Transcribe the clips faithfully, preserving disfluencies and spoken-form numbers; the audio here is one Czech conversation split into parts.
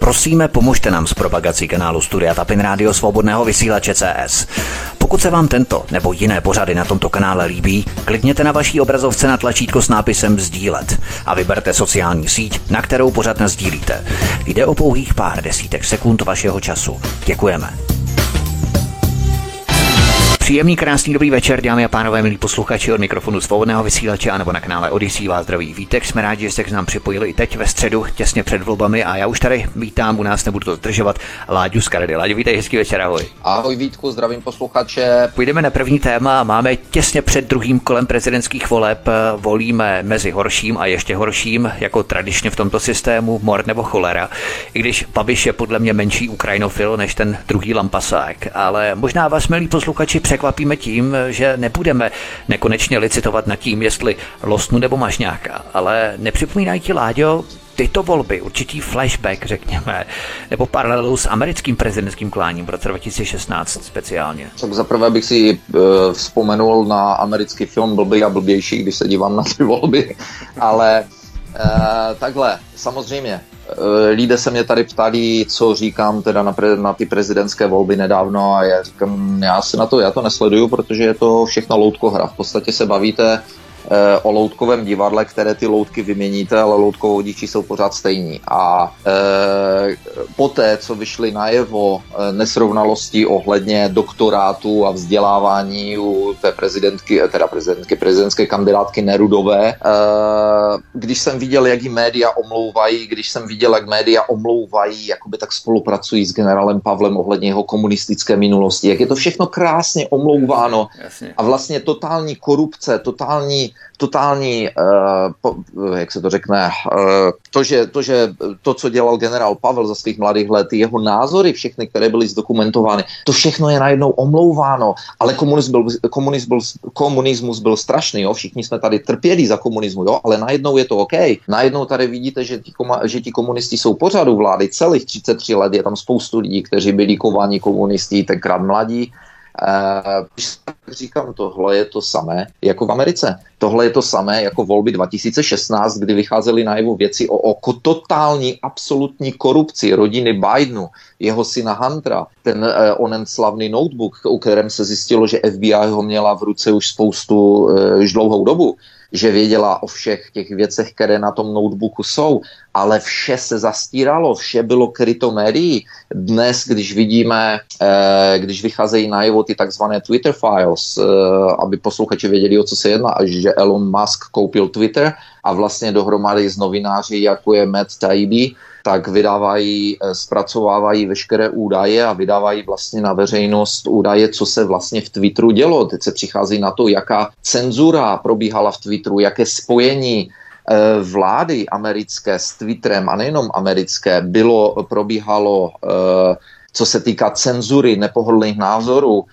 Prosíme, pomožte nám s propagací kanálu Studia Tapin Rádio Svobodného vysílače C S. Pokud se vám tento nebo jiné pořady na tomto kanále líbí, klikněte na vaší obrazovce na tlačítko s nápisem sdílet a vyberte sociální síť, na kterou pořad nasdílíte. Jde o pouhých pár desítek sekund vašeho času. Děkujeme. Příjemný, krásný, dobrý večer, dámy a pánové, milí posluchači, od mikrofonu Svobodného vysílače a nebo na kanále Odyssey vás zdraví Vítek. Jsme rádi, že jste k nám připojili i teď ve středu, těsně před volbami, a já už tady vítám u nás, nebudu to zdržovat, Láďu z Karedy. Láďo, vítej, hezký večer, ahoj. Ahoj Vítku, zdravím posluchače. Půjdeme na první téma, máme těsně před druhým kolem prezidentských voleb, volíme mezi horším a ještě horším, jako tradičně v tomto systému, mor nebo cholera, i když Babiš je podle mě menší ukrajinofil než ten druhý lampasák, ale možná vás, milí posluchači, překvapíme tím, že nebudeme nekonečně licitovat nad tím, jestli Losnu nebo Mašňáka, ale nepřipomínají ti, Láďo, tyto volby určitý flashback, řekněme, nebo paralelu s americkým prezidentským kláním v roce dva tisíce šestnáct speciálně? Tak zaprvé bych si uh, vzpomenul na americký film Blbý a blbější, když se dívám na ty volby, ale uh, takhle, samozřejmě. Lidé se mě tady ptali, co říkám teda na, pre, na ty prezidentské volby nedávno, a já říkám, já se na to, já to nesleduju, protože je to všechno loutkohra. V podstatě se bavíte e, o loutkovém divadle, které ty loutky vyměníte, ale loutkovodiči jsou pořád stejní. A e, poté, co vyšly najevo e, nesrovnalosti ohledně doktorátu a vzdělávání u té prezidentky, teda prezidentky, prezidentské kandidátky Nerudové, e, když jsem viděl, jak ji média omlouvají, když jsem viděl, jak média omlouvají, jakoby tak spolupracují s generálem Pavlem ohledně jeho komunistické minulosti, jak je to všechno krásně omlouváno. Jasně. A vlastně totální korupce, totální, totální uh, po, jak se to řekne, uh, to, že, to, že to, co dělal generál Pavel za svých mladých let, jeho názory, všechny, které byly zdokumentovány, to všechno je najednou omlouváno, ale komunismus byl, komunismus byl, komunismus byl strašný, jo? Všichni jsme tady trpěli za komunismu, jo? Ale najednou je to OK. Najednou tady vidíte, že ti, koma, že ti komunisti jsou pořád u vlády celých třicet tři let, je tam spoustu lidí, kteří byli kovaní komunisti, tenkrát mladí. E, říkám, tohle je to samé jako v Americe. Tohle je to samé jako volby dva tisíce šestnáct, kdy vycházely najevo věci o, o totální, absolutní korupci rodiny Bidenu, jeho syna Huntera, ten eh, onen slavný notebook, u kterém se zjistilo, že F B I ho měla v ruce už spoustu, eh, už dlouhou dobu, že věděla o všech těch věcech, které na tom notebooku jsou, ale vše se zastíralo, vše bylo kryto médií. Dnes, když vidíme, eh, když vycházejí najevo ty takzvané Twitter files, eh, aby posluchači věděli, o co se jedná, že Elon Musk koupil Twitter a vlastně dohromady s novináři, jako je Matt Taibbi, tak vydávají, zpracovávají veškeré údaje a vydávají vlastně na veřejnost údaje, co se vlastně v Twitteru dělo. Teď se přichází na to, jaká cenzura probíhala v Twitteru, jaké spojení eh, vlády americké s Twitterem, a nejenom americké, bylo, probíhalo eh, co se týká cenzury nepohodlných názorů.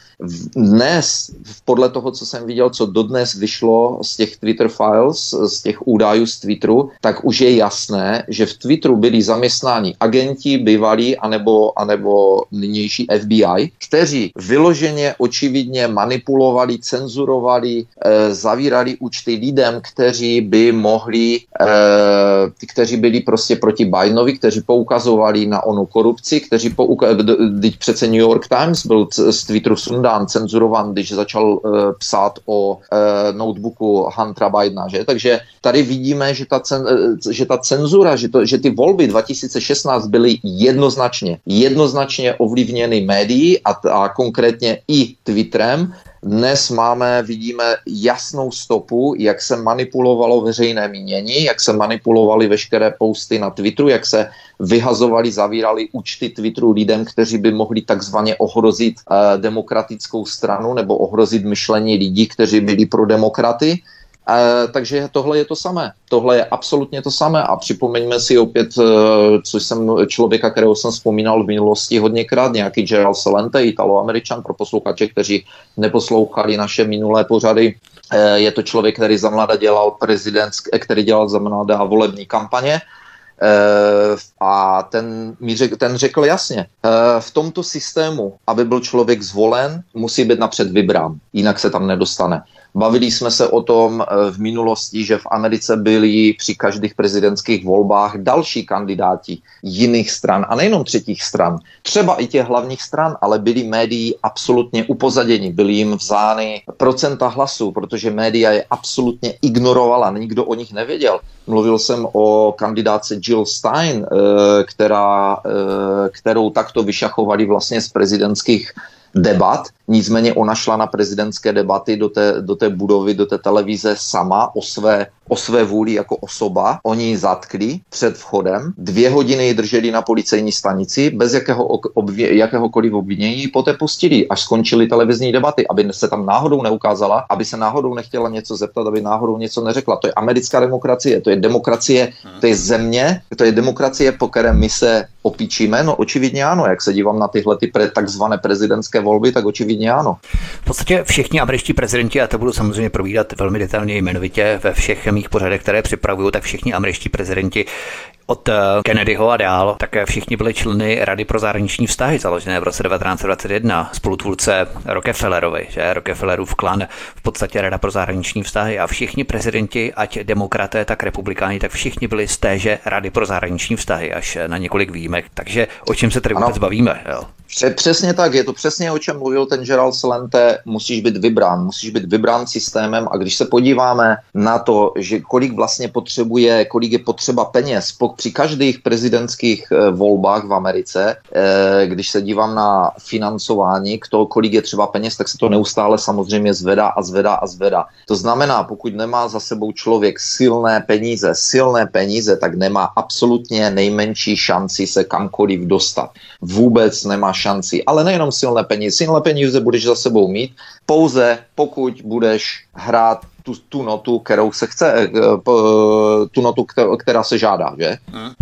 Dnes, podle toho, co jsem viděl, co dodnes vyšlo z těch Twitter files, z těch údajů z Twitteru, tak už je jasné, že v Twitteru byli zaměstnáni agenti, bývalí, anebo, anebo nynější F B I, kteří vyloženě, očividně manipulovali, cenzurovali, e, zavírali účty lidem, kteří by mohli, e, kteří byli prostě proti Bidenovi, kteří poukazovali na onu korupci, kteří poukazovali. Teď přece New York Times byl z Twitteru sundán, cenzurovan, když začal uh, psát o uh, notebooku Huntera Bidena, že? Takže tady vidíme, že ta, cen, uh, že ta cenzura, že, to, že ty volby dva tisíce šestnáct byly jednoznačně, jednoznačně ovlivněny médií a, a konkrétně i Twitterem. Dnes máme, vidíme jasnou stopu, jak se manipulovalo veřejné mínění, jak se manipulovaly veškeré posty na Twitteru, jak se vyhazovali, zavírali účty Twitteru lidem, kteří by mohli takzvaně ohrozit eh, demokratickou stranu nebo ohrozit myšlení lidí, kteří byli pro demokraty. E, takže tohle je to samé. Tohle je absolutně to samé a připomeňme si opět, e, což jsem člověka, kterého jsem vzpomínal v minulosti hodněkrát, nějaký Gerald Celente, Italo-Američan, pro posluchače, kteří neposlouchali naše minulé pořady. E, je to člověk, který za mlada dělal prezidentsk, který dělal za mladá volební kampaně. E, a ten, mi řek, ten řekl jasně, v tomto systému, aby byl člověk zvolen, musí být napřed vybrán, jinak se tam nedostane. Bavili jsme se o tom v minulosti, že v Americe byli při každých prezidentských volbách další kandidáti jiných stran a nejenom třetích stran, třeba i těch hlavních stran, ale byli médií absolutně upozaděni, byli jim vzány procenta hlasů, protože média je absolutně ignorovala, nikdo o nich nevěděl. Mluvil jsem o kandidáce Jill Stein, která, kterou takto vyšachovali vlastně z prezidentských debat, nicméně ona šla na prezidentské debaty do té, do té budovy, do té televize sama o své, o své vůli jako osoba. Oni ji zatkli před vchodem, dvě hodiny ji drželi na policejní stanici, bez jakého, obvě, jakéhokoliv obvinění, poté pustili, až skončily televizní debaty, aby se tam náhodou neukázala, aby se náhodou nechtěla něco zeptat, aby náhodou něco neřekla. To je americká demokracie, to je demokracie, to je země, to je demokracie, po které my se opíčíme. No očividně ano, jak se dívám na tyhle ty pre, takzvané prezidentské volby, tak očividně ano. V podstatě všichni američtí prezidenti, a to budu samozřejmě probídat velmi detailně jmenovitě ve všech mých pořadech, které připravuju, tak všichni američtí prezidenti od Kennedyho a dál, tak všichni byli členy Rady pro zahraniční vztahy, založené v roce devatenáct set dvacet jedna, spolutvůrce Rockefellerovi, že Rockefellerův klan, v podstatě Rada pro zahraniční vztahy, a všichni prezidenti, ať demokraté, tak republikáni, tak všichni byli z téže Rady pro zahraniční vztahy, až na několik výjimek. Takže o čem se tady vůbec bavíme? Jo? Přesně tak, je to přesně o čem mluvil ten Gerald Celente, musíš být vybrán, musíš být vybrán systémem, a když se podíváme na to, že kolik vlastně potřebuje, kolik je potřeba peněz při každých prezidentských volbách v Americe, když se dívám na financování, kdo, kolik je třeba peněz, tak se to neustále samozřejmě zvedá a zvedá a zvedá. To znamená, pokud nemá za sebou člověk silné peníze, silné peníze, tak nemá absolutně nejmenší šanci se kamkoliv dostat. Vůbec nemá šanci. Ale nejenom silné peníze. Silné peníze budeš za sebou mít, pouze pokud budeš hrát tu, tu notu, kterou se chce, tu notu, která se žádá, že? Hmm. Uh,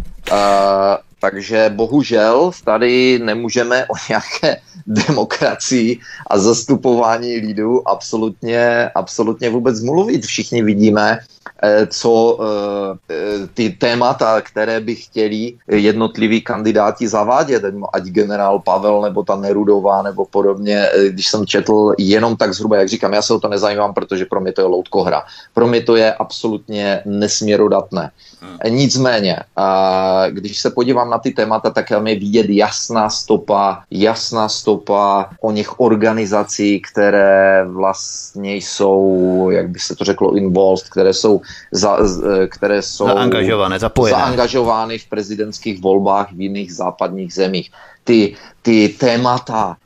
takže bohužel tady nemůžeme o nějaké demokracii a zastupování lidu absolutně, absolutně vůbec mluvit. Všichni vidíme, co ty témata, které by chtěli jednotliví kandidáti zavádět, ať generál Pavel nebo ta Nerudová nebo podobně. Když jsem četl jenom tak zhruba, jak říkám, já se o to nezajímám, protože pro mě to je loutkohra. Pro mě to je absolutně nesměrodatné. Nicméně, když se podívám na ty témata, tak tam je vidět jasná stopa, jasná stopa o něch organizací, které vlastně jsou, jak by se to řeklo, involved, které jsou Za, které jsou zaangažované, zapojené. zaangažovány v prezidentských volbách v jiných západních zemích. Ty, ty témata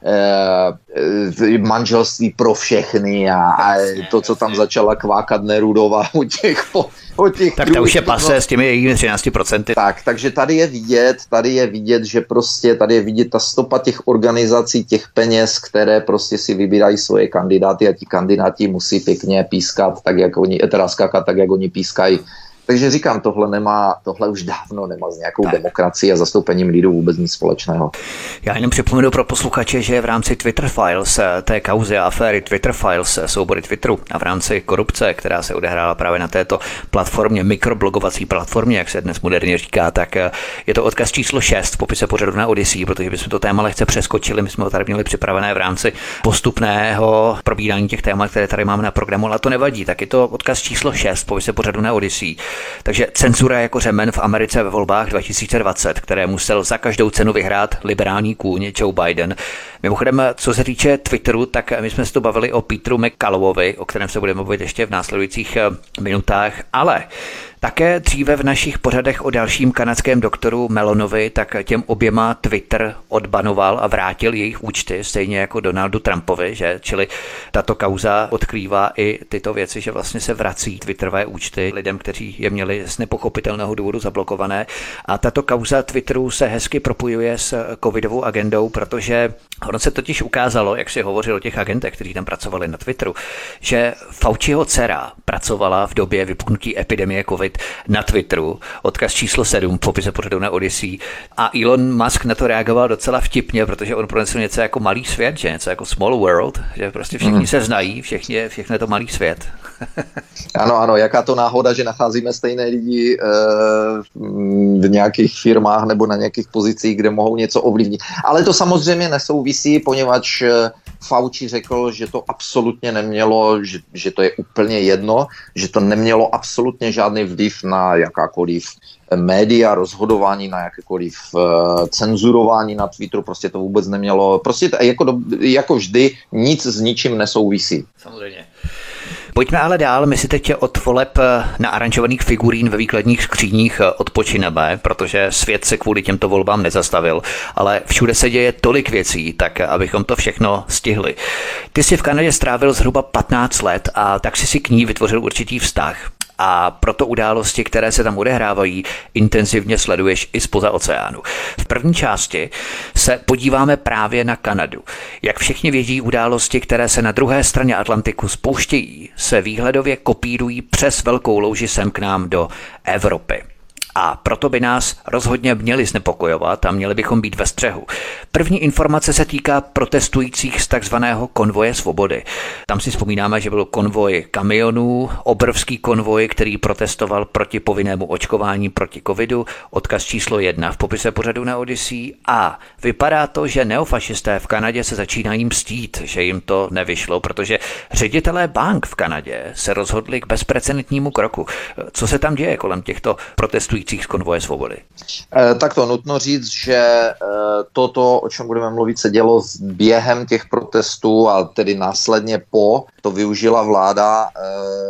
e, manželství pro všechny a, a to, co tam začala kvákat Nerudová u těch, po, o těch tak to už je pase s těmi jejími třináct procent. Tak, takže tady je vidět, tady je vidět, že prostě tady je vidět ta stopa těch organizací, těch peněz, které prostě si vybírají svoje kandidáty, a ti kandidáti musí pěkně pískat, tak jak oni, teda skákat, tak jak oni pískají. Takže říkám, tohle nemá, tohle už dávno nemá s nějakou tak. demokracií a zastoupením lidu vůbec nic společného. Já jenom připomenu pro posluchače, že v rámci Twitter Files, té kauzy a aféry Twitter Files, soubory Twitteru, a v rámci korupce, která se odehrála právě na této platformě, mikroblogovací platformě, jak se dnes moderně říká, tak je to odkaz číslo šest v popise pořadu na Odyssey, protože bychom to téma lehce přeskočili, my jsme ho tady měli připravené v rámci postupného probírání těch témat, které tady máme na programu, ale to nevadí, tak je to odkaz číslo šest v popise pořadu na Odyssey. Takže cenzura jako řemen v Americe ve volbách dva tisíce dvacet, které musel za každou cenu vyhrát liberální kůň Joe Biden. Mimochodem, co se týče Twitteru, tak my jsme se tu bavili o Peteru McCulloughovi, o kterém se budeme mluvit ještě v následujících minutách, ale také dříve v našich pořadech o dalším kanadském doktoru Melonovi, tak těm oběma Twitter odbanoval a vrátil jejich účty, stejně jako Donaldu Trumpovi, že? Čili tato kauza odkrývá i tyto věci, že vlastně se vrací Twitterové účty lidem, kteří je měli z nepochopitelného důvodu zablokované. A tato kauza Twitteru se hezky propojuje s covidovou agendou, protože ono se totiž ukázalo, jak si hovořil o těch agentech, kteří tam pracovali na Twitteru, že Fauciho dcera pracovala v době vypuknutí epidemie covidu. trávit na Twitteru. Odkaz číslo sedm v popise pořadu na Odyssey. A Elon Musk na to reagoval docela vtipně, protože on pronesl něco jako malý svět, že něco jako small world, že prostě všichni mm. se znají, všichni, všechno je to malý svět. Ano, ano, jaká to náhoda, že nacházíme stejné lidi e, v nějakých firmách nebo na nějakých pozicích, kde mohou něco ovlivnit. Ale to samozřejmě nesouvisí, poněvadž Fauci řekl, že to absolutně nemělo, že, že to je úplně jedno, že to nemělo absolutně žádný vliv na jakákoliv média, rozhodování, na jakékoliv uh, cenzurování na Twitteru, prostě to vůbec nemělo, prostě jako, do, jako vždy nic s ničím nesouvisí. Samozřejmě. Pojďme ale dál, my si teď od voleb naaranžovaných figurín ve výkladních skříních odpočineme, protože svět se kvůli těmto volbám nezastavil, ale všude se děje tolik věcí, tak abychom to všechno stihli. Ty jsi v Kanadě strávil zhruba patnáct let a tak si si k ní vytvořil určitý vztah. A proto události, které se tam odehrávají, intenzivně sleduješ i zpoza oceánu. V první části se podíváme právě na Kanadu. Jak všichni vědí, události, které se na druhé straně Atlantiku spouštějí, se výhledově kopírují přes velkou louži sem k nám do Evropy. A proto by nás rozhodně měli znepokojovat a měli bychom být ve střehu. První informace se týká protestujících z takzvaného konvoje svobody. Tam si vzpomínáme, že byl konvoj kamionů, obrovský konvoj, který protestoval proti povinnému očkování proti covidu, odkaz číslo jedna v popise pořadu na Odyssey. A vypadá to, že neofašisté v Kanadě se začínají mstít, že jim to nevyšlo, protože ředitelé bank v Kanadě se rozhodli k bezprecedentnímu kroku. Co se tam děje kolem těchto protestujících z konvoje svobody? E, tak to nutno říct, že e, toto, o čem budeme mluvit, se dělo během těch protestů a tedy následně po, to využila vláda. E,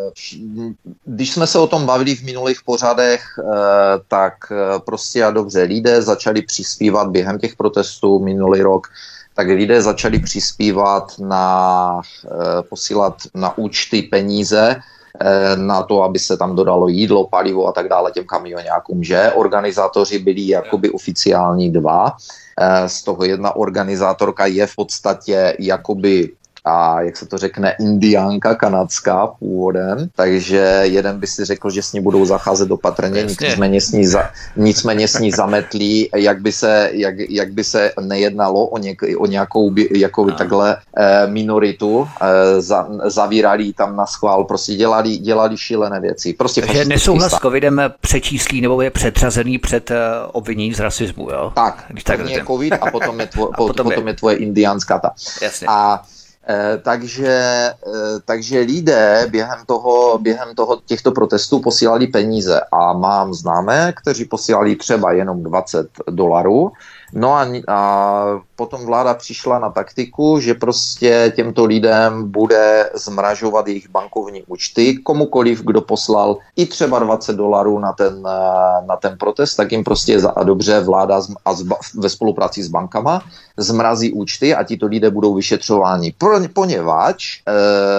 když jsme se o tom bavili v minulých pořadech, e, tak prostě a dobře, lidé začali přispívat během těch protestů minulý rok, tak lidé začali přispívat na, e, posílat na účty peníze, na to, aby se tam dodalo jídlo, palivo a tak dále těm kamionákům, že? Organizátoři byli jakoby oficiální dva, z toho jedna organizátorka je v podstatě jakoby a jak se to řekne, indiánka kanadská původem, takže jeden by si řekl, že s ní budou zacházet opatrně, nicméně s ní, za, nicméně s ní zametlí, jak by se, jak, jak by se nejednalo o, něk, o nějakou jako takhle eh, minoritu, eh, za, zavírali tam na schvál, prostě dělali, dělali šílené věci. Prostě takže nesouhlas s covidem přečíslí nebo je předřazený před uh, obvinění z rasismu, jo? Tak, první je covid a potom je, tvo, a potom potom je. je tvoje indiánská ta. Jasně. A Eh, takže, eh, takže lidé během toho, během toho těchto protestů posílali peníze a mám známé, kteří posílali třeba jenom dvacet dolarů. No a, a potom vláda přišla na taktiku, že prostě těmto lidem bude zmražovat jejich bankovní účty. Komukoliv, kdo poslal i třeba dvacet dolarů na ten, na ten protest, tak jim prostě za, a dobře vláda z, a z, ve spolupráci s bankama zmrazí účty a tito lidé budou vyšetřováni. Pro, poněvadž e,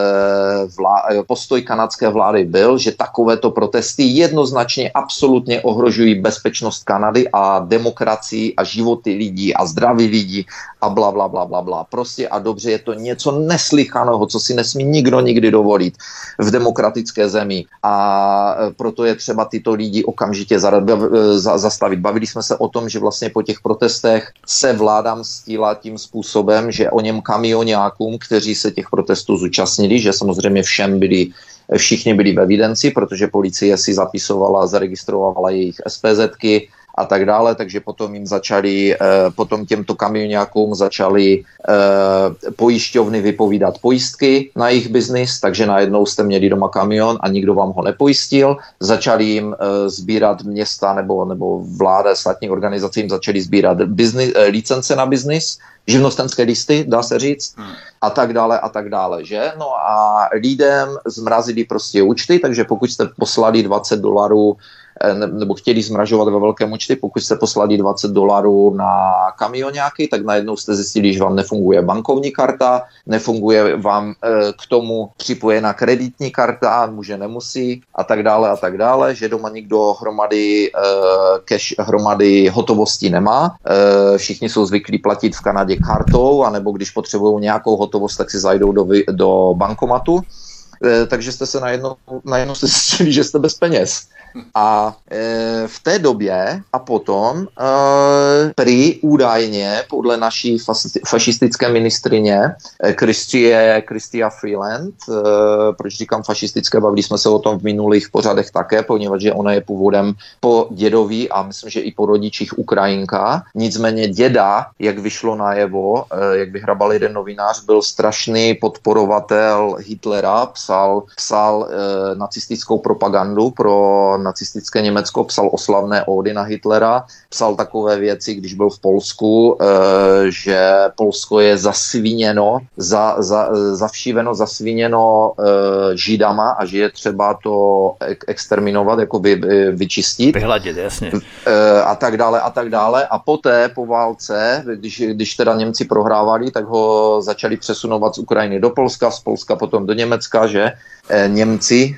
vlá, postoj kanadské vlády byl, že takovéto protesty jednoznačně absolutně ohrožují bezpečnost Kanady a demokracii a život lidí a zdraví lidí a bla, bla, bla, bla, bla. Prostě a dobře, je to něco neslychaného, co si nesmí nikdo nikdy dovolit v demokratické zemi a proto je třeba tyto lidi okamžitě zastavit. Bavili jsme se o tom, že vlastně po těch protestech se vláda mstila tím způsobem, že o něm kamionákům, kteří se těch protestů zúčastnili, že samozřejmě všem byli všichni byli v evidenci, protože policie si zapisovala, zaregistrovala jejich SPZky a tak dále, takže potom jim začali, eh, potom těmto kamionákům začaly eh, pojišťovny vypovídat pojistky na jejich biznis, takže najednou jste měli doma kamion a nikdo vám ho nepojistil. Začali jim eh, sbírat města nebo, nebo vláda, státní organizace jim začaly sbírat biznis, eh, licence na biznis, živnostenské listy, dá se říct, hmm. a tak dále a tak dále, že? No a lidem zmrazili prostě účty, takže pokud jste poslali dvacet dolarů nebo chtěli zmražovat ve velkém účty, pokud jste poslali dvacet dolarů na kamionáky, tak najednou jste zjistili, že vám nefunguje bankovní karta, nefunguje vám e, k tomu připojená kreditní karta, může nemusí a tak dále a tak dále, že doma nikdo hromady, e, cash, hromady hotovosti nemá. E, všichni jsou zvyklí platit v Kanadě kartou, anebo když potřebují nějakou hotovost, tak si zajdou do, do bankomatu. takže jste se najednou, najednou jste zjistili, že jste bez peněz. A e, v té době a potom e, prý údajně podle naší fašistické ministrině Chrystie, Chrystia Freeland, e, proč říkám fašistické, bavili jsme se o tom v minulých pořadech také, poněvadž ona je původem po dědovi a myslím, že i po rodičích Ukrajinka. Nicméně děda, jak vyšlo najevo, e, jak vyhrabal jeden novinář, byl strašný podporovatel Hitlera, psal, psal e, nacistickou propagandu pro nacistické Německo, psal oslavné ódy na Hitlera, psal takové věci, když byl v Polsku, že Polsko je zasviněno, za, za, zavšíveno, zasviněno Židama a že je třeba to exterminovat, jako by vyčistit. Vyhladit, jasně. A tak dále, a tak dále. A poté po válce, když, když teda Němci prohrávali, tak ho začali přesunovat z Ukrajiny do Polska, z Polska potom do Německa, že Němci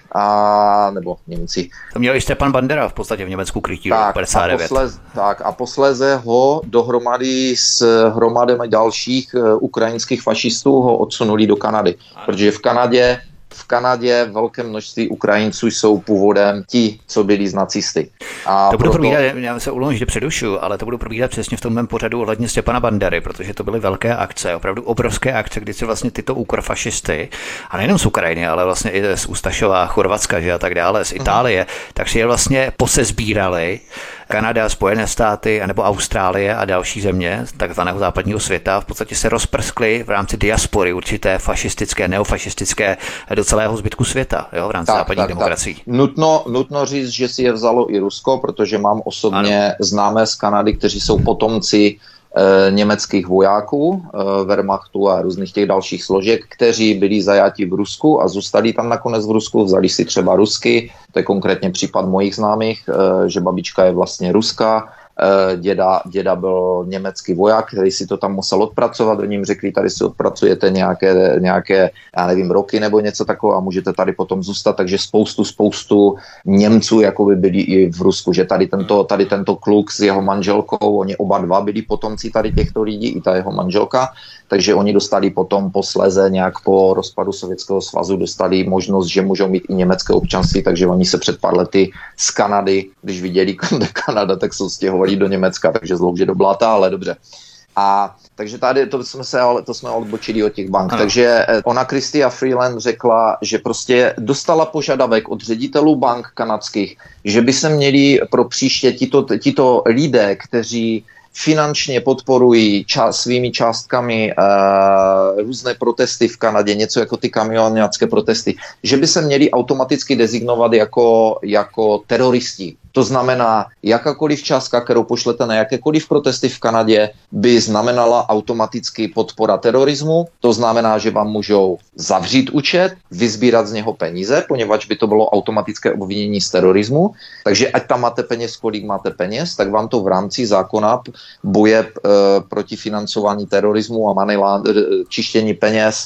a nebo Němci. To měl i Stepan Bandera v podstatě v Německu krytí tak, roku padesát devět. A posléze, tak a posléze ho dohromady s hromadem dalších uh, ukrajinských fašistů ho odsunuli do Kanady, ano. Protože v Kanadě V Kanadě velké množství Ukrajinců jsou původem ti, co byli z nacisty. A to budu proto... probídat, já se ulomím, že předušu, ale to budu probídat přesně v tom mém pořadu ohledně Stepana Bandery, protože to byly velké akce, opravdu obrovské akce, kdy si vlastně tyto ukrofašisty, a nejenom z Ukrajiny, ale vlastně i z Ustašova, Chorvatska, že a tak dále, z Itálie, mm-hmm. tak si je vlastně posezbírali Kanada, Spojené státy, nebo Austrálie a další země takzvaného západního světa v podstatě se rozprskly v rámci diaspory určité fašistické, neofašistické do celého zbytku světa, jo, v rámci tak, západních tak, demokracií. Tak. Nutno, nutno říct, že si je vzalo i Rusko, protože mám osobně ano. známé z Kanady, kteří jsou potomci e, německých vojáků, e, Wehrmachtu a různých těch dalších složek, kteří byli zajati v Rusku a zůstali tam nakonec v Rusku, vzali si třeba Rusky, to je konkrétně případ mojich známých, e, že babička je vlastně Ruská, Děda, děda byl německý voják, který si to tam musel odpracovat, oni jim řekli, tady si odpracujete nějaké, nějaké, já nevím, roky nebo něco takového a můžete tady potom zůstat, takže spoustu, spoustu Němců jakoby byli i v Rusku, že tady tento, tady tento kluk s jeho manželkou, oni oba dva byli potomci tady těchto lidí, i ta jeho manželka, takže oni dostali potom posléze nějak po rozpadu Sovětského svazu dostali možnost, že můžou mít i německé občanství, takže oni se před pár lety z Kanady, když viděli Kanada, tak jsou stěhovali do Německa, takže zlouže do bláta, ale dobře. A takže tady to jsme se to jsme odbočili od těch bank. Ano. Takže ona Chrystia Freeland řekla, že prostě dostala požadavek od ředitelů bank kanadských, že by se měli pro příště tito, tito lidé, kteří finančně podporují ča- svými částkami uh, různé protesty v Kanadě, něco jako ty kamionácké protesty, že by se měli automaticky designovat jako, jako teroristi. To znamená, jakákoliv částka, kterou pošlete na jakékoliv protesty v Kanadě, by znamenala automaticky podpora terorismu. To znamená, že vám můžou zavřít účet, vyzbírat z něho peníze, poněvadž by to bylo automatické obvinění z terorismu. Takže ať tam máte peněz, kolik máte peněz, tak vám to v rámci zákona boje e, proti financování terorismu a money laundry, čištění peněz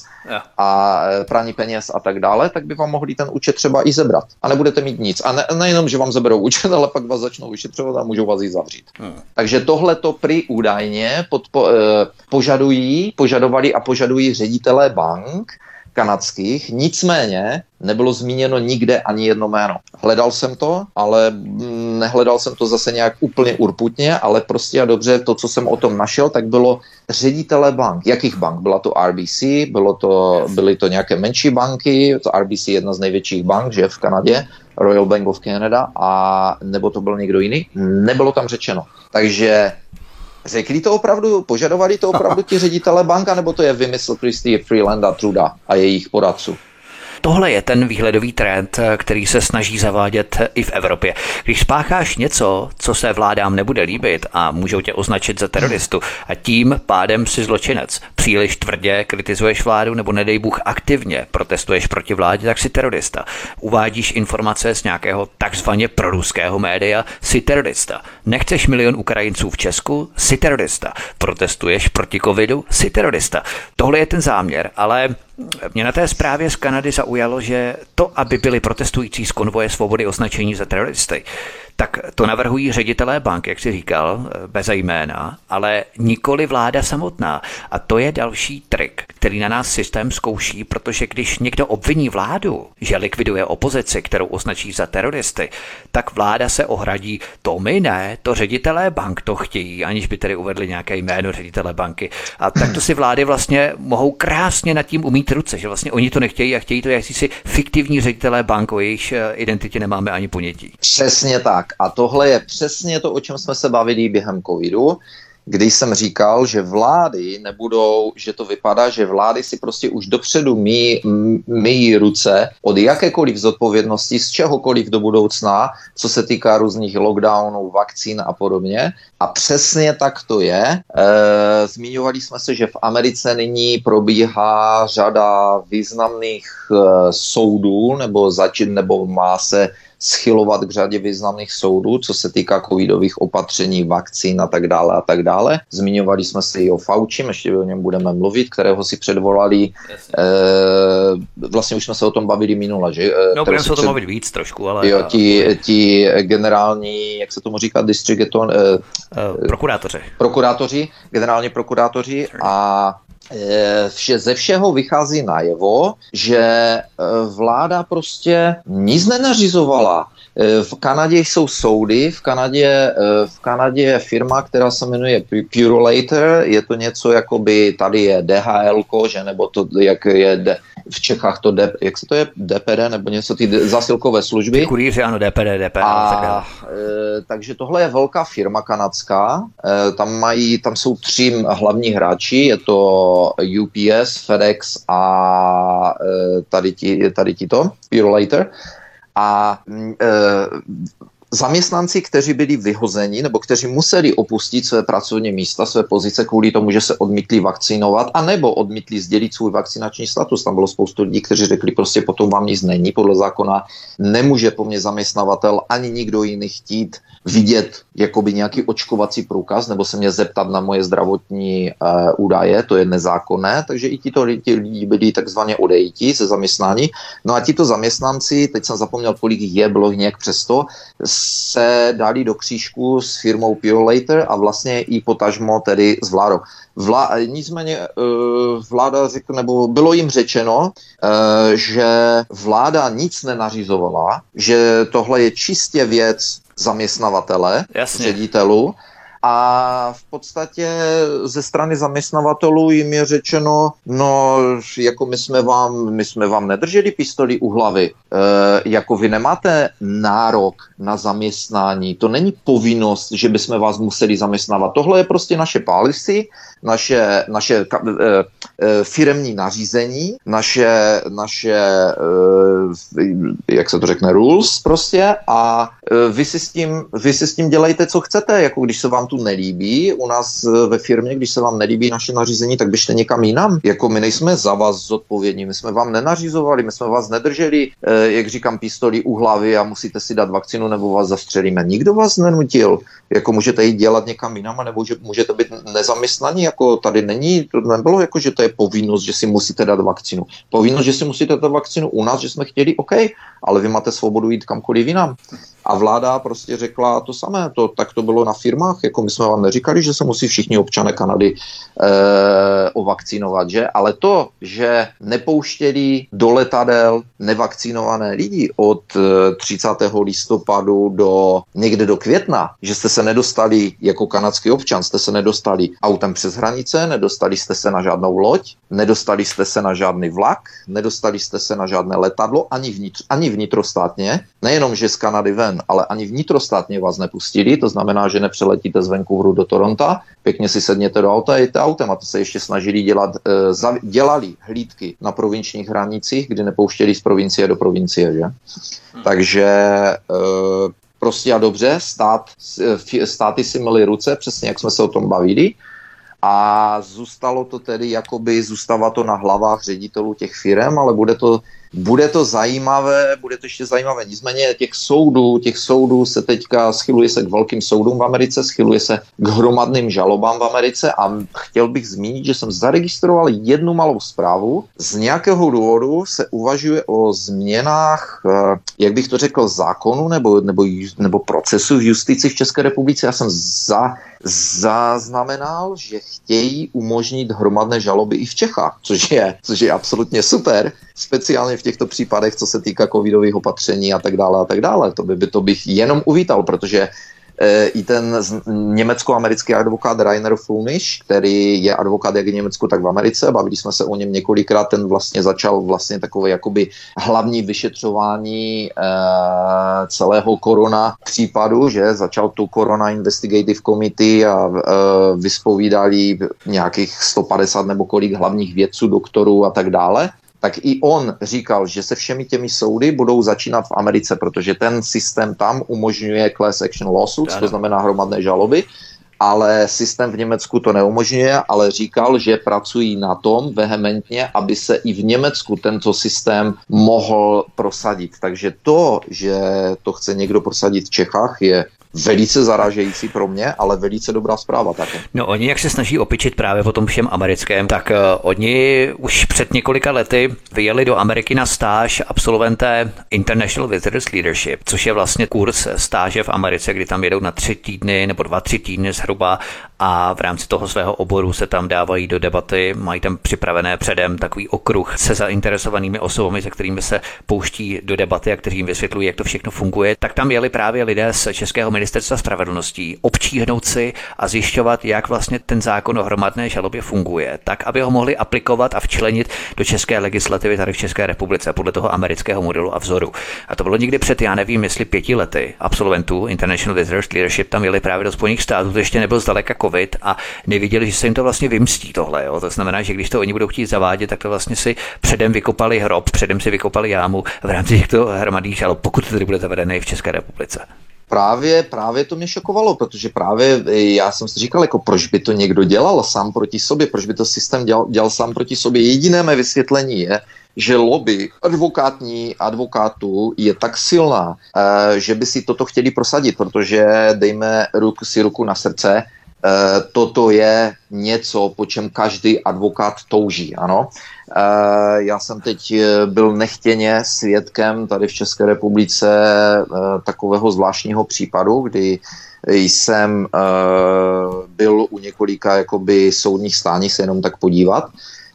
a praní peněz a tak dále, tak by vám mohli ten účet třeba i zebrat. A nebudete mít nic. A ne, nejenom, že vám zeberou účet, ale pak vás začnou vyšetřovat a můžou vás i zavřít. Hmm. Takže tohle to prý údajně podpo, eh, požadují, požadovali a požadují ředitelé bank kanadských, nicméně nebylo zmíněno nikde ani jedno jméno. Hledal jsem to, ale nehledal jsem to zase nějak úplně urputně, ale prostě a dobře to, co jsem o tom našel, tak bylo ředitelé bank. Jakých bank? Byla to R B C, bylo to, byly to nějaké menší banky, to R B C je jedna z největších bank, že v Kanadě, Royal Bank of Canada, a nebo to byl někdo jiný? Nebylo tam řečeno. Takže řekli to opravdu, požadovali to opravdu ti ředitelé banka, nebo to je vymysl Chrystie Freeland a Truda a jejich poradců? Tohle je ten výhledový trend, který se snaží zavádět i v Evropě. Když spácháš něco, co se vládám nebude líbit a můžou tě označit za teroristu a tím pádem si zločinec, příliš tvrdě kritizuješ vládu nebo nedej Bůh aktivně protestuješ proti vládě, tak si terorista. Uvádíš informace z nějakého takzvaně proruského média, si terorista. Nechceš milion Ukrajinců v Česku, si terorista. Protestuješ proti covidu, si terorista. Tohle je ten záměr, ale mě na té zprávě z Kanady zaujalo, že to, aby byli protestující z konvoje svobody označení za teroristy, tak to navrhují ředitelé bank, jak jsi říkal, bez jména, ale nikoli vláda samotná. A to je další trik, který na nás systém zkouší, protože když někdo obviní vládu, že likviduje opozici, kterou označí za teroristy, tak vláda se ohradí, to my ne, to ředitelé bank to chtějí, aniž by tedy uvedli nějaké jméno ředitele banky. A tak to si vlády vlastně mohou krásně nad tím umýt ruce, že vlastně oni to nechtějí a chtějí to jakýsi fiktivní ředitelé bank, o jejich identitě nemáme ani ponětí. Přesně tak. A tohle je přesně to, o čem jsme se bavili během covidu, když jsem říkal, že vlády nebudou, že to vypadá, že vlády si prostě už dopředu myjí, myjí ruce od jakékoliv zodpovědnosti, z čehokoliv do budoucna, co se týká různých lockdownů, vakcín a podobně. A přesně tak to je. E, zmiňovali jsme se, že v Americe nyní probíhá řada významných e, soudů, nebo začít, nebo má se schylovat k řadě významných soudů, co se týká covidových opatření, vakcín a tak dále a tak dále. Zmiňovali jsme se i o Faučim, ještě o něm budeme mluvit, kterého si předvolali. E, vlastně už jsme se o tom bavili minule, že? No, budeme se o tom mluvit víc trošku, ale... Jo, ti, ti generální, jak se tomu říká, district e, e, prokurátoři. Prokurátoři, generální prokurátoři a Vše, ze všeho vychází najevo, že vláda prostě nic nenařizovala. V Kanadě jsou soudy, v Kanadě, v Kanadě je firma, která se jmenuje Purolator, je to něco jakoby, tady je D H L ko, že, nebo to, jak je de, v Čechách to, de, jak se to je, D P D, nebo něco, ty zásilkové služby. Kurýři, ano, D P D, D P D. A, e, takže tohle je velká firma kanadská, e, tam mají, tam jsou tři hlavní hráči, je to U P S, FedEx a e, tady, ti, tady tito, Purolator. A e, zaměstnanci, kteří byli vyhozeni nebo kteří museli opustit své pracovní místa, své pozice kvůli tomu, že se odmítli vakcinovat, anebo odmítli sdělit svůj vakcinační status. Tam bylo spoustu lidí, kteří řekli, prostě potom vám nic není, podle zákona nemůže po mně zaměstnavatel ani nikdo jiný chtít vidět jakoby nějaký očkovací průkaz nebo se mě zeptat na moje zdravotní uh, údaje, to je nezákonné, takže i tito lidi byli takzvaně odejti ze zaměstnání. No a tito zaměstnanci, teď jsem zapomněl, kolik je, bylo nějak přesto, se dali do křížku s firmou Purolator a vlastně i potažmo tedy s vládou. Vlá, nicméně vláda řekl, nebo bylo jim řečeno, že vláda nic nenařizovala, že tohle je čistě věc zaměstnavatele, Jasně. ředitelů. A v podstatě ze strany zaměstnavatelů jim je řečeno, no jako my jsme vám, my jsme vám nedrželi pistoli u hlavy, e, jako vy nemáte nárok na zaměstnání, to není povinnost, že bychom vás museli zaměstnávat. Tohle je prostě naše policy, naše, naše e, e, firemní nařízení, naše, naše e, jak se to řekne, rules prostě a e, vy si s tím, vy si s tím dělejte, co chcete, jako když se vám tu nelíbí u nás ve firmě, když se vám nelíbí naše nařízení, tak běžte někam jinam. Jako my nejsme za vás zodpovědní, my jsme vám nenařizovali, my jsme vás nedrželi, eh, jak říkám, pistoli u hlavy a musíte si dát vakcinu nebo vás zastřelíme. Nikdo vás nenutil. Jako můžete jít dělat někam jinam, nebo že můžete být nezaměstnaní, jako tady není, to nebylo jako, že to je povinnost, že si musíte dát vakcinu. Povinnost, že si musíte dát vakcinu u nás, že jsme chtěli, OK, ale vy máte svobodu jít kamkoliv jinam. A vláda prostě řekla to samé, to, tak to bylo na firmách, jako my jsme vám neříkali, že se musí všichni občané Kanady eh, ovakcinovat, že? Ale to, že nepouštěli do letadel nevakcinované lidi od třicátého listopadu do někde do května, že jste se nedostali jako kanadský občan, jste se nedostali autem přes hranice, nedostali jste se na žádnou loď, nedostali jste se na žádný vlak, nedostali jste se na žádné letadlo, ani, vnitř, ani vnitrostátně, nejenom, že z Kanady ven, ale ani vnitrostátně vás nepustili, to znamená, že nepřeletíte z Vancouveru do Toronta, pěkně si sedněte do auta a jděte autem a to se ještě snažili dělat, e, za, dělali hlídky na provinčních hranicích, kdy nepouštěli z provincie do provincie, že? Hmm. Takže e, prostě a dobře, stát, státy si myly ruce, přesně jak jsme se o tom bavili, a zůstalo to tedy, jakoby zůstává to na hlavách ředitelů těch firem, ale bude to Bude to zajímavé, bude to ještě zajímavé. Nicméně těch soudů, těch soudů se teďka schyluje se k velkým soudům v Americe, schyluje se k hromadným žalobám v Americe a chtěl bych zmínit, že jsem zaregistroval jednu malou zprávu. Z nějakého důvodu se uvažuje o změnách, jak bych to řekl, zákonu nebo, nebo, nebo procesu v justici v České republice. Já jsem za, zaznamenal, že chtějí umožnit hromadné žaloby i v Čechách, což je, což je absolutně super, speciálně v těchto případech, co se týká covidových opatření a tak dále a tak dále. To by, by to bych jenom uvítal, protože e, i ten německo-americký advokát Rainer Fulnisch, který je advokát jak v Německu, tak v Americe, bavili jsme se o něm několikrát, ten vlastně začal vlastně takové jakoby hlavní vyšetřování e, celého korona případu, že začal tu Corona Investigative Committee a e, vyspovídali nějakých sto padesát nebo kolik hlavních vědců, doktorů a tak dále. Tak i on říkal, že se všemi těmi soudy budou začínat v Americe, protože ten systém tam umožňuje class action lawsuits, to znamená hromadné žaloby, ale systém v Německu to neumožňuje, ale říkal, že pracují na tom vehementně, aby se i v Německu tento systém mohl prosadit. Takže to, že to chce někdo prosadit v Čechách, je velice zarážející pro mě, ale velice dobrá zpráva také. No oni, jak se snaží opičit právě o tom všem americkém, tak uh, oni už před několika lety vyjeli do Ameriky na stáž absolventé International Visitors Leadership, což je vlastně kurz stáže v Americe, kdy tam jedou na tři týdny nebo dva, tři týdny zhruba a v rámci toho svého oboru se tam dávají do debaty, mají tam připravené předem takový okruh se zainteresovanými osobami, se kterými se pouští do debaty a kteří jim vysvětlují, jak to všechno funguje. Tak tam jeli právě lidé z Českého ministerstva spravedlností občíhnout si a zjišťovat, jak vlastně ten zákon o hromadné žalobě funguje, tak, aby ho mohli aplikovat a včlenit do české legislativy tady v České republice podle toho amerického modelu a vzoru. A to bylo někdy před, já nevím, jestli pěti lety absolventů International Visitors Leadership tam jeli právě do Spojených států, to ještě nebyl zdaleka covid a neviděli, že se jim to vlastně vymstí tohle. Jo? To znamená, že když to oni budou chtít zavádět, tak to vlastně si předem vykopali hrob, předem si vykopali jámu v rámci těchto hromadných žalob, pokud to tedy bude zavedené v České republice. Právě, právě to mě šokovalo, protože právě já jsem si říkal, jako proč by to někdo dělal sám proti sobě, proč by to systém dělal, dělal sám proti sobě. Jediné mé vysvětlení je, že lobby advokátní advokátů je tak silná, že by si toto chtěli prosadit, protože dejme ruku, si ruku na srdce, toto je něco, po čem každý advokát touží, ano. Já jsem teď byl nechtěně svědkem tady v České republice takového zvláštního případu, kdy jsem byl u několika jakoby soudních stání se jenom tak podívat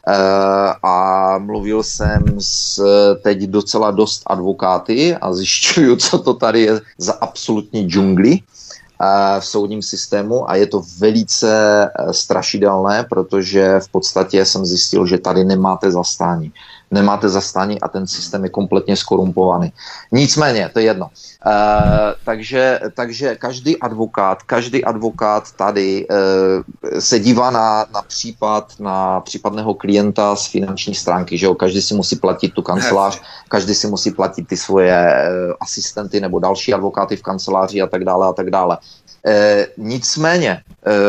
a mluvil jsem s teď docela dost advokáty a zjišťuju, co to tady je za absolutní džungli v soudním systému a je to velice strašidelné, protože v podstatě jsem zjistil, že tady nemáte zastání. Nemáte zastání a ten systém je kompletně skorumpovaný. Nicméně, to je jedno. E, takže, takže každý advokát, každý advokát tady e, se dívá na, na případ, na případného klienta z finanční stránky, že jo? Každý si musí platit tu kancelář, každý si musí platit ty svoje e, asistenty nebo další advokáty v kanceláři a tak dále a tak dále. E, nicméně e,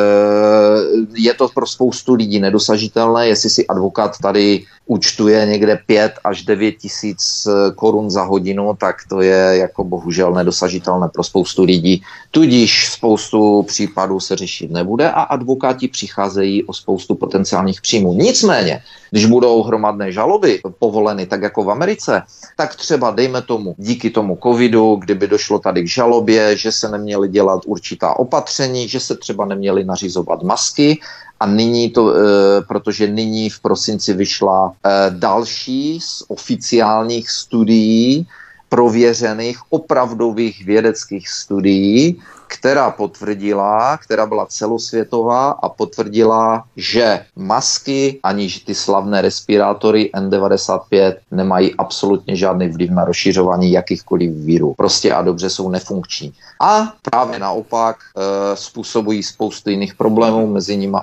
je to pro spoustu lidí nedosažitelné, jestli si advokát tady účtuje někde pět až devět tisíc korun za hodinu, tak to je jako bohužel nedosažitelné pro spoustu lidí. Tudíž spoustu případů se řešit nebude a advokáti přicházejí o spoustu potenciálních příjmů. Nicméně, když budou hromadné žaloby povoleny, tak jako v Americe, tak třeba dejme tomu díky tomu covidu, kdyby došlo tady k žalobě, že se neměly dělat určitá opatření, že se třeba neměly nařizovat masky, a nyní to, e, protože nyní v prosinci vyšla e, další z oficiálních studií, prověřených opravdových vědeckých studií, která potvrdila, která byla celosvětová a potvrdila, že masky ani ty slavné respirátory N devadesát pět nemají absolutně žádný vliv na rozšiřování jakýchkoliv virů. Prostě a dobře jsou nefunkční. A právě naopak e, způsobují spoustu jiných problémů, mezi nimi i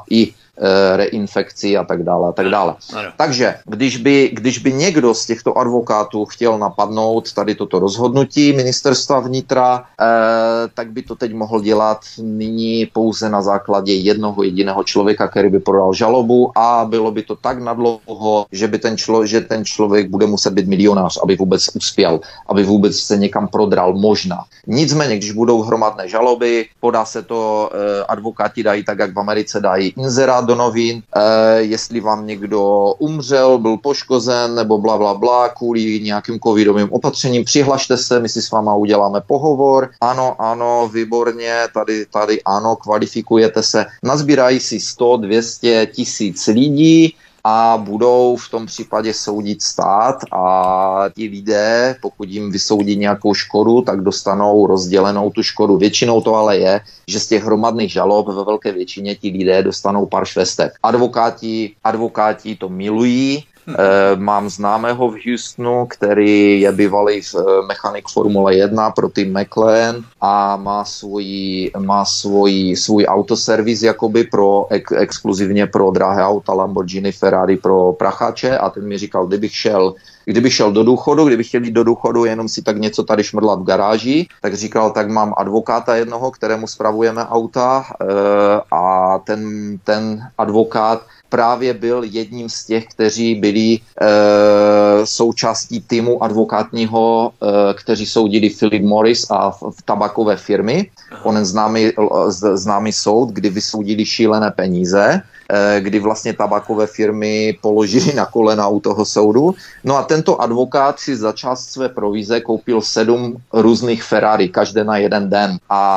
reinfekcí a tak dále a tak dále. Takže když by, když by někdo z těchto advokátů chtěl napadnout tady toto rozhodnutí ministerstva vnitra, eh, tak by to teď mohl dělat nyní pouze na základě jednoho jediného člověka, který by podal žalobu a bylo by to tak nadlouho, že by ten, člo, že ten člověk bude muset být milionář, aby vůbec uspěl, aby vůbec se někam prodral možná. Nicméně, když budou hromadné žaloby, podá se to, eh, advokáti dají tak, jak v Americe dají inzerát do novin, eh, jestli vám někdo umřel, byl poškozen nebo bla, bla, bla, kvůli nějakým covidovým opatřením, přihlašte se, my si s váma uděláme pohovor, ano, ano, výborně, tady, tady ano, kvalifikujete se, nazbírají si sto, dvě stě tisíc lidí a budou v tom případě soudit stát a ti lidé, pokud jim vysoudí nějakou škodu, tak dostanou rozdělenou tu škodu. Většinou to ale je, že z těch hromadných žalob ve velké většině ti lidé dostanou pár švestek. Advokáti, advokáti to milují. E, mám známého v Houstonu, který je bývalý mechanik Formule jedna pro tým McLaren a má svůj, má svůj, svůj autoservis jakoby pro, ek, exkluzivně pro drahé auta Lamborghini, Ferrari pro pracháče a ten mi říkal, kdybych šel Kdybych šel do důchodu, kdybych chtěl jít do důchodu, jenom si tak něco tady šmrdlat v garáži, tak říkal, tak mám advokáta jednoho, kterému spravujeme auta e, a ten, ten advokát právě byl jedním z těch, kteří byli e, součástí týmu advokátního, e, kteří soudili Philip Morris a v, v tabakové firmy. Onen známý, známý soud, kdy vysoudili šílené peníze, kdy vlastně tabakové firmy položili na kolena u toho soudu. No a tento advokát si za část své provize koupil sedm různých Ferrari, každé na jeden den.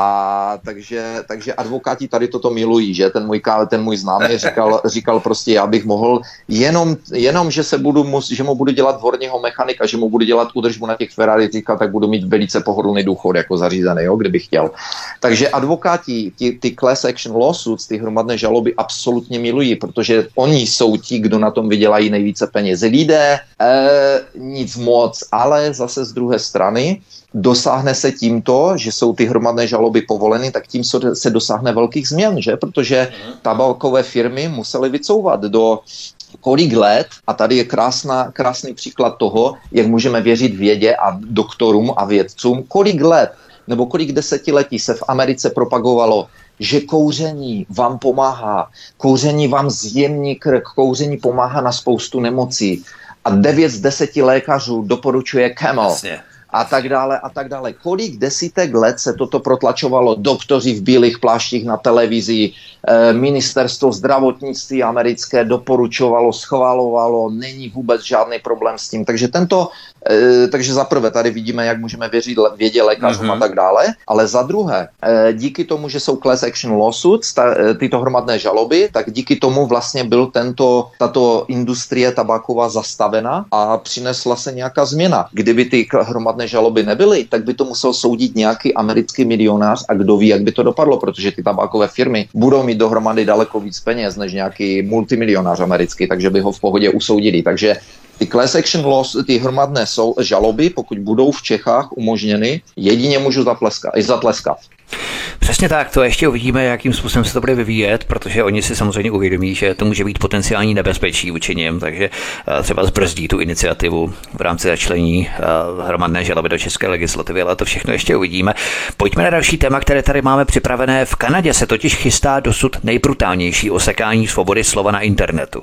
A takže, takže advokáti tady toto milují, že? Ten můj, ten můj známý říkal, říkal prostě, já bych mohl jenom, jenom že se budu, že mu budu dělat dvorního mechanika, že mu budu dělat údržbu na těch Ferrari, říkal, tak budu mít velice pohodlný důchod jako zařízený, jo, kdybych chtěl. Takže advokáti, ty, ty class action lawsuits, ty hromadné žaloby absolutně milují, protože oni jsou ti, kdo na tom vydělají nejvíce peněz. Lidé eh, nic moc, ale zase z druhé strany dosáhne se tímto, že jsou ty hromadné žaloby povoleny, tak tím se dosáhne velkých změn, že? Protože tabakové firmy musely vycouvat do kolik let, a tady je krásná, krásný příklad toho, jak můžeme věřit vědě a doktorům a vědcům, kolik let nebo kolik desetiletí se v Americe propagovalo, že kouření vám pomáhá, kouření vám zjemní krk, kouření pomáhá na spoustu nemocí a devět z deseti lékařů doporučuje Camel. Jasně. A tak dále, a tak dále. Kolik desítek let se toto protlačovalo, doktoři v bílých pláštích na televizi, e, ministerstvo zdravotnictví americké doporučovalo, schvalovalo, není vůbec žádný problém s tím. Takže tento, e, takže za prvé tady vidíme, jak můžeme věřit vědě lékařům mm-hmm. a tak dále, ale za druhé, e, díky tomu, že jsou class action lawsuits, ta, e, tyto hromadné žaloby, tak díky tomu vlastně byl tento, tato industrie tabáková zastavena a přinesla se nějaká změna. Kdyby ty hromadné žaloby nebyly, tak by to musel soudit nějaký americký milionář a kdo ví, jak by to dopadlo, protože ty tabákové firmy budou mít dohromady daleko víc peněz než nějaký multimilionář americký, takže by ho v pohodě usoudili. Takže ty class action laws, ty hromadné žaloby, pokud budou v Čechách umožněny, jedině můžu zatleskat, i zatleskat. Přesně tak, to ještě uvidíme, jakým způsobem se to bude vyvíjet, protože oni si samozřejmě uvědomí, že to může být potenciální nebezpečí vůči nim, takže třeba zbrzdí tu iniciativu v rámci začlení hromadné žaloby do české legislativy, ale to všechno ještě uvidíme. Pojďme na další téma, které tady máme připravené. V Kanadě se totiž chystá dosud nejbrutálnější osekání svobody slova na internetu.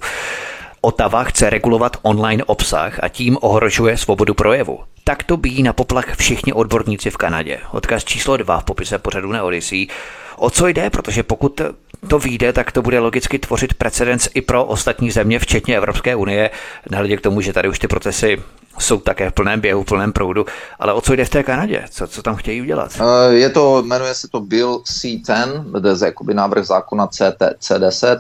Ottawa chce regulovat online obsah a tím ohrožuje svobodu projevu. Tak to bíjí na poplach všichni odborníci v Kanadě. Odkaz číslo dva v popise pořadu na Odyssey. O co jde? Protože pokud to vyjde, tak to bude logicky tvořit precedens i pro ostatní země, včetně Evropské unie. Nehledě k tomu, že tady už ty procesy jsou také v plném běhu, v plném proudu. Ale o co jde v té Kanadě? Co, co tam chtějí udělat? Je to, jmenuje se to Bill C deset, jakoby návrh zákona C deset.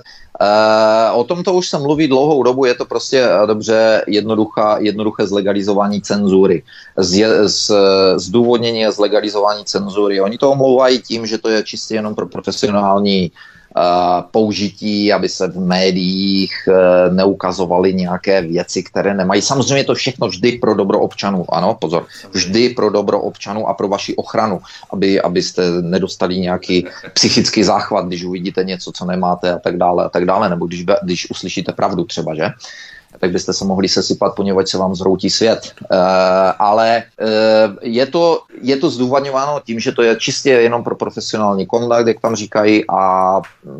Uh, o tomto už se mluví dlouhou dobu, je to prostě dobře jednoduchá, jednoduché zlegalizování cenzury. Z, z, zdůvodnění je zlegalizování cenzury. Oni to omlouvají tím, že to je čistě jenom pro profesionální použití, aby se v médiích uh, neukazovaly nějaké věci, které nemají. Samozřejmě to všechno vždy pro dobro občanů, ano, pozor, vždy pro dobro občanů a pro vaši ochranu, aby, abyste nedostali nějaký psychický záchvat, když uvidíte něco, co nemáte a tak dále a tak dále, nebo když, když uslyšíte pravdu třeba, že? Tak byste se mohli sesypat, poněvadž se vám zhroutí svět. E, ale e, je, to, je to zdůvodňováno tím, že to je čistě jenom pro profesionální kontakt, jak tam říkají, a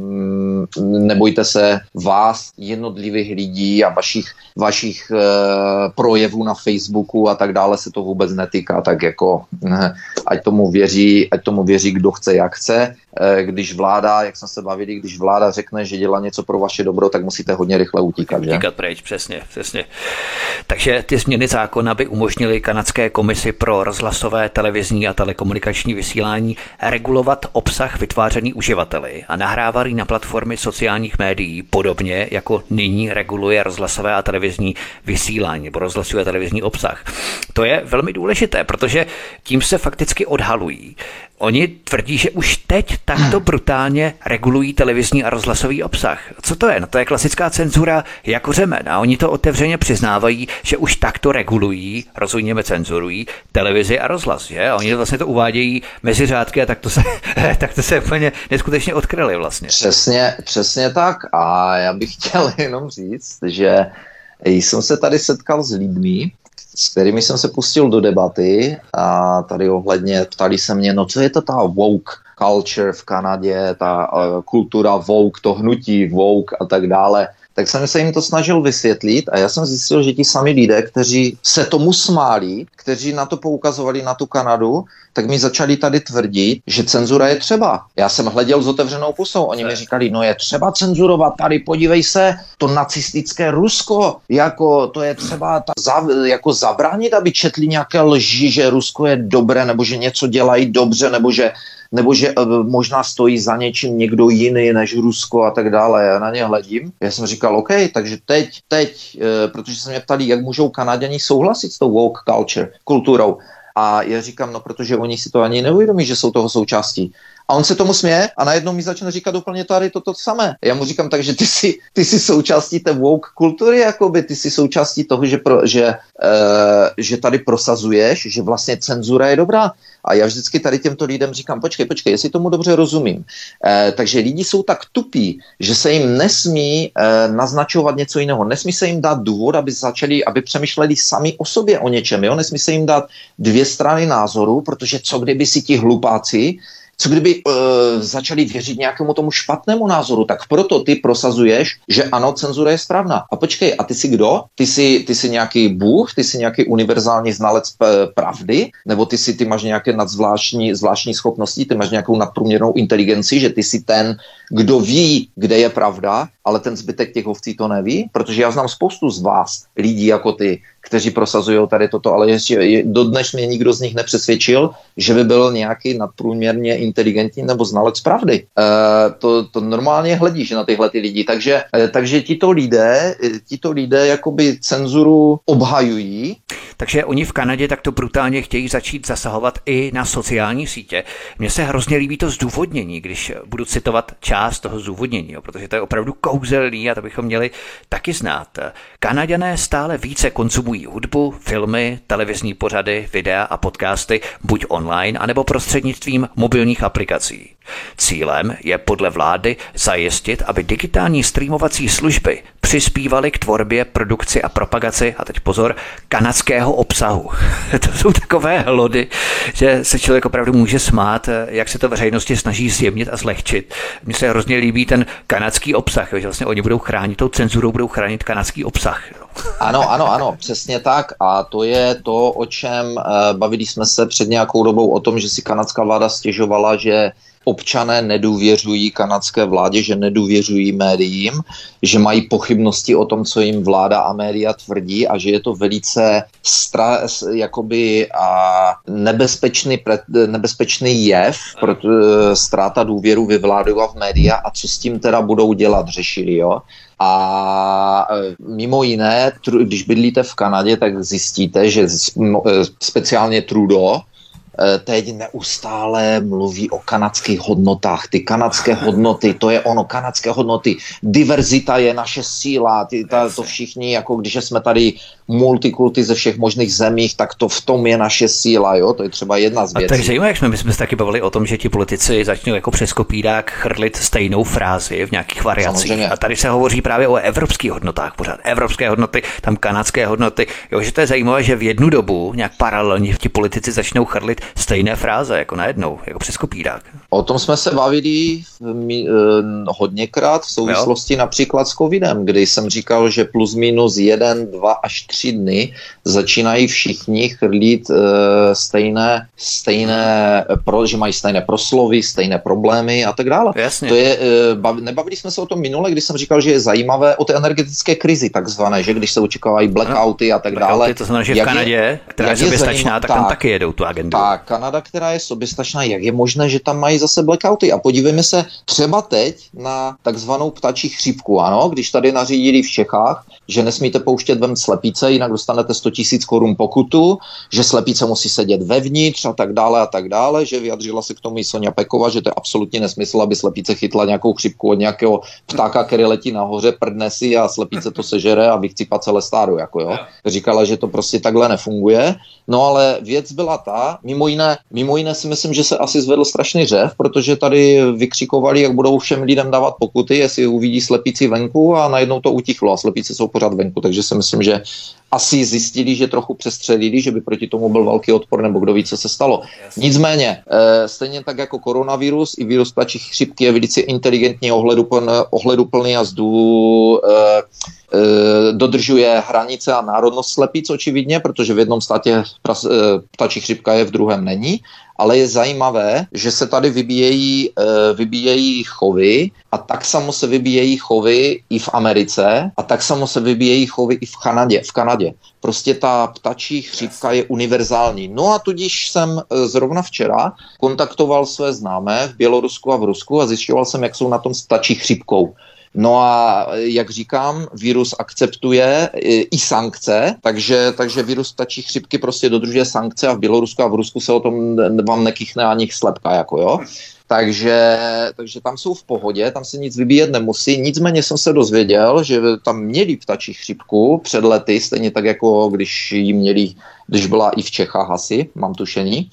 mm, nebojte se vás, jednotlivých lidí a vašich, vašich e, projevů na Facebooku a tak dále se to vůbec netýká, tak jako ne, ať tomu věří, ať tomu věří, kdo chce, jak chce. E, když vláda, jak jsme se bavili, když vláda řekne, že dělá něco pro vaše dobro, tak musíte hodně rychle utíkat, že? Utíkat pryč, přesně, přesně. Takže ty změny zákona by umožnily kanadské komisi pro rozhlasové, televizní a telekomunikační vysílání regulovat obsah vytvářený uživateli a nahrávaný na platformy sociálních médií, podobně jako nyní reguluje rozhlasové a televizní vysílání nebo rozhlasové a televizní obsah. To je velmi důležité, protože tím se fakticky odhalují. Oni tvrdí, že už teď takto brutálně regulují televizní a rozhlasový obsah. Co to je? No to je klasická cenzura jako řemen. A oni to otevřeně přiznávají, že už takto regulují, rozhodněme cenzurují, televizi a rozhlas. Že? A oni vlastně to uvádějí mezi řádky a tak to se, tak to se úplně neskutečně odkryli vlastně. Přesně, přesně tak. A já bych chtěl jenom říct, že jsem se tady setkal s lidmi, s kterými jsem se pustil do debaty a tady ohledně ptali se mě, no co je to ta woke culture v Kanadě, ta uh, kultura woke, to hnutí woke a tak dále. Tak jsem se jim to snažil vysvětlit a já jsem zjistil, že ti sami lidé, kteří se tomu smáli, kteří na to poukazovali na tu Kanadu, tak mi začali tady tvrdit, že cenzura je třeba. Já jsem hleděl s otevřenou pusou, oni mi říkali, no je třeba cenzurovat, tady podívej se, to nacistické Rusko, jako to je třeba ta, za, jako zabránit, aby četli nějaké lži, že Rusko je dobré, nebo že něco dělají dobře, nebo že nebo že uh, možná stojí za něčím někdo jiný než Rusko a tak dále. Já na ně hledím. Já jsem říkal, OK, takže teď, teď, uh, protože se mě ptali, jak můžou Kanaďani souhlasit s tou woke culture, kulturou. A já říkám, no protože oni si to ani neuvědomí, že jsou toho součástí. A on se tomu směje a najednou mi začne říkat úplně tady toto samé. Já mu říkám, takže ty jsi, ty jsi součástí té woke kultury, jakoby, ty jsi součástí toho, že, pro, že, uh, že tady prosazuješ, že vlastně cenzura je dobrá. A já vždycky tady těmto lidem říkám, počkej, počkej, jestli tomu dobře rozumím. E, takže lidi jsou tak tupí, že se jim nesmí e, naznačovat něco jiného. Nesmí se jim dát důvod, aby začali, aby přemýšleli sami o sobě o něčem. Jo? Nesmí se jim dát dvě strany názoru, protože co kdyby si ti hlupáci, co kdyby uh, začali věřit nějakému tomu špatnému názoru, tak proto ty prosazuješ, že ano, cenzura je správná. A počkej, a ty jsi kdo? Ty jsi, ty jsi nějaký bůh, ty jsi nějaký univerzální znalec p- pravdy, nebo ty jsi, ty máš nějaké nadzvláštní zvláštní schopnosti, ty máš nějakou nadprůměrnou inteligenci, že ty jsi ten, kdo ví, kde je pravda, ale ten zbytek těch ovcí to neví, protože já znám spoustu z vás, lidí jako ty, kteří prosazují tady toto, ale ještě dodnes mě nikdo z nich nepřesvědčil, že by byl nějaký nadprůměrně inteligentní nebo znalec pravdy. E, to, to normálně hledíš na tyhle ty lidi, takže, e, takže tito lidé, tito lidé jakoby cenzuru obhajují. Takže oni v Kanadě takto brutálně chtějí začít zasahovat i na sociální sítě. Mně se hrozně líbí to zdůvodnění, když budu citovat část toho zdůvodnění, jo, protože to je opravdu kouzelný a to bychom měli taky znát. Kanaďané stále více konzumují hudbu, filmy, televizní pořady, videa a podcasty buď online, anebo prostřednictvím mobilních aplikací. Cílem je podle vlády zajistit, aby digitální streamovací služby přispívaly k tvorbě, produkci a propagaci, a teď pozor, kanadského obsahu. To jsou takové hlody, že se člověk opravdu může smát, jak se to veřejnosti snaží zjemnit a zlehčit. Mně se hrozně líbí ten kanadský obsah, že vlastně oni budou chránit, tou cenzurou budou chránit kanadský obsah. Ano, ano, ano, přesně tak. A to je to, o čem bavili jsme se před nějakou dobou o tom, že si kanadská vláda stěžovala, že občané nedůvěřují kanadské vládě, že nedůvěřují médiím, že mají pochybnosti o tom, co jim vláda a média tvrdí a že je to velice stra, jakoby a nebezpečný, nebezpečný jev, proto ztráta důvěru ve vládu a v média a co s tím teda budou dělat, řešili, jo. A mimo jiné, když bydlíte v Kanadě, tak zjistíte, že speciálně Trudeau teď neustále mluví o kanadských hodnotách. Ty kanadské hodnoty, to je ono, kanadské hodnoty. Diverzita je naše síla. Ty, ta, to všichni, jako když jsme tady multikulty ze všech možných zemích, tak to v tom je naše síla, jo? To je třeba jedna z věcí. A tak zajímavé, jak jsme, my jsme se taky bavili o tom, že ti politici začnou jako přes kopírák chrlit stejnou frázi v nějakých variacích. Samozřejmě. A tady se hovoří právě o evropských hodnotách pořád. Evropské hodnoty, tam kanadské hodnoty. Jo, že to je zajímavé, že v jednu dobu nějak paralelně ti politici začnou chrlit stejné fráze, jako najednou, jako přes kopírák. O tom jsme se bavili mi, eh, hodněkrát v souvislosti jo. například s covidem, kdy jsem říkal, že plus minus jeden, dva až tři dny začínají všichni chrlit eh, stejné, stejné pro, že mají stejné proslovy, stejné problémy a tak dále. Jasně. To je, eh, bav, nebavili jsme se o tom minule, když jsem říkal, že je zajímavé o té energetické krizi takzvané, že když se očekávají blackouty a tak blackouty, dále. To znamená, že v Kanadě, je, která je soběstačná, tak, tak tam taky jedou tu agendu. Tak, Kanada, která je soběstačná, jak je možné, že tam mají zase blackouty? A podívejme se třeba teď na takzvanou ptačí chřipku, ano, když tady nařídili v Čechách, že nesmíte pouštět ven slepice, jinak dostanete sto tisíc korun pokutu, že slepice musí sedět vevnitř a tak dále a tak dále, že vyjadřila se k tomu i Soňa Pekova, že to je absolutně nesmysl, aby slepice chytla nějakou chřipku od nějakého ptáka, který letí nahoře, prdne si a slepice to sežere a vychcípá celé stádo, jako jo. Říkala, že to prostě takhle nefunguje. No ale věc byla ta, mimo jiné, mimo jiné si myslím, že se asi zvedl strašný řev, protože tady vykřikovali, jak budou všem lidem dávat pokuty, jestli uvidí slepici venku, a najednou to utichlo a slepice jsou pořád venku, takže si myslím, že asi zjistili, že trochu přestřelili, že by proti tomu byl velký odpor, nebo kdo ví, co se stalo. Nicméně, e, stejně tak jako koronavirus, i virus ptačí chřipky je velice inteligentně ohleduplný, ohleduplný a zdu, e, e, dodržuje hranice a národnost slepic očividně, protože v jednom státě pras, e, ptačí chřipka je, v druhém není. Ale je zajímavé, že se tady vybíjejí, e, vybíjejí chovy a tak samo se vybíjejí chovy i v Americe a tak samo se vybíjejí chovy i v Kanadě. V Kanadě. Prostě ta ptačí chřipka je univerzální. No a tudíž jsem zrovna včera kontaktoval své známé v Bělorusku a v Rusku a zjišťoval jsem, jak jsou na tom s ptačí chřipkou. No a jak říkám, virus akceptuje i sankce, takže, takže virus ptačí chřipky prostě dodržuje sankce a v Bělorusku a v Rusku se o tom vám nekýchne ani slepka, jako jo. Takže, takže tam jsou v pohodě, tam se nic vybíjet nemusí. Nicméně jsem se dozvěděl, že tam měli ptačí chřipku před lety, stejně tak jako když ji měli, když byla i v Čechách asi, mám tušení.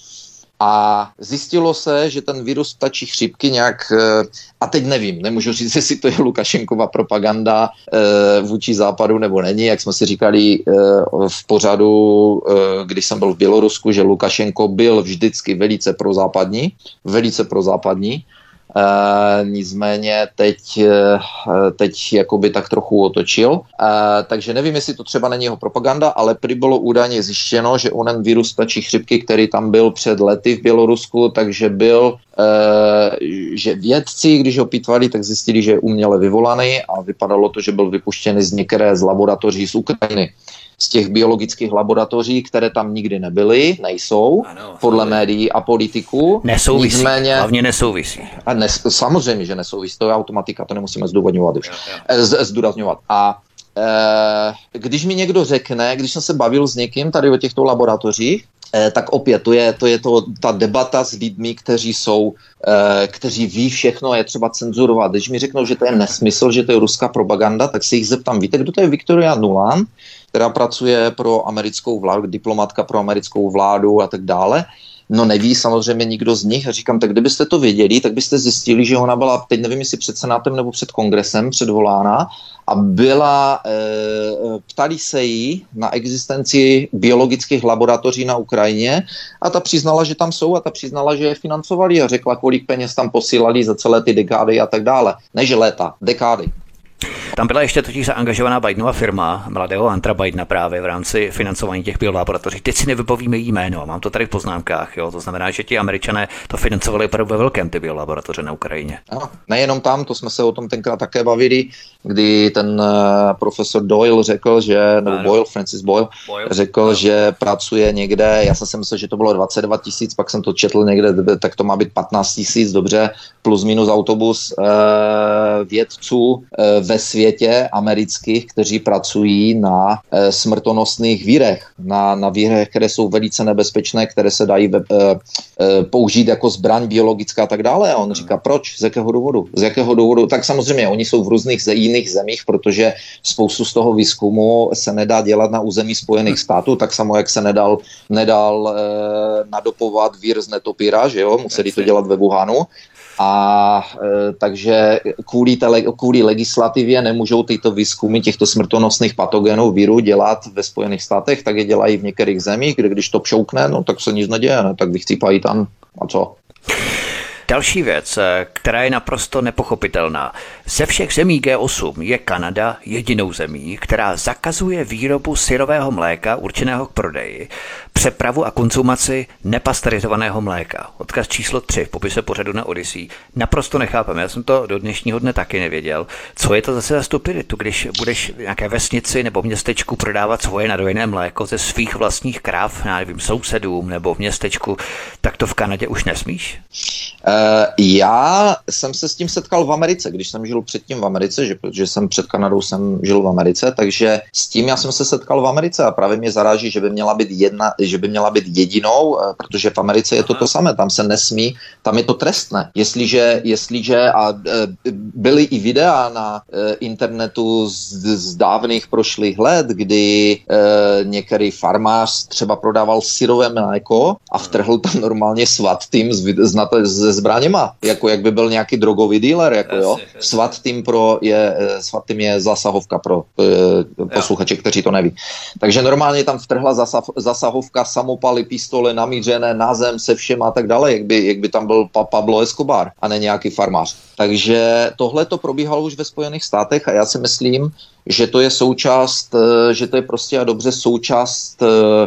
A zjistilo se, že ten virus ptačí chřipky nějak, a teď nevím, nemůžu říct, jestli to je Lukašenkova propaganda e, vůči západu nebo není, jak jsme si říkali e, v pořadu, e, když jsem byl v Bělorusku, že Lukašenko byl vždycky velice prozápadní, velice prozápadní. E, nicméně teď, e, teď jakoby tak trochu otočil. E, takže nevím, jestli to třeba není jeho propaganda, ale prý bylo údajně zjištěno, že onen virus ptačí chřipky, který tam byl před lety v Bělorusku, takže byl, e, že vědci, když ho pitvali, tak zjistili, že je uměle vyvolaný a vypadalo to, že byl vypuštěný z některé z laboratoří z Ukrajiny. Z těch biologických laboratoří, které tam nikdy nebyly, nejsou, ano, podle médií a politiků. Nesouvisí, Nicméně, hlavně nesouvisí. A nes, samozřejmě, že nesouvisí, to je automatika, to nemusíme zdůvodňovat už, z, zdůrazňovat. A e, když mi někdo řekne, když jsem se bavil s někým tady o těchto laboratořích, e, tak opět, to je, to je to, ta debata s lidmi, kteří jsou, e, kteří ví všechno, je třeba cenzurovat. Když mi řeknou, že to je nesmysl, že to je ruská propaganda, tak se jich zeptám, víte, kdo to je Victoria Nuland, která pracuje pro americkou vládu, diplomatka pro americkou vládu a tak dále. No neví samozřejmě nikdo z nich. A říkám, tak kdybyste to věděli, tak byste zjistili, že ona byla, teď nevím, jestli před senátem nebo před kongresem předvolána a byla, e, ptali se jí na existenci biologických laboratoří na Ukrajině a ta přiznala, že tam jsou a ta přiznala, že je financovali a řekla, kolik peněz tam posílali za celé ty dekády a tak dále. Ne, že léta, dekády. Tam byla ještě totiž zaangažovaná Bidenova firma, mladého Huntera Bidena právě v rámci financování těch biolaboratoří. Teď si nevypovíme jí jméno, mám to tady v poznámkách, jo. To znamená, že ti Američané to financovali opravdu ve velkém, ty biolaboratoře na Ukrajině. No, nejenom tam, to jsme se o tom tenkrát také bavili, kdy ten uh, profesor Doyle řekl, že, nebo ano. Boyle, Francis Boyle, Boyle. řekl, ano. že pracuje někde, já jsem si myslel, že to bylo dvacet dva tisíc, pak jsem to četl někde, tak to má být patnáct tisíc, dobře, plus minus autobus uh, vědců uh, ve světě, světě amerických, kteří pracují na e, smrtonosných vírech, na, na vírech, které jsou velice nebezpečné, které se dají e, e, použít jako zbraň biologická a tak dále. A on říká, proč? Z jakého důvodu? Z jakého důvodu? Tak samozřejmě, oni jsou v různých jiných zemích, protože spoustu z toho výzkumu se nedá dělat na území Spojených států, tak samo, jak se nedal, nedal e, nadopovat vír z netopíra, že jo? Museli to dělat ve Wuhanu. A e, takže kvůli, tele, kvůli legislativě nemůžou tyto výzkumy těchto smrtonosných patogenů viru dělat ve Spojených státech, tak je dělají v některých zemích, kde když to pšoukne, no tak se nic neděje, ne? Tak vychcípají tam a co? Další věc, která je naprosto nepochopitelná. Ze všech zemí G osm je Kanada jedinou zemí, která zakazuje výrobu syrového mléka určeného k prodeji, přepravu a konzumaci nepasterizovaného mléka. Odkaz číslo tři v popise pořadu na Odyssey. Naprosto nechápem, já jsem to do dnešního dne taky nevěděl. Co je to zase za stupiditu, když budeš v nějaké vesnici nebo městečku prodávat svoje nadojené mléko ze svých vlastních kráv, nevím, sousedům nebo v městečku, tak to v Kanadě už nesmíš? Uh, já jsem se s tím setkal v Americe, když jsem žil předtím v Americe, že, protože jsem před Kanadou jsem žil v Americe, takže s tím já jsem se setkal v Americe a právě mě zaráží, že by měla být jedna, že by měla být jedinou, protože v Americe je to to samé, tam se nesmí, tam je to trestné. Jestliže, jestliže a byly i videa na internetu z, z dávných prošlých let, kdy některý farmář třeba prodával syrové mléko a vtrhl tam normálně SWAT tým se zbraněma, jako jak by byl nějaký drogový dealer, jako jo. SWAT tým pro je, SWAT tým je zasahovka pro posluchače, kteří to neví. Takže normálně tam vtrhla zasah, zasahovka, samopaly, pistole namířené na zem se všem a tak dále, jak by, jak by tam byl Pablo Escobar a ne nějaký farmář. Takže tohle to probíhalo už ve Spojených státech a já si myslím, že to je součást, že to je prostě a dobře součást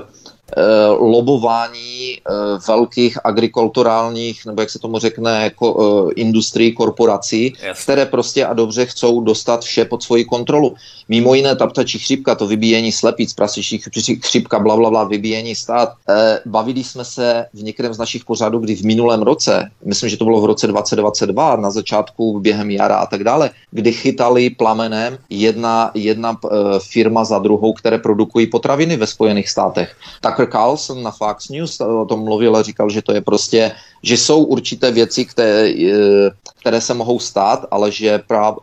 lobování velkých agrikulturálních, nebo jak se tomu řekne, jako industrií, korporací, yes. které prostě a dobře chcou dostat vše pod svoji kontrolu. Mimo jiné ta ptačí chřipka, to vybíjení slepic, prasečí chřipka, blablabla, vybíjení stát. Bavili jsme se v některém z našich pořadů, kdy v minulém roce, myslím, že to bylo v roce dvacet dvacet dva, na začátku během jara a tak dále, kdy chytali plamenem jedna, jedna firma za druhou, které produkují potraviny ve Spojených státech. Tak Carlson na Fox News o tom mluvil a říkal, že to je prostě, že jsou určité věci, které, které se mohou stát, ale že prav,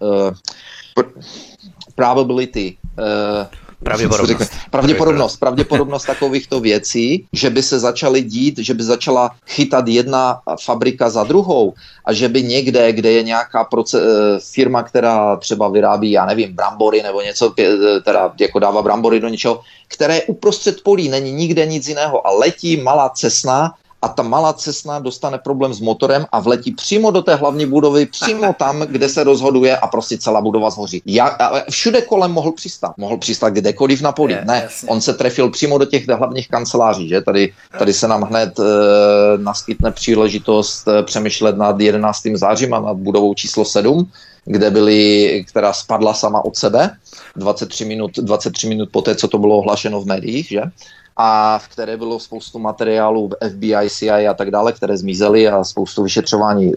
pr, probability, Pravděpodobnost. Pravděpodobnost, pravděpodobnost takovýchto věcí, že by se začaly dít, že by začala chytat jedna fabrika za druhou a že by někde, kde je nějaká proce- firma, která třeba vyrábí, já nevím, brambory nebo něco, teda jako dává brambory do něčeho, které uprostřed polí není nikde nic jiného a letí malá cesna a ta malá cesna dostane problém s motorem a vletí přímo do té hlavní budovy, přímo tam, kde se rozhoduje a prostě celá budova zhoří. Já, a všude kolem mohl přistát. Mohl přistát kdekoliv na poli. Je, ne, jasně. On se trefil přímo do těch hlavních kanceláří, že? Tady, tady se nám hned e, naskytne příležitost e, přemýšlet nad jedenáctým zářím a nad budovou číslo sedm, kde byly, která spadla sama od sebe dvacet tři minut, dvacet tři minut poté, co to bylo ohlašeno v médiích, že? A v které bylo spoustu materiálů F B I, C I A a tak dále, které zmizely a spoustu vyšetřování e,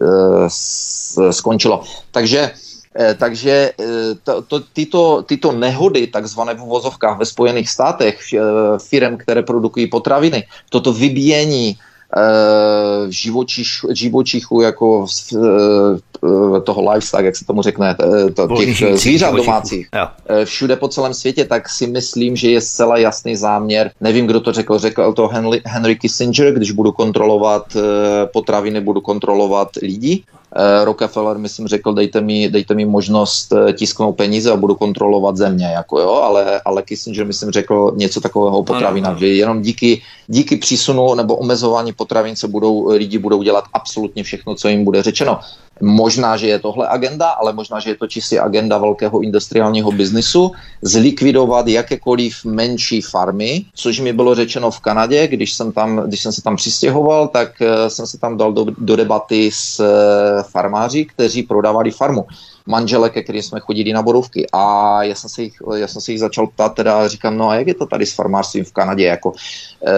s, skončilo. Takže, e, takže e, to, to, tyto, tyto nehody, takzvané v uvozovkách ve Spojených státech, e, firem, které produkují potraviny, toto vybíjení e, živočich, živočichů jako e, toho livestock, jak se tomu řekne, to, těch zvířat domácích, jo. Všude po celém světě, tak si myslím, že je zcela jasný záměr. Nevím, kdo to řekl, řekl to Henry, Henry Kissinger, když budu kontrolovat potraviny, budu kontrolovat lidi. Rockefeller, myslím, řekl, dejte mi, dejte mi možnost tisknout peníze a budu kontrolovat země, jako jo, ale, ale Kissinger, myslím, řekl něco takového o potravinách, že jenom díky, díky přísunu nebo omezování potravin se budou, lidi budou dělat absolutně všechno, co jim bude řečeno. Možná, že je tohle agenda, ale možná, že je to čistě agenda velkého industriálního biznisu, zlikvidovat jakékoliv menší farmy, což mi bylo řečeno v Kanadě, když jsem, tam, když jsem se tam přistěhoval, tak jsem se tam dal do, do debaty s farmáři, kteří prodávali farmu. manžele, ke kterým jsme chodili na bodovky. A já jsem se jich, já jsem se jich začal ptát, teda říkám, no a jak je to tady s farmářstvím v Kanadě? Jako, e,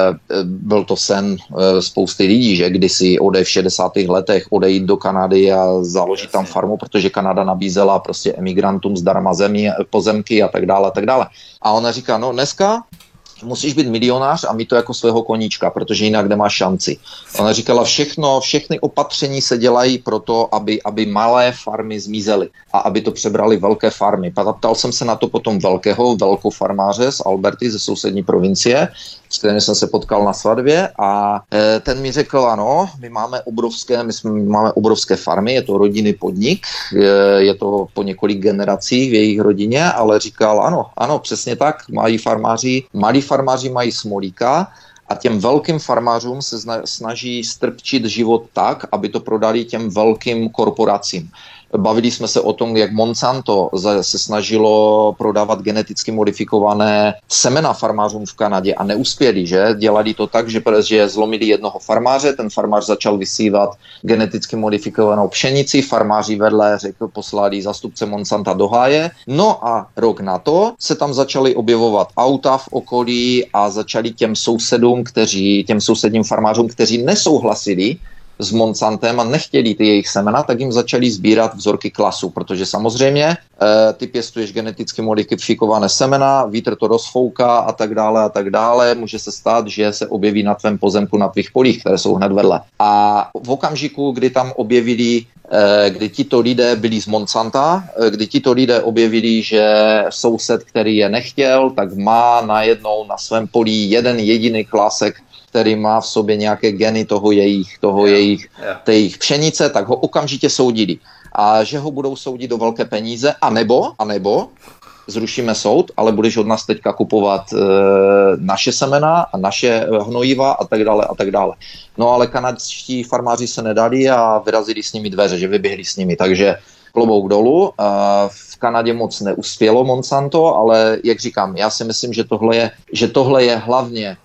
byl to sen e, spousty lidí, že kdysi odej v šedesátých letech odejít do Kanady a založit tam farmu, protože Kanada nabízela prostě emigrantům zdarma zemi, pozemky a tak dále, a tak dále. A ona říká, no dneska musíš být milionář a mít to jako svého koníčka, protože jinak nemáš šanci. Ona říkala, všechno, všechny opatření se dělají proto, aby, aby malé farmy zmizely a aby to přebrali velké farmy. Ptal jsem se na to potom velkého velkofarmáře z Alberty, ze sousední provincie, s kterým jsem se potkal na svatbě a e, ten mi řekl, ano, my máme obrovské, my, jsme, my máme obrovské farmy, je to rodinný podnik, je, je to po několik generací v jejich rodině, ale říkal, ano, ano, přesně tak, mají farmáři, malí farmáři mají smolíka a těm velkým farmářům se snaží strpčit život tak, aby to prodali těm velkým korporacím. Bavili jsme se o tom, jak Monsanto se snažilo prodávat geneticky modifikované semena farmářům v Kanadě a neuspěli, že? Dělali to tak, že, že zlomili jednoho farmáře, ten farmář začal vysívat geneticky modifikovanou pšenici, farmáři vedle řekl, poslali zástupce Monsanta do háje, no a rok na to se tam začaly objevovat auta v okolí a začali těm sousedům, kteří, těm sousedním farmářům, kteří nesouhlasili s Monsantem a nechtěli ty jejich semena, tak jim začali sbírat vzorky klasu, protože samozřejmě e, ty pěstuješ geneticky modifikované semena, vítr to rozfouká a tak dále a tak dále. Může se stát, že se objeví na tvém pozemku, na tvých polích, které jsou hned vedle. A v okamžiku, kdy tam objevili, e, kdy tito lidé byli z Monsanta, e, kdy tito lidé objevili, že soused, který je nechtěl, tak má najednou na svém polí jeden jediný klásek, který má v sobě nějaké geny toho jejich, toho yeah, jejich, yeah. té jejich pšenice, tak ho okamžitě soudili. A že ho budou soudit do velké peníze, anebo, anebo zrušíme soud, ale budeš od nás teďka kupovat e, naše semena a naše hnojiva a tak dále a tak dále. No ale kanadští farmáři se nedali a vyrazili s nimi dveře, že vyběhli s nimi, takže klobouk dolů. E, v Kanadě moc neuspělo Monsanto, ale jak říkám, já si myslím, že tohle je, že tohle je hlavně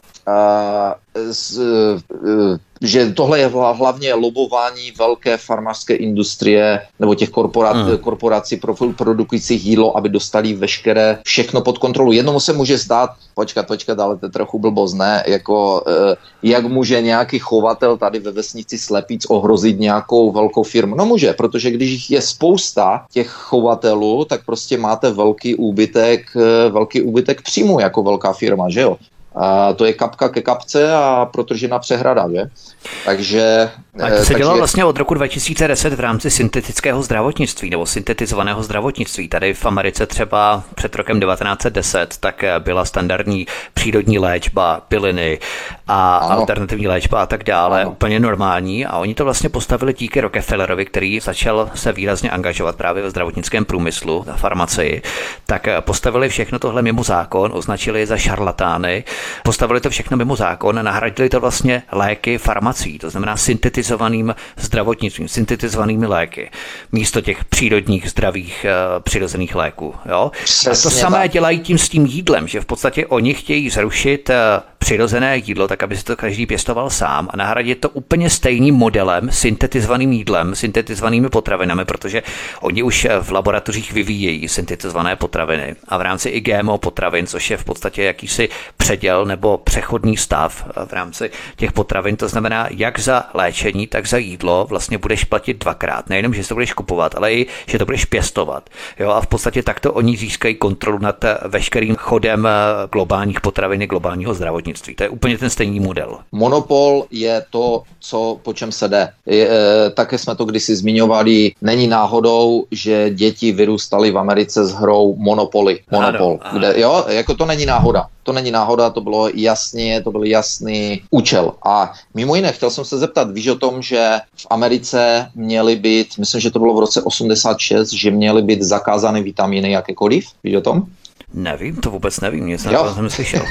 Uh, z, uh, že tohle je hlavně lobování velké farmářské industrie nebo těch korporát, hmm. korporací pro, produkujících jídlo, aby dostali veškeré všechno pod kontrolu. Jednomu se může zdát, počkat, počkat, ale to je trochu blbost, ne? Jako, uh, jak může nějaký chovatel tady ve vesnici Slepic ohrozit nějakou velkou firmu? No může, protože když je spousta těch chovatelů, tak prostě máte velký úbytek, uh, velký úbytek příjmu jako velká firma, že jo? A to je kapka ke kapce a protržená přehrada, že? Takže... A to se takže... dělalo vlastně od roku dva tisíce deset v rámci syntetického zdravotnictví nebo syntetizovaného zdravotnictví. Tady v Americe třeba před rokem devatenáct set deset tak byla standardní přírodní léčba, piliny a ano. alternativní léčba a tak dále, ano. úplně normální a oni to vlastně postavili díky Rockefellerovi, který začal se výrazně angažovat právě ve zdravotnickém průmyslu, na farmacii, tak postavili všechno tohle mimo zákon, označili je za šarlatány, postavili to všechno mimo zákon a nahradili to vlastně léky farmací, to znamená syntetizovaným zdravotnictvím, syntetizovanými léky, místo těch přírodních, zdravých, uh, přirozených léků. Jo? A to samé tak. dělají tím s tím jídlem, že v podstatě oni chtějí zrušit uh, přirozené jídlo, tak aby si to každý pěstoval sám a nahradit to úplně stejným modelem, syntetizovaným jídlem, syntetizovanými potravinami, protože oni už v laboratořích vyvíjejí syntetizované potraviny a v rámci i G M O potravin, což je v podstatě jakýsi předěl nebo přechodný stav v rámci těch potravin, to znamená, jak za léčení, tak za jídlo vlastně budeš platit dvakrát. Nejenom, že to budeš kupovat, ale i, že to budeš pěstovat. Jo, a v podstatě takto oni získají kontrolu nad veškerým chodem globálních potravin, globálního zdravotnictví. To je úplně ten stejný model. Monopol je to, co, po čem se jde. Je, e, také jsme to kdysi zmiňovali. Není náhodou, že děti vyrůstaly v Americe s hrou Monopoly. Monopol. Ano, ano. Kde, jo, jako to není náhoda. To není náhoda, to bylo jasně, to byl jasný účel. A mimo jiné, chtěl jsem se zeptat, víš o tom, že v Americe měly být, myslím, že to bylo v roce osmdesát šest, že měly být zakázány vitamíny jakékoliv, víš o tom? Nevím, to vůbec nevím, nic na to jsem slyšel.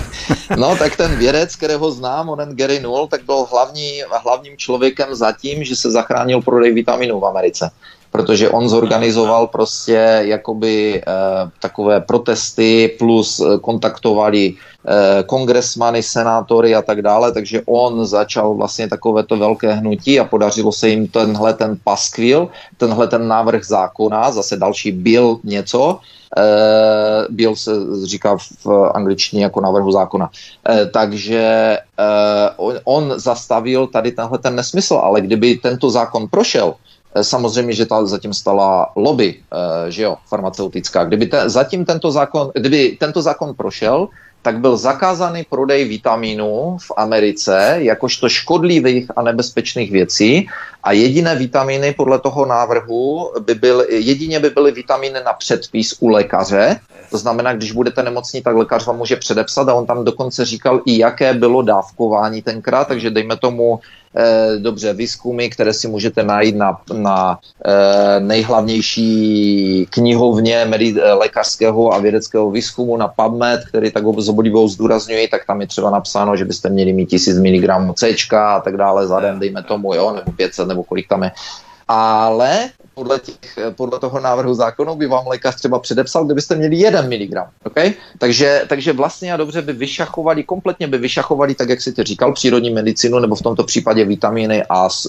No tak ten vědec, kterého znám, onen Gary Null, tak byl hlavní, hlavním člověkem za tím, že se zachránil prodej vitaminů v Americe. protože on zorganizoval prostě jakoby eh, takové protesty plus eh, kontaktovali eh, kongresmany, senátory a tak dále, takže on začal vlastně takovéto velké hnutí a podařilo se jim tenhle ten paskvil, tenhle ten návrh zákona, zase další byl něco, Uh, byl se říká v angličtině jako návrhu zákona. Uh, takže uh, on, on zastavil tady tenhle ten nesmysl, ale kdyby tento zákon prošel, uh, samozřejmě, že ta zatím stala lobby, uh, že jo, farmaceutická. Kdyby te, zatím tento zákon, kdyby tento zákon prošel, tak byl zakázaný prodej vitamínů v Americe jakožto škodlivých a nebezpečných věcí a jediné vitamíny podle toho návrhu by byly, jedině by byly vitamíny na předpis u lékaře. To znamená, když budete nemocní, tak lékař vám může předepsat a on tam dokonce říkal i jaké bylo dávkování tenkrát, takže dejme tomu eh, dobře výzkumy, které si můžete najít na, na eh, nejhlavnější knihovně medi- lékařského a vědeckého výzkumu na PubMed, který tak s oblibou zdůrazňují, tak tam je třeba napsáno, že byste měli mít tisíc miligramů C a tak dále za den, dejme tomu, jo, nebo pět set, nebo kolik tam je. Ale podle, těch, podle toho návrhu zákonu by vám lékař třeba předepsal, kdybyste měli jeden miligram. Okay? Takže, takže vlastně a dobře by vyšachovali, kompletně by vyšachovali, tak jak si ty říkal, přírodní medicínu, nebo v tomto případě vitamíny a e,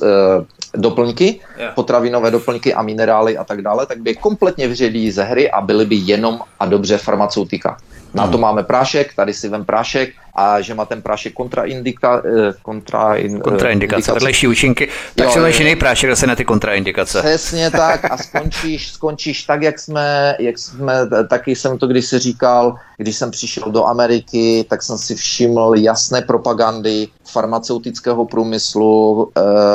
doplňky, yeah. potravinové doplňky a minerály a tak dále, tak by kompletně vyřadili ze hry a byly by jenom a dobře farmaceutika. Na to máme prášek, tady si vem prášek a že má ten prášek kontraindika, kontra, kontraindikace, vedlejší účinky, tak si máš jiný prášek zase na ty kontraindikace. Přesně tak a skončíš, skončíš tak, jak jsme, jak jsme, taky jsem to kdysi říkal, když jsem přišel do Ameriky, tak jsem si všiml jasné propagandy farmaceutického průmyslu,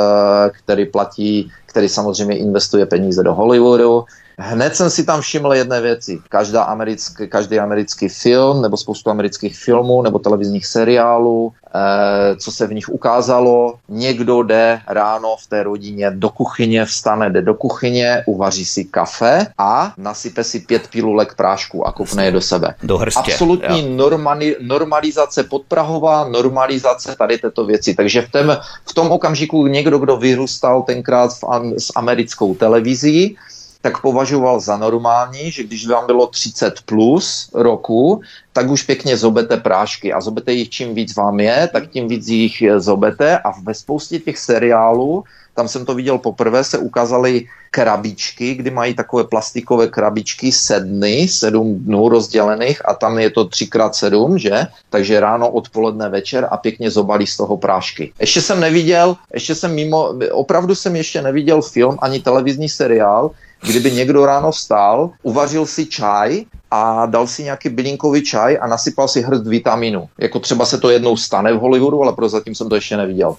který platí, který samozřejmě investuje peníze do Hollywoodu. Hned jsem si tam všiml jedné věci. Každá americký, každý americký film, nebo spoustu amerických filmů, nebo televizních seriálů, eh, co se v nich ukázalo, někdo jde ráno v té rodině do kuchyně, vstane, jde do kuchyně, uvaří si kafe a nasype si pět pilulek prášku a kupne je do sebe. Do hrstě. Absolutní normali, normalizace, podprahová normalizace tady této věci. Takže v, tém, v tom okamžiku někdo, kdo vyrůstal tenkrát v, s americkou televizí, tak považoval za normální, že když vám bylo třicet plus roku, tak už pěkně zobete prášky a zobete jich čím víc vám je, tak tím víc jich zobete a ve spoustě těch seriálů, tam jsem to viděl poprvé, se ukázaly krabičky, kdy mají takové plastikové krabičky sedmi, sedm dnů rozdělených a tam je to tři krát sedm, že? Takže ráno, odpoledne, večer a pěkně zobalí z toho prášky. Ještě jsem neviděl, ještě jsem mimo, opravdu jsem ještě neviděl film ani televizní seriál, kdyby někdo ráno vstal, uvařil si čaj a dal si nějaký bylinkový čaj a nasypal si hrst vitamínu. Jako třeba se to jednou stane v Hollywoodu, ale prozatím jsem to ještě neviděl.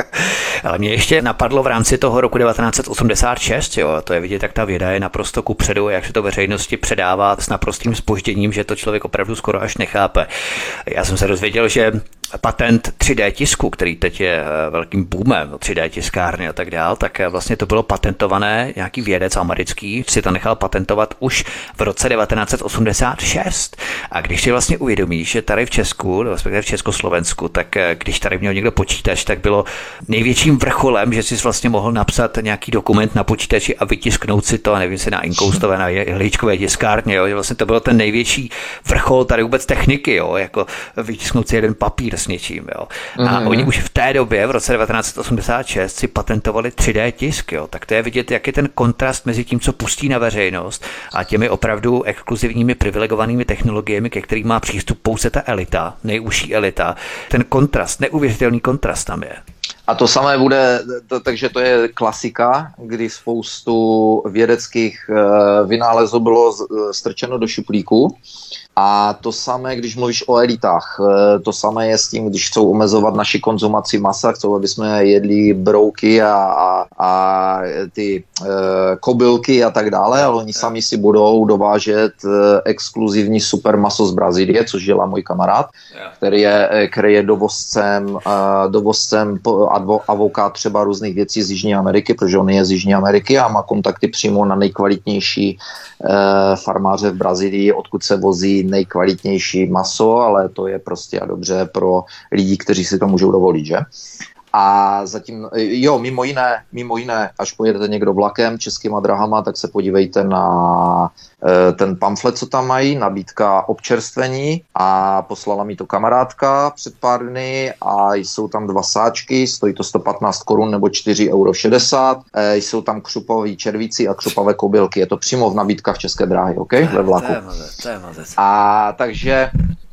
Ale mě ještě napadlo v rámci toho roku devatenáct set osmdesát šest, jo, to je vidět, jak ta věda je naprosto kupředu, jak se to veřejnosti předává s naprostým zpožděním, že to člověk opravdu skoro až nechápe. Já jsem se dozvěděl, že patent tři dé tisku, který teď je velkým boomem, tři dé tiskárny a tak dál, tak vlastně to bylo patentované, nějaký vědec americký si to nechal patentovat už v roce devatenáct set osmdesát šest. A když si vlastně uvědomíš, že tady v Česku, respektive v Československu, tak když tady měl někdo počítač, tak bylo největším vrcholem, že jsi vlastně mohl napsat nějaký dokument na počítači a vytisknout si to, a nevím, si na inkoustové, na jehličkové tiskárně, jo, že vlastně to bylo ten největší vrchol tady vůbec techniky, jo, jako vytisknout si jeden papír s něčím, jo. A mm-hmm. oni už v té době, v roce devatenáct set osmdesát šest, si patentovali tři dé tisk, jo. Tak to je vidět, jak je ten kontrast mezi tím, co pustí na veřejnost a těmi opravdu exkluzivními privilegovanými technologiemi, ke kterým má přístup pouze ta elita, nejužší elita. Ten kontrast, neuvěřitelný kontrast tam je. A to samé bude, to, takže to je klasika, kdy spoustu vědeckých uh, vynálezů bylo strčeno do šuplíku. A to samé, když mluvíš o elitách, to samé je s tím, když chcou omezovat naši konzumaci masa, chcou, aby jsme jedli brouky a, a, a ty e, kobylky a tak dále, ale oni sami si budou dovážet e, exkluzivní super maso z Brazílie, což dělá můj kamarád, který je, který je dovozcem, e, dovozcem advo, avokád třeba různých věcí z Jižní Ameriky, protože on je z Jižní Ameriky a má kontakty přímo na nejkvalitnější e, farmáře v Brazílii, odkud se vozí nejkvalitnější maso, ale to je prostě a dobře pro lidi, kteří si to můžou dovolit, že? A zatím, jo, mimo jiné, mimo jiné, až pojedete někdo vlakem českýma drahama, tak se podívejte na ten pamflet, co tam mají, nabídka občerstvení, a poslala mi to kamarádka před pár dny a jsou tam dva sáčky, stojí to sto patnáct korun nebo čtyři euro šedesát, e, jsou tam křupoví červíci a křupavé kobylky, je to přímo v nabídkách České dráhy, ok, ve vlaku. A takže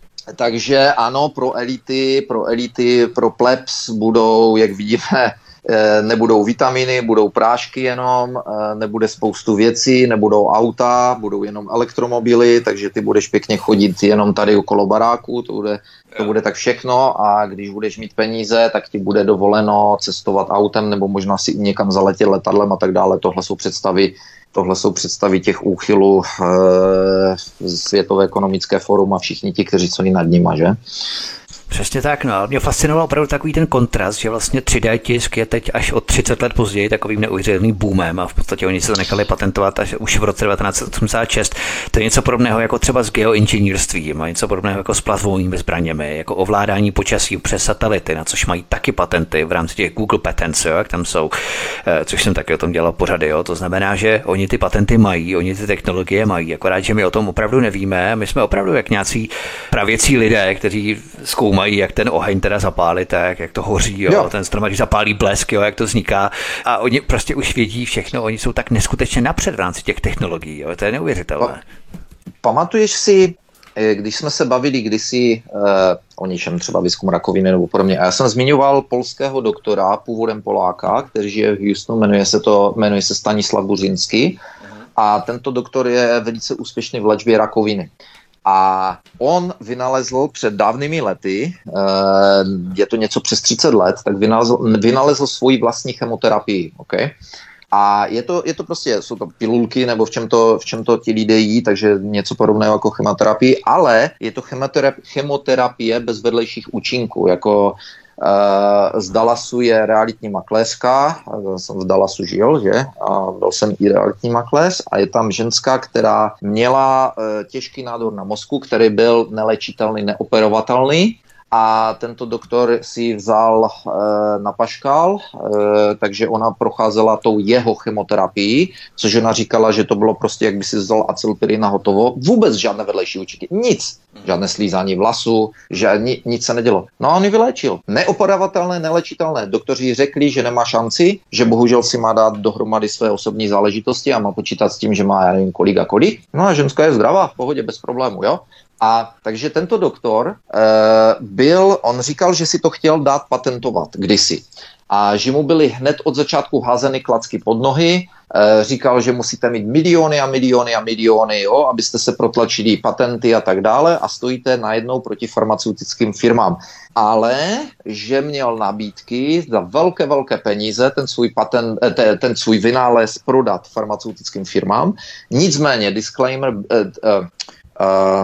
Takže ano, pro elity, pro elity, pro plebs budou, jak vidíme, nebudou vitaminy, budou prášky jenom, nebude spoustu věcí, nebudou auta, budou jenom elektromobily, takže ty budeš pěkně chodit jenom tady okolo baráku, to bude, to bude tak všechno, a když budeš mít peníze, tak ti bude dovoleno cestovat autem nebo možná si někam zaletět letadlem a tak dále. Tohle jsou představy Tohle jsou představy těch úchylů e, Světové ekonomické fórum a všichni ti, kteří jsou nad nima, že? Přesně tak, no. Mě fascinoval opravdu takový ten kontrast, že vlastně tři dé tisk je teď až o třicet let později takovým neuvěřitelným boomem a v podstatě oni se to nechali patentovat až už v roce devatenáct set osmdesát šest. To je něco podobného jako třeba s geoinženýrstvím, a něco podobného jako s plazmovými zbraněmi, jako ovládání počasí přes satelity, na což mají taky patenty v rámci těch Google Patents, jo, jak tam jsou, což jsem taky o tom dělal pořady, jo. To znamená, že oni ty patenty mají, oni ty technologie mají, akorát, že my o tom opravdu nevíme. My jsme opravdu jak nějací pravěcí lidé, kteří zkoumají, jak ten oheň teda zapálit, tak, jak to hoří, jo, jo. Ten strom, když zapálí blesk, jo, jak to vzniká. A oni prostě už vědí všechno, oni jsou tak neskutečně napřed v rámci těch technologií, jo, to je neuvěřitelné. Pamatuješ si, když jsme se bavili kdysi eh, o něčem, třeba výzkum rakoviny nebo podobně, a já jsem zmiňoval polského doktora, původem Poláka, který žije v Houstonu, jmenuje se to, jmenuje se Stanislav Buřinský, a tento doktor je velice úspěšný v léčbě rakoviny. A on vynalezl před dávnými lety, je to něco přes třicet let, tak vynalezl, vynalezl svoji vlastní chemoterapii. Okay? A je to, je to prostě, jsou to pilulky nebo v čem to, v čem to ti lidé jí, takže něco podobného jako chemoterapii, ale je to chemoterapie, chemoterapie bez vedlejších účinků, jako z Dallasu je realitní makléřka, já jsem v Dallasu žil, že? A byl jsem i realitní makléř, a je tam ženská, která měla těžký nádor na mozku, který byl nelečitelný, neoperovatelný, a tento doktor si vzal e, na paškál, e, takže ona procházela tou jeho chemoterapií, což ona říkala, že to bylo prostě, jak by si vzal acylpirin a hotovo. Vůbec žádné vedlejší účinky, nic. Žádné slízání vlasu, žádný, nic se nedělo. No a on ji vyléčil. Neoperovatelné, nelečitelné. Doktoři řekli, že nemá šanci, že bohužel si má dát dohromady své osobní záležitosti a má počítat s tím, že má, já nevím, kolik a kolik. No a ženská je zdravá, v pohodě, bez problému, jo. A takže tento doktor e, byl, on říkal, že si to chtěl dát patentovat kdysi. A že mu byly hned od začátku házeny klacky pod nohy, e, říkal, že musíte mít miliony a miliony a miliony, jo, abyste se protlačili patenty a tak dále, a stojíte najednou proti farmaceutickým firmám. Ale že měl nabídky za velké, velké peníze ten svůj patent, ten, ten svůj vynález prodat farmaceutickým firmám. Nicméně, disclaimer, uh, uh, uh,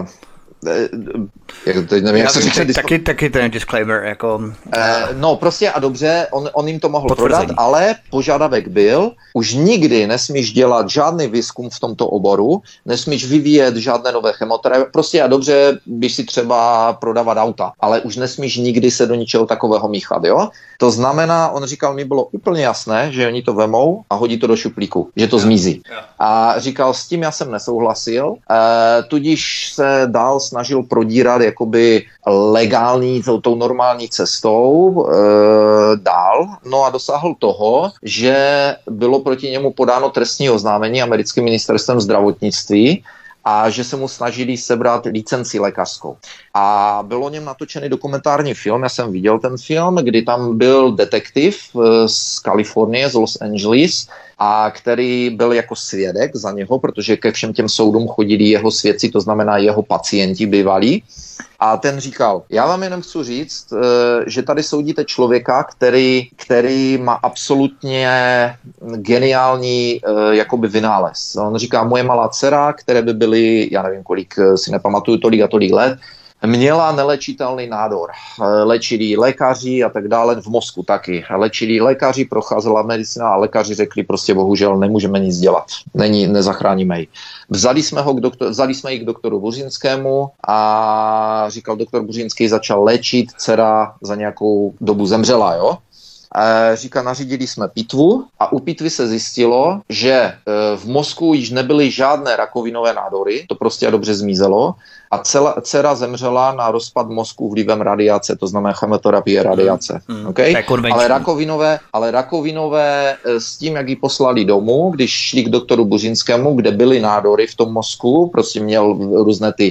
jak to, nevím, jak se říká, taky, taky ten disclaimer, jako... Eh, no prostě a dobře, on, on jim to mohl potvrzení. Prodat, ale požadavek byl, už nikdy nesmíš dělat žádný výzkum v tomto oboru, nesmíš vyvíjet žádné nové chemoterapie, prostě a dobře, běž si třeba prodávat auta, ale už nesmíš nikdy se do ničeho takového míchat, jo? To znamená, on říkal, mi bylo úplně jasné, že oni to vemou a hodí to do šuplíku, že to yeah. zmizí. Yeah. A říkal, s tím já jsem nesouhlasil, eh, tudíž se dál snažil prodírat jakoby legální, tou, tou normální cestou e, dál, no a dosáhl toho, že bylo proti němu podáno trestní oznámení americkým ministerstvem zdravotnictví a že se mu snažili sebrat licenci lékařskou. A byl o něm natočený dokumentární film, já jsem viděl ten film, kdy tam byl detektiv z Kalifornie, z Los Angeles, a který byl jako svědek za něho, protože ke všem těm soudům chodili jeho svědci, to znamená jeho pacienti bývalí. A ten říkal, já vám jenom chci říct, že tady soudíte člověka, který, který má absolutně geniální jakoby vynález. On říká, moje malá dcera, které by byly, já nevím kolik, si nepamatuju, tolik a tolik let, měla nelečitelný nádor. Léčili lékaři a tak dále, v mozku taky. Léčili lékaři, procházela medicina a lékaři řekli prostě bohužel nemůžeme nic dělat. Není, nezachráníme ji. Vzali jsme, ho k doktor, vzali jsme ji k doktoru Buřinskému a říkal doktor Buřinský, začal léčit, dcera za nějakou dobu zemřela, jo. Říká, nařídili jsme pitvu a u pitvy se zjistilo, že v mozku již nebyly žádné rakovinové nádory, to prostě dobře zmizelo a celá dcera zemřela na rozpad mozku vlivem radiace, to znamená chemoterapie radiace. Mm, okay? ale, rakovinové, ale rakovinové s tím, jak ji poslali domů, když šli k doktoru Buřinskému, kde byly nádory v tom mozku, prostě měl různé ty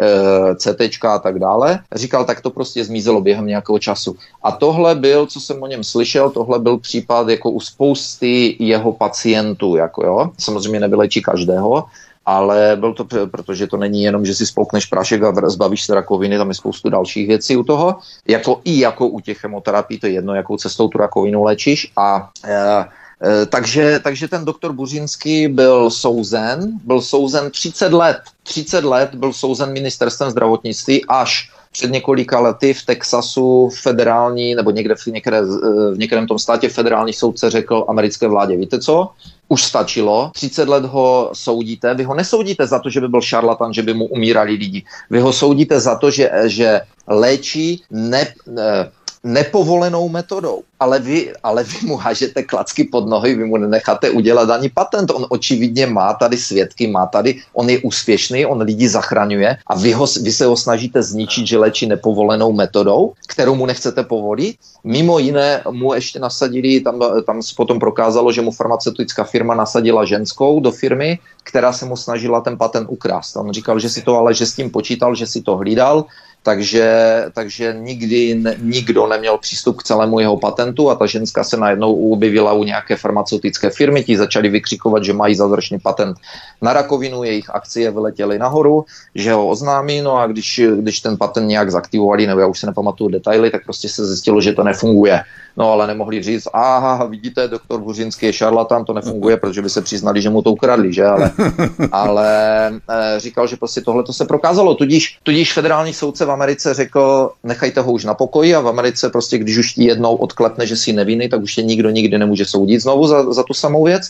CTčka a tak dále. Říkal, tak to prostě zmizelo během nějakého času. A tohle byl, co jsem o něm slyšel, tohle byl případ jako u spousty jeho pacientů, jako jo. Samozřejmě nevylečí každého, ale byl to, protože to není jenom, že si spolkneš prášek a zbavíš se rakoviny, tam je spoustu dalších věcí u toho. Jako i jako u těch chemoterapií, to je jedno, jakou cestou tu rakovinu léčíš. A e, Takže, takže ten doktor Buřinský byl souzen, byl souzen třicet let. třicet let byl souzen ministerstvem zdravotnictví až před několika lety v Texasu federální, nebo někde v, někde, v některém tom státě federální soudce řekl americké vládě, víte co? Už stačilo, třicet let ho soudíte, vy ho nesoudíte za to, že by byl šarlatan, že by mu umírali lidi. Vy ho soudíte za to, že, že léčí ne... ne nepovolenou metodou, ale vy, ale vy mu hažete klacky pod nohy, vy mu nenecháte udělat ani patent, on očividně má tady svědky, má tady, on je úspěšný, on lidi zachraňuje a vy, ho, vy se ho snažíte zničit, že léčí nepovolenou metodou, kterou mu nechcete povolit. Mimo jiné mu ještě nasadili, tam, tam se potom prokázalo, že mu farmaceutická firma nasadila ženskou do firmy, která se mu snažila ten patent ukrást. On říkal, že si to, ale že s tím počítal, že si to hlídal, Takže, takže nikdy ne, nikdo neměl přístup k celému jeho patentu a ta ženská se najednou objevila u nějaké farmaceutické firmy, ti začali vykřikovat, že mají zázračný patent na rakovinu, jejich akcie vyletěly nahoru, že ho oznámí, no a když, když ten patent nějak zaktivovali, nebo já už se nepamatuju detaily, tak prostě se zjistilo, že to nefunguje. No ale nemohli říct, aha, vidíte, doktor Buřinský je šarlatán, to nefunguje, protože by se přiznali, že mu to ukradli, že? Ale, ale e, říkal, že prostě tohle to se prokázalo. Tudíž, tudíž federální soudce v Americe řekl, nechajte ho už na pokoji a v Americe prostě, když už ti jednou odklepne, že jsi nevinný, tak už tě nikdo nikdy nemůže soudit znovu za, za tu samou věc.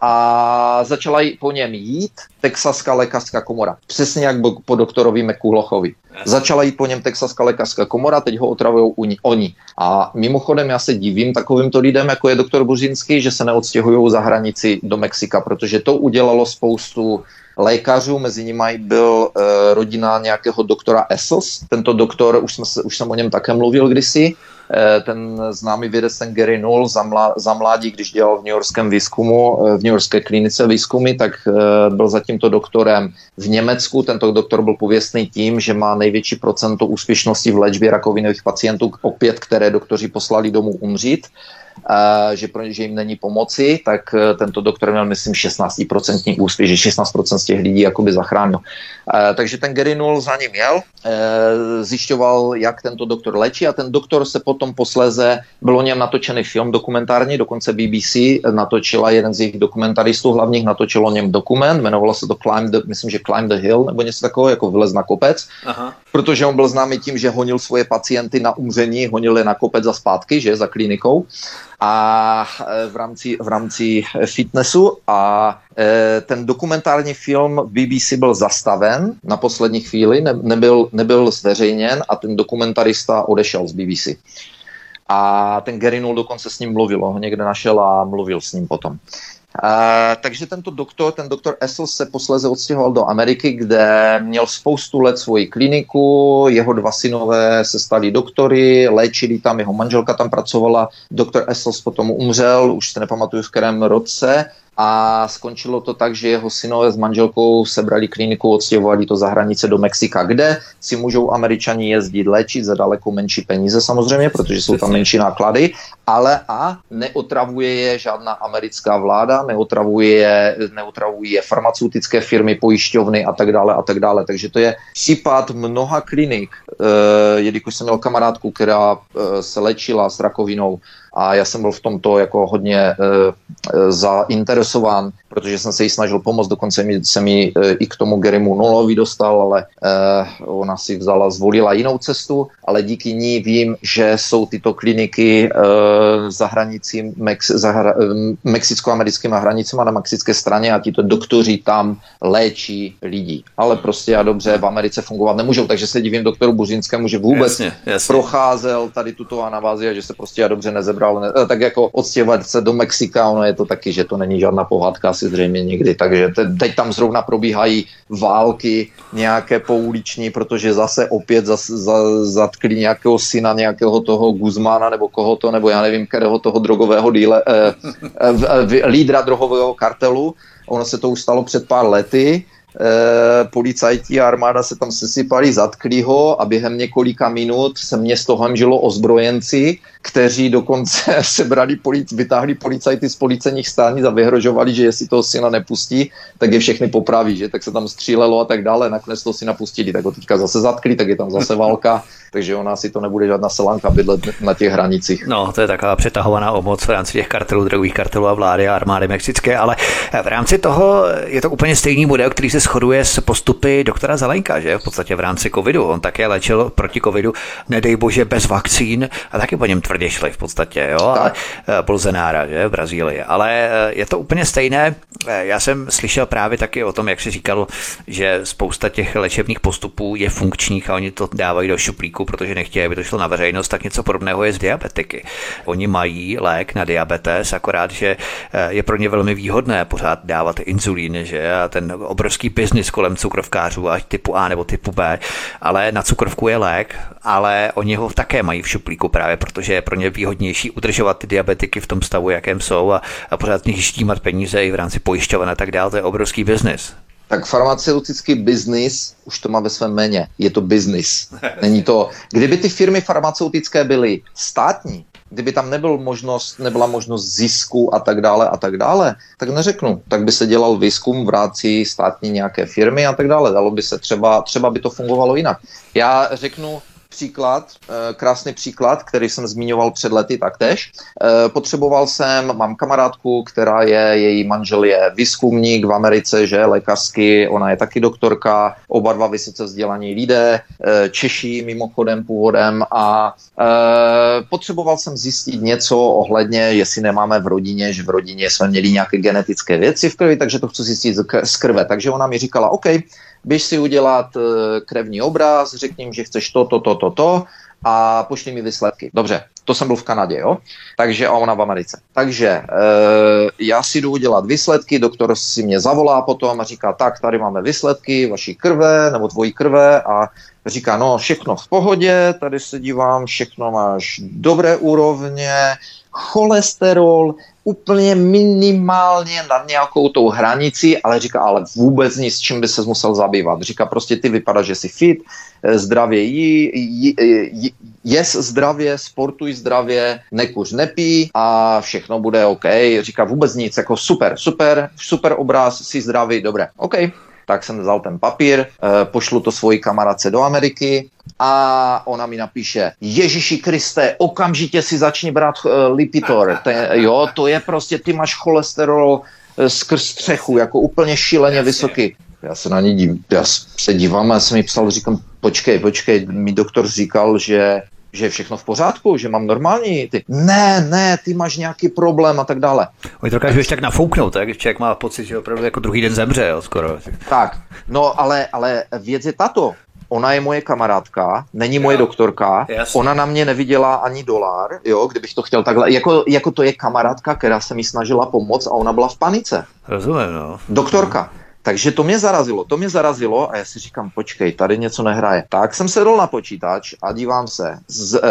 A začala po něm jít Texaská lékařská komora. Přesně jak po doktorovi McCullochovi. Začala jít po něm Texaská lékařská komora, teď ho otravují oni. A mimochodem já se divím takovýmto lidem, jako je doktor Buřinský, že se neodstěhují za hranici do Mexika, protože to udělalo spoustu lékařů, mezi nimi byl e, rodina nějakého doktora Essels. Tento doktor, už, jsme se, už jsem o něm také mluvil kdysi, e, ten známý vědec, ten Gary Null, za, mlá, za mládí, když dělal v newyorském výzkumu, v newyorské klinice výzkumy, tak e, byl za tímto doktorem v Německu. Tento doktor byl pověstný tím, že má největší procento úspěšnosti v léčbě rakovinových pacientů, opět, které doktoři poslali domů umřít. Uh, že, pro, že jim není pomoci, tak uh, tento doktor měl, myslím, šestnáct procent úspěch, že šestnáct procent z těch lidí jakoby zachránil. Uh, takže ten Gary Null za ním jel, uh, zjišťoval, jak tento doktor léčí a ten doktor se potom posléze, byl o něm natočený film dokumentární, dokonce B B C natočila, jeden z jejich dokumentaristů hlavních natočil o něm dokument, jmenovalo se to Climb the, myslím, že Climb the Hill, nebo něco takového, jako vylez na kopec, Aha. protože on byl známý tím, že honil svoje pacienty na umření, honil je na kopec a zpátky, že, za klinikou. A v rámci, v rámci fitnessu a e, ten dokumentární film B B C byl zastaven na poslední chvíli, ne, nebyl, nebyl zveřejněn a ten dokumentarista odešel z B B C. A ten Gary Null dokonce s ním mluvil, ho někde našel a mluvil s ním potom. Uh, takže tento doktor, ten doktor Essels se posléze odstěhoval do Ameriky, kde měl spoustu let svoji kliniku, jeho dva synové se stali doktory, léčili tam, jeho manželka tam pracovala, doktor Essels potom umřel, už se nepamatuju v kterém roce, a skončilo to tak, že jeho synové s manželkou sebrali kliniku, odstěhovali to za hranice do Mexika, kde si můžou Američani jezdit léčit za daleko menší peníze samozřejmě, protože jsou tam menší náklady, ale a neotravuje je žádná americká vláda, neotravuje, neotravují je farmaceutické firmy, pojišťovny a tak dále a tak dále. Takže to je případ mnoha klinik, e, jelikož jsem měl kamarádku, která e, se léčila s rakovinou, a já jsem byl v tomto jako hodně e, e, zainteresován, protože jsem se jí snažil pomoct, dokonce mi, se mi e, i k tomu Garymu Nullovi dostal, ale e, ona si vzala, zvolila jinou cestu, ale díky ní vím, že jsou tyto kliniky e, za hranicí, Mex, za hra, e, mexicko-americkými hranicemi na mexické straně a tito doktoři tam léčí lidi. Ale prostě a dobře v Americe fungovat nemůžou, takže se divím doktoru Buřinskému, že vůbec jasně, jasně. procházel tady tuto anabázi a že se prostě a dobře nezebral královny, tak jako odstěhovat se do Mexika, ono je to taky, že to není žádná pohádka asi zřejmě nikdy, takže te, teď tam zrovna probíhají války nějaké pouliční, protože zase opět zas, za, zatkli nějakého syna, nějakého toho Guzmána nebo koho to, nebo já nevím, kterého toho drogového díle, eh, eh, lídra drogového kartelu. Ono se to už stalo před pár lety. E, policajti a armáda se tam sesypali, zatkli ho a během několika minut se město hamžilo ozbrojenci, kteří dokonce sebrali, polic, vytáhli policajty z policejních stanic a vyhrožovali, že jestli toho syna nepustí, tak je všechny popraví, že tak se tam střílelo a tak dále, nakonec toho syna pustili, tak ho teďka zase zatkli, tak je tam zase válka, takže ona si to nebude žádná selanka bydlet na těch hranicích. No, to je taková přetahovaná omoc v rámci těch kartelů, drogových kartelů a vlády a armády mexické, ale v rámci toho je to úplně stejný model, který se shoduje s postupy doktora Zelejnka, že v podstatě v rámci covidu. On také léčil proti covidu, nedej bože, bez vakcín a taky po něm tvrdě šli v podstatě, jo, ale Bolsonaro, že, v Brazílii. Ale je to úplně stejné. Já jsem slyšel právě taky o tom, jak si říkal, že spousta těch léčebných postupů je funkčních a oni to dávají do šuplíku, protože nechtějí, aby to šlo na veřejnost, tak něco podobného je s diabetiky. Oni mají lék na diabetes, akorát, že je pro ně velmi výhodné pořád dávat inzulín, že, a ten obrovský biznis kolem cukrovkářů, ať typu A nebo typu B, ale na cukrovku je lék, ale oni ho také mají v šuplíku právě, protože je pro ně výhodnější udržovat ty diabetiky v tom stavu, jakém jsou a, a pořád z nich štímat peníze i v rámci pojišťoven a tak dále, to je obrovský biznis. Tak farmaceutický biznis už to má ve svém jméně. Je to biznis. Není to. Kdyby ty firmy farmaceutické byly státní, kdyby tam nebyl možnost, nebyla možnost zisku a tak dále a tak dále, tak neřeknu. Tak by se dělal výzkum v rámci státní nějaké firmy a tak dále. Dalo by se třeba, třeba by to fungovalo jinak. Já řeknu příklad, krásný příklad, který jsem zmiňoval před lety taktéž. Potřeboval jsem, mám kamarádku, která je, její manžel je výzkumník v Americe, že lékařský, ona je taky doktorka, oba dva vysoce vzdělaní lidé, Češi mimochodem původem a potřeboval jsem zjistit něco ohledně, jestli nemáme v rodině, že v rodině jsme měli nějaké genetické věci v krvi, takže to chci zjistit z krve. Takže ona mi říkala, OK, běž si udělat krevní obraz, řekni jim, že chceš to, to, to, to, to a pošli mi výsledky. Dobře, to jsem byl v Kanadě, jo? Takže a ona v Americe. Takže e, já si jdu udělat výsledky, doktor si mě zavolá potom a říká, tak, tady máme výsledky vaší krve, nebo tvojí krve a říká, no, všechno v pohodě, tady se dívám, všechno máš dobré úrovně, cholesterol úplně minimálně nad nějakou tou hranici, ale říká, ale vůbec nic, s čím by se musel zabývat. Říká, prostě ty vypadáš, že jsi fit, zdravě jí, jí, jí jes zdravě, sportuj zdravě, nekuř, nepí a všechno bude OK. Říká, vůbec nic, jako super, super, super obraz, jsi zdravý, dobré, OK. Tak jsem vzal ten papír, pošlu to svojí kamarádce do Ameriky a ona mi napíše, Ježíši Kriste, okamžitě si začni brát uh, Lipitor. Ten, jo, to je prostě, ty máš cholesterol uh, skrz střechu, jako úplně šíleně vysoký. Já se na ní dívám, já se dívám a jsem mi psal, říkám, počkej, počkej, mi doktor říkal, že že je všechno v pořádku, že mám normální, ty, ne, ne, ty máš nějaký problém a tak dále. Oni to dokážu ještě tak nafouknout, tak? Když člověk má pocit, že opravdu jako druhý den zemře, jo, skoro. Tak, no ale, ale věc je tato. Ona je moje kamarádka, není jo. moje doktorka, jasně. Ona na mě neviděla ani dolar, jo, kdybych to chtěl takhle, jako, jako to je kamarádka, která se mi snažila pomoct a ona byla v panice. Rozumím, no. Doktorka. Takže to mě zarazilo, to mě zarazilo a já si říkám, počkej, tady něco nehraje. Tak jsem sedl na počítač a dívám se. Z, eh,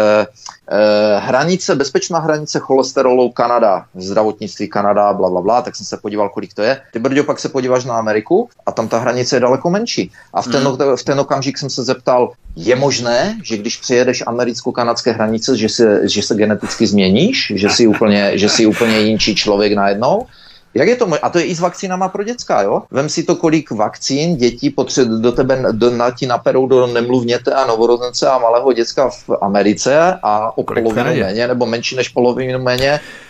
eh, hranice, bezpečná hranice cholesterolu Kanada, zdravotnictví Kanada, bla, bla, bla, tak jsem se podíval, kolik to je. Ty, Brďo, pak se podíváš na Ameriku a tam ta hranice je daleko menší. A v ten, mm. v ten okamžik jsem se zeptal, je možné, že když přijedeš americko-kanadské hranice, že se, že se geneticky změníš, že jsi úplně, že jsi úplně jinčí člověk najednou? Jak je to možné? A to je i s vakcínama pro děcka, jo? Vem si to, kolik vakcín dětí potřeb, do tebe do, na, ti naperou do nemluvněte a novorozence a malého děcka v Americe a o polovinu méně, nebo menší než polovinu méně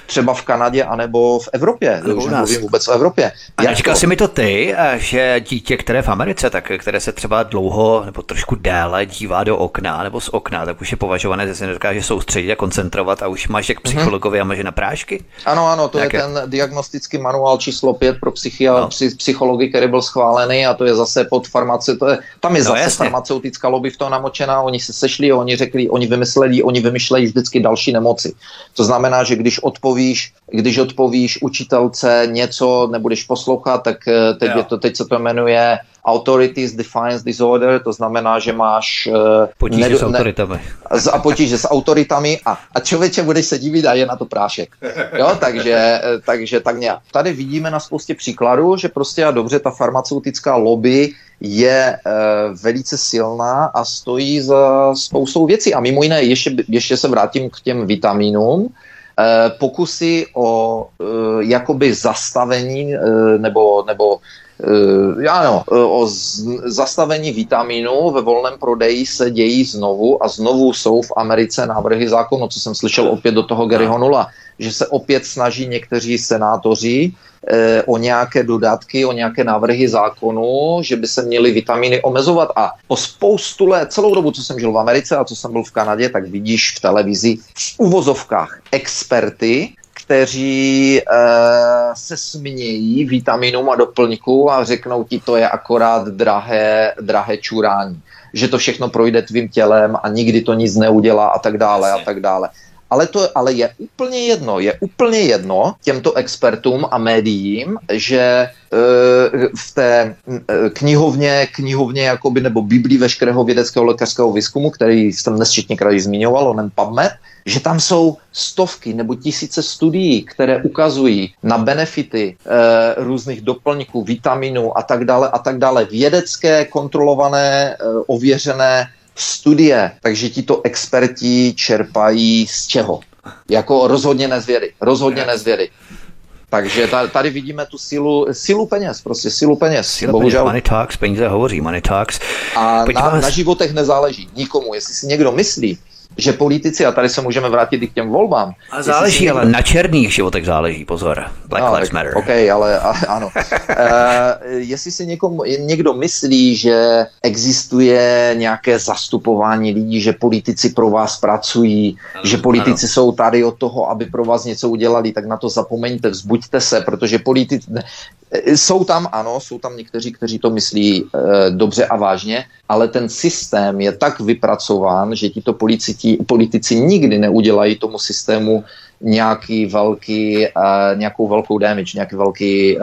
třeba v Kanadě anebo v Evropě. Už nemluvím vůbec o Evropě. A neříkal jsi mi to ty, že dítě, které v Americe, tak které se třeba dlouho nebo trošku déle dívá do okna nebo z okna, tak už je považované, že se nedokáže soustředit a koncentrovat a už máš jak psychologovi a máš na prášky? Ano, ano, to Jaké? Je ten diagnostický manuál číslo pět pro psychi a no. psychologi, který byl schválený, a to je zase pod farmaci, to je, tam je no, zase jasně. farmaceutická lobby v toho namočená, oni se sešli, oni řekli, oni vymysleli, oni vymyšlejí vždycky další nemoci. To znamená, že když odpovíš, když odpovíš učitelce něco, nebudeš poslouchat, tak teď, je to, teď se to jmenuje Authorities Defiance Disorder, to znamená, že máš potíže nedo, s autoritami. Ne, a potíže s autoritami a, a člověče budeš se divit a je na to prášek. Jo, takže, takže tak nějak. Tady vidíme na spoustě příkladů, že prostě a dobře ta farmaceutická lobby je e, velice silná a stojí za spoustou věcí. A mimo jiné, ještě, ještě se vrátím k těm vitaminům. E, pokusy o e, jakoby zastavení e, nebo, nebo e, ano, o z, zastavení vitaminu ve volném prodeji se dějí znovu a znovu jsou v Americe návrhy zákonu, co jsem slyšel opět do toho Garyho Nulla, že se opět snaží někteří senátoři eh, o nějaké dodatky, o nějaké návrhy zákonu, že by se měly vitamíny omezovat. A po spoustu let, celou dobu, co jsem žil v Americe a co jsem byl v Kanadě, tak vidíš v televizi v uvozovkách experty, kteří eh, se smějí vitaminům a doplňků a řeknou ti, to je akorát drahé, drahé čurání, že to všechno projde tvým tělem a nikdy to nic neudělá a tak dále a tak dále. Ale to ale je úplně jedno, je úplně jedno těmto expertům a médiím, že e, v té knihovně, knihovně jakoby, nebo biblii veškerého vědeckého lékařského výzkumu, který jsem nesčetněkrát zmiňoval, onen PubMed, že tam jsou stovky nebo tisíce studií, které ukazují na benefity e, různých doplňků, vitaminů a tak dále a tak dále. Vědecké, kontrolované, e, ověřené studie, takže tito experti čerpají z čeho? Jako rozhodně ne z vědy. Rozhodně ne z vědy. Takže tady vidíme tu sílu, sílu peněz, prostě sílu peněz. Sílu bohužel. Peněz, money talks, peníze hovoří, money talks. A na, na životech nezáleží nikomu. Jestli si někdo myslí, že politici, a tady se můžeme vrátit i k těm volbám. A záleží, někdo... ale na černých životech záleží, pozor. Black no, Lives Matter. OK, ale a, ano. e, jestli si někomu, někdo myslí, že existuje nějaké zastupování lidí, že politici pro vás pracují, ano, že politici ano. jsou tady od toho, aby pro vás něco udělali, tak na to zapomeňte, vzbuďte se, protože politici... Jsou tam, ano, jsou tam někteří, kteří to myslí e, dobře a vážně, ale ten systém je tak vypracován, že tito politici, politici nikdy neudělají tomu systému nějaký velký, e, nějakou velkou damage, nějaký velký, e,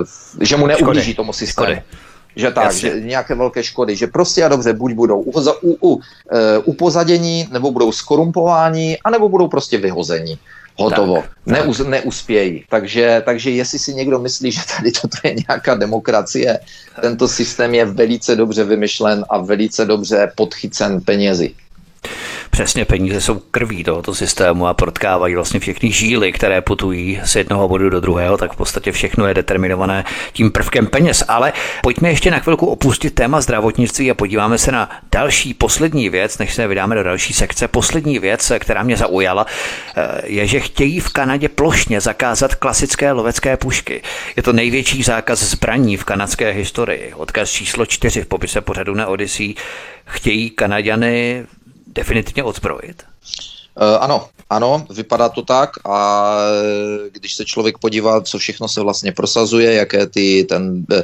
že mu neublíží tomu systému. Škody. Že tak, Jasně. že nějaké velké škody, že prostě a dobře, buď budou u, u, u, upozadění, nebo budou skorumpováni, anebo budou prostě vyhozeni. Hotovo. Tak, Neus, tak. Neuspějí. Takže, takže jestli si někdo myslí, že tady toto je nějaká demokracie, tento systém je velice dobře vymyšlen a velice dobře podchycen penězi. Přesně, peníze jsou krví tohoto systému a protkávají vlastně všechny žíly, které putují z jednoho bodu do druhého, tak v podstatě všechno je determinované tím prvkem peněz. Ale pojďme ještě na chvilku opustit téma zdravotnictví a podíváme se na další, poslední věc, než se vydáme do další sekce. Poslední věc, která mě zaujala, je, že chtějí v Kanadě plošně zakázat klasické lovecké pušky. Je to největší zákaz zbraní v kanadské historii. Odkaz číslo čtyři v popise pořadu na Odyssey. Chtějí Kanaďany definitivně odzbrojit? Uh, ano, ano, vypadá to tak a když se člověk podívá, co všechno se vlastně prosazuje, jaké ty, ten uh,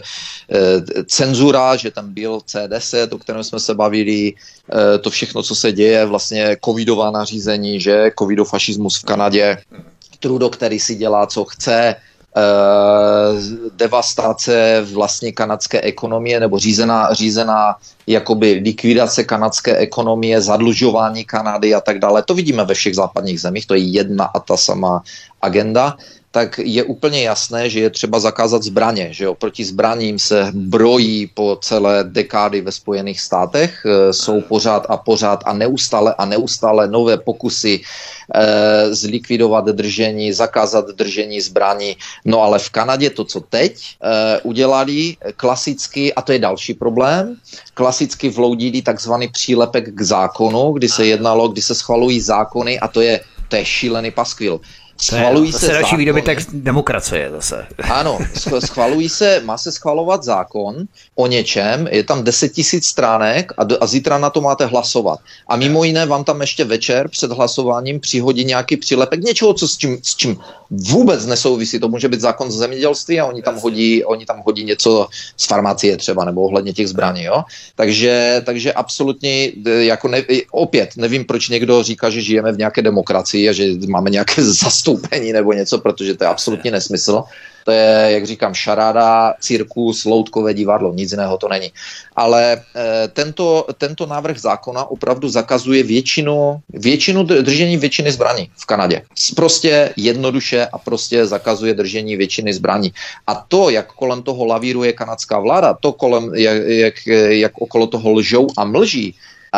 cenzura, že tam byl C deset, o kterém jsme se bavili, uh, to všechno, co se děje, vlastně covidová nařízení, že covidofašismus v Kanadě, Trudeau, který si dělá, co chce, Uh, devastace vlastně kanadské ekonomie nebo řízená, řízená jakoby likvidace kanadské ekonomie, zadlužování Kanady a tak dále. To vidíme ve všech západních zemích, to je jedna a ta sama agenda. Tak je úplně jasné, že je třeba zakázat zbraně, že jo? Proti zbraním se brojí po celé dekády ve Spojených státech, e, jsou pořád a pořád a neustále a neustále nové pokusy e, zlikvidovat držení, zakázat držení zbraní. No ale v Kanadě to, co teď e, udělali klasicky, a to je další problém, klasicky vloudili takzvaný přílepek k zákonu, kdy se jednalo, kdy se schvalují zákony a to je, to je šílený paskvil. Schvalují se další výdobytek demokracie zase. Ano, schvalují se, má se schvalovat zákon o něčem, je tam deset tisíc stránek a, a zítra na to máte hlasovat. A mimo jiné vám tam ještě večer před hlasováním přihodí nějaký přílepek něčeho, co s čím, s čím vůbec nesouvisí. To může být zákon z zemědělství a oni tam hodí, oni tam hodí něco z farmacie třeba, nebo ohledně těch zbraní. Jo? Takže, takže absolutně, jako ne, opět, nevím, proč někdo říká, že žijeme v nějaké demokracii a že máme nějaké zastoupení nebo něco, protože to je absolutně nesmysl. To je, jak říkám, šaráda, cirkus, loutkové divadlo, nic jiného to není. Ale e, tento, tento návrh zákona opravdu zakazuje většinu, většinu držení většiny zbraní v Kanadě. Prostě jednoduše a prostě zakazuje držení většiny zbraní. A to, jak kolem toho lavíruje kanadská vláda, to, kolem, jak, jak, jak okolo toho lžou a mlží,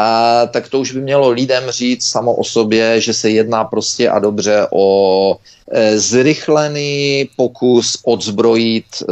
a tak to už by mělo lidem říct samo o sobě, že se jedná prostě a dobře o e, zrychlený pokus odzbrojit e,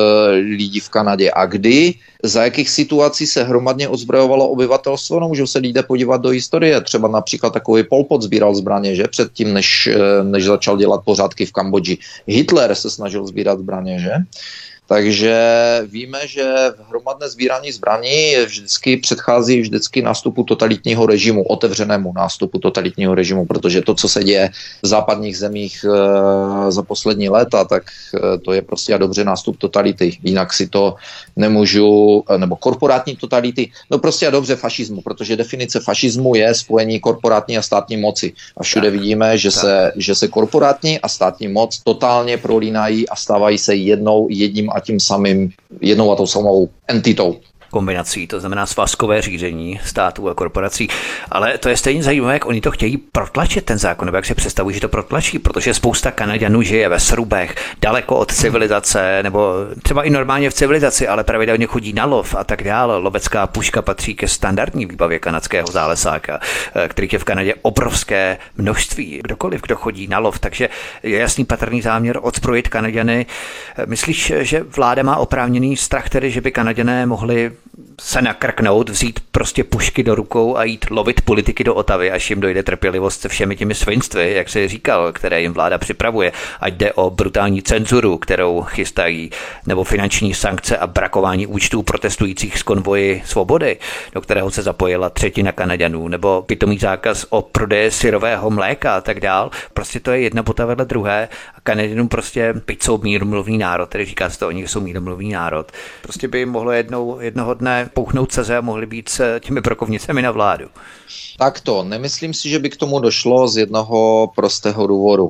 lidi v Kanadě. A kdy, za jakých situací se hromadně odzbrojovalo obyvatelstvo, no můžou se lidé podívat do historie. Třeba například takový Pol Pot sbíral zbraně, že? Předtím, než, než začal dělat pořádky v Kambodži. Hitler se snažil sbírat zbraně, že? Takže víme, že v hromadné sbírání zbraní vždycky předchází vždycky nástupu totalitního režimu, otevřenému nástupu totalitního režimu, protože to, co se děje v západních zemích e, za poslední léta, tak e, to je prostě a dobře nástup totality. Jinak si to nemůžu, nebo korporátní totality, no prostě a dobře fašismu, protože definice fašismu je spojení korporátní a státní moci. A všude tak, vidíme, že se, že se korporátní a státní moc totálně prolínají a stávají se jednou, jedním a tím samým, jednou a tou samou entitou. Kombinací, to znamená svazkové řízení států a korporací. Ale to je stejně zajímavé, jak oni to chtějí protlačit, ten zákon, nebo jak si představují, že to protlačí, protože spousta Kanaďanů žije ve srubech, daleko od civilizace, nebo třeba i normálně v civilizaci, ale pravidelně chodí na lov a tak dále. Lovecká puška patří ke standardní výbavě kanadského zálesáka, kterých je v Kanadě obrovské množství. Kdokoliv, kdo chodí na lov, takže je jasný patrný záměr odzbrojit Kanaďany. Myslíš, že vláda má oprávněný strach tedy, že by Kanaďané mohli se nakrknout, vzít prostě pušky do rukou a jít lovit politiky do Otavy, až jim dojde trpělivost se všemi těmi svinstvy, jak se říkal, které jim vláda připravuje, ať jde o brutální cenzuru, kterou chystají, nebo finanční sankce a brakování účtů protestujících z konvoji Svobody, do kterého se zapojila třetina Kanaďanů, nebo pitomý zákaz o prodeje syrového mléka a tak dál. Prostě to je jedna pota vedle druhé a Kanaďanům prostě, byť jsou míromluvný národ, tedy říká se to o nich, jsou míromluvný národ, prostě by jim mohlo jednou, jednoho dne pouchnout seze a mohli být s těmi brokovnicemi na vládu. Takto, nemyslím si, že by k tomu došlo z jednoho prostého důvodu.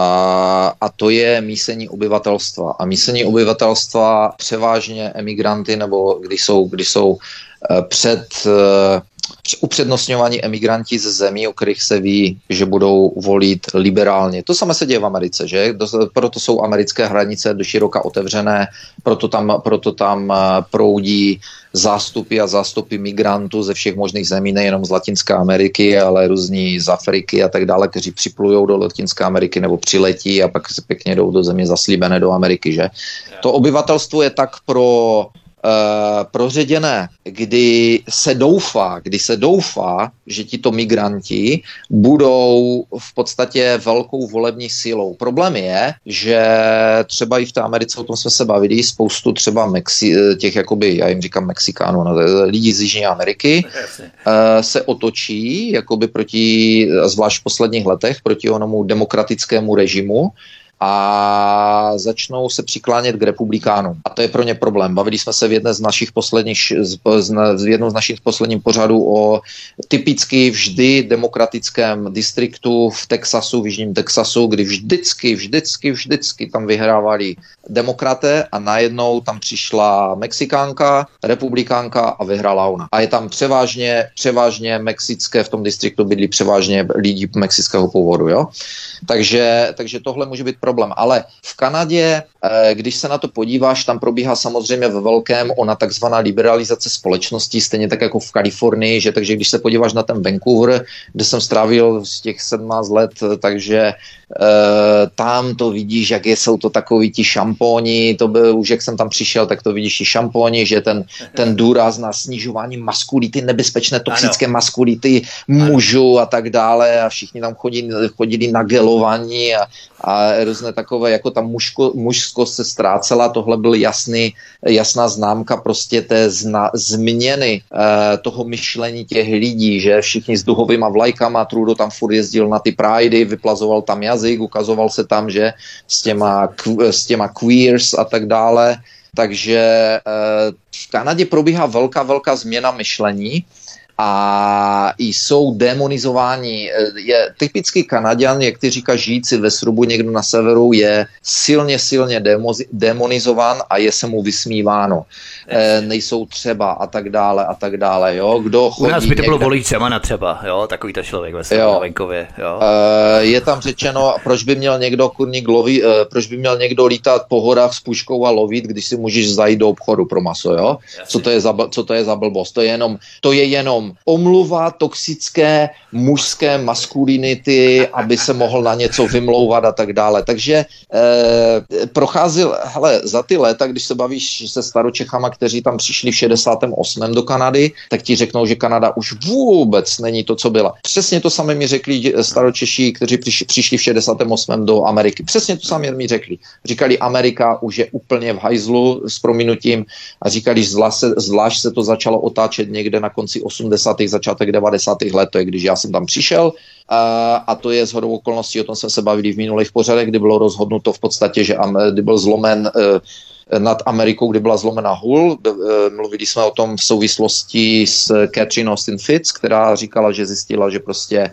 A, a to je mísení obyvatelstva. A mísení obyvatelstva převážně emigranty, nebo když jsou, když jsou před upřednostňování emigranti ze zemí, o kterých se ví, že budou volit liberálně. To samé se děje v Americe, že? Proto jsou americké hranice doširoka otevřené, proto tam, proto tam proudí zástupy a zástupy migrantů ze všech možných zemí, nejenom z Latinské Ameriky, ale různí z Afriky a tak dále, kteří připlujou do Latinské Ameriky nebo přiletí a pak se pěkně jdou do země zaslíbené do Ameriky, že? To obyvatelstvo je tak pro Uh, proředěné, kdy se doufá, kdy se doufá, že tito migranti budou v podstatě velkou volební sílou. Problém je, že třeba i v té Americe, o tom jsme se bavili, spoustu třeba Mexi- těch jakoby, já jim říkám Mexikánů, no, lidí z Jižní Ameriky, uh, se otočí jakoby proti, zvlášť v posledních letech, proti onomu demokratickému režimu, a začnou se přiklánět k republikánům. A to je pro ně problém. Bavili jsme se v jedné z našich posledních, v jednom z našich posledních pořadů o typicky vždy demokratickém distriktu v Texasu, v jižním Texasu, kdy vždycky, vždycky, vždycky tam vyhrávali demokraté a najednou tam přišla Mexikánka, republikánka a vyhrála ona. A je tam převážně, převážně mexické, v tom distriktu bydlí převážně lidi mexického původu, jo? Takže, takže tohle může být problém. Ale v Kanadě, když se na to podíváš, tam probíhá samozřejmě ve velkém ona takzvaná liberalizace společnosti, stejně tak jako v Kalifornii, že takže když se podíváš na ten Vancouver, kde jsem strávil z těch sedmnáct let, takže e, tam to vidíš, jak je, jsou to takový ti šampóni, to by, už jak jsem tam přišel, tak to vidíš ti šampóni, že ten, ten důraz na snižování maskulity, nebezpečné toxické ano. maskulity mužů a tak dále a všichni tam chodí, chodili na gelování a, a různé takové, jako ta mužko, mužskost se ztrácela, tohle byl jasný, jasná známka prostě té zna, změny e, toho myšlení těch lidí, že všichni s duhovýma vlajkama, Trudeau tam furt jezdil na ty pridey, vyplazoval tam jazyk, ukazoval se tam, že s těma, s těma queers a tak dále, takže e, v Kanadě probíhá velká, velká změna myšlení a jsou demonizováni. Je typický Kanaďan, jak ty říkáš, žijící ve srubu někdo na severu, je silně, silně demozi- demonizován a je se mu vysmíváno. E, nejsou třeba a tak dále a tak dále. Jo? Kdo chodí U nás by to někde... bylo Volík Zemana třeba, jo? Takový to člověk ve srubu venkově. Jo? E, je tam řečeno, proč by měl někdo kurník lovit, e, proč by měl někdo lítat po horách s puškou a lovit, když si můžeš zajít do obchodu pro maso, jo? Co to je za, co to je za blbost? To je jenom, to je jenom omluva toxické mužské maskulinity, aby se mohl na něco vymlouvat a tak dále. Takže eh, procházel, hele, za ty léta, když se bavíš se staročechama, kteří tam přišli v šedesátém osmém do Kanady, tak ti řeknou, že Kanada už vůbec není to, co byla. Přesně to samé mi řekli staročeši, kteří přišli, přišli v šedesátém osmém do Ameriky. Přesně to samé mi řekli. Říkali, Amerika už je úplně v hajzlu s prominutím a říkali, zvlášť se, zvlášť se to začalo otáčet někde na konci osmdesátých začátek devadesátých let, to je když já jsem tam přišel a, a to je shodou okolností, o tom jsme se bavili v minulých pořadech, kdy bylo rozhodnuto v podstatě, že kdy byl zlomen eh, nad Amerikou, kdy byla zlomena hůl. Mluvili jsme o tom v souvislosti s Catherine Austin Fitz, která říkala, že zjistila, že prostě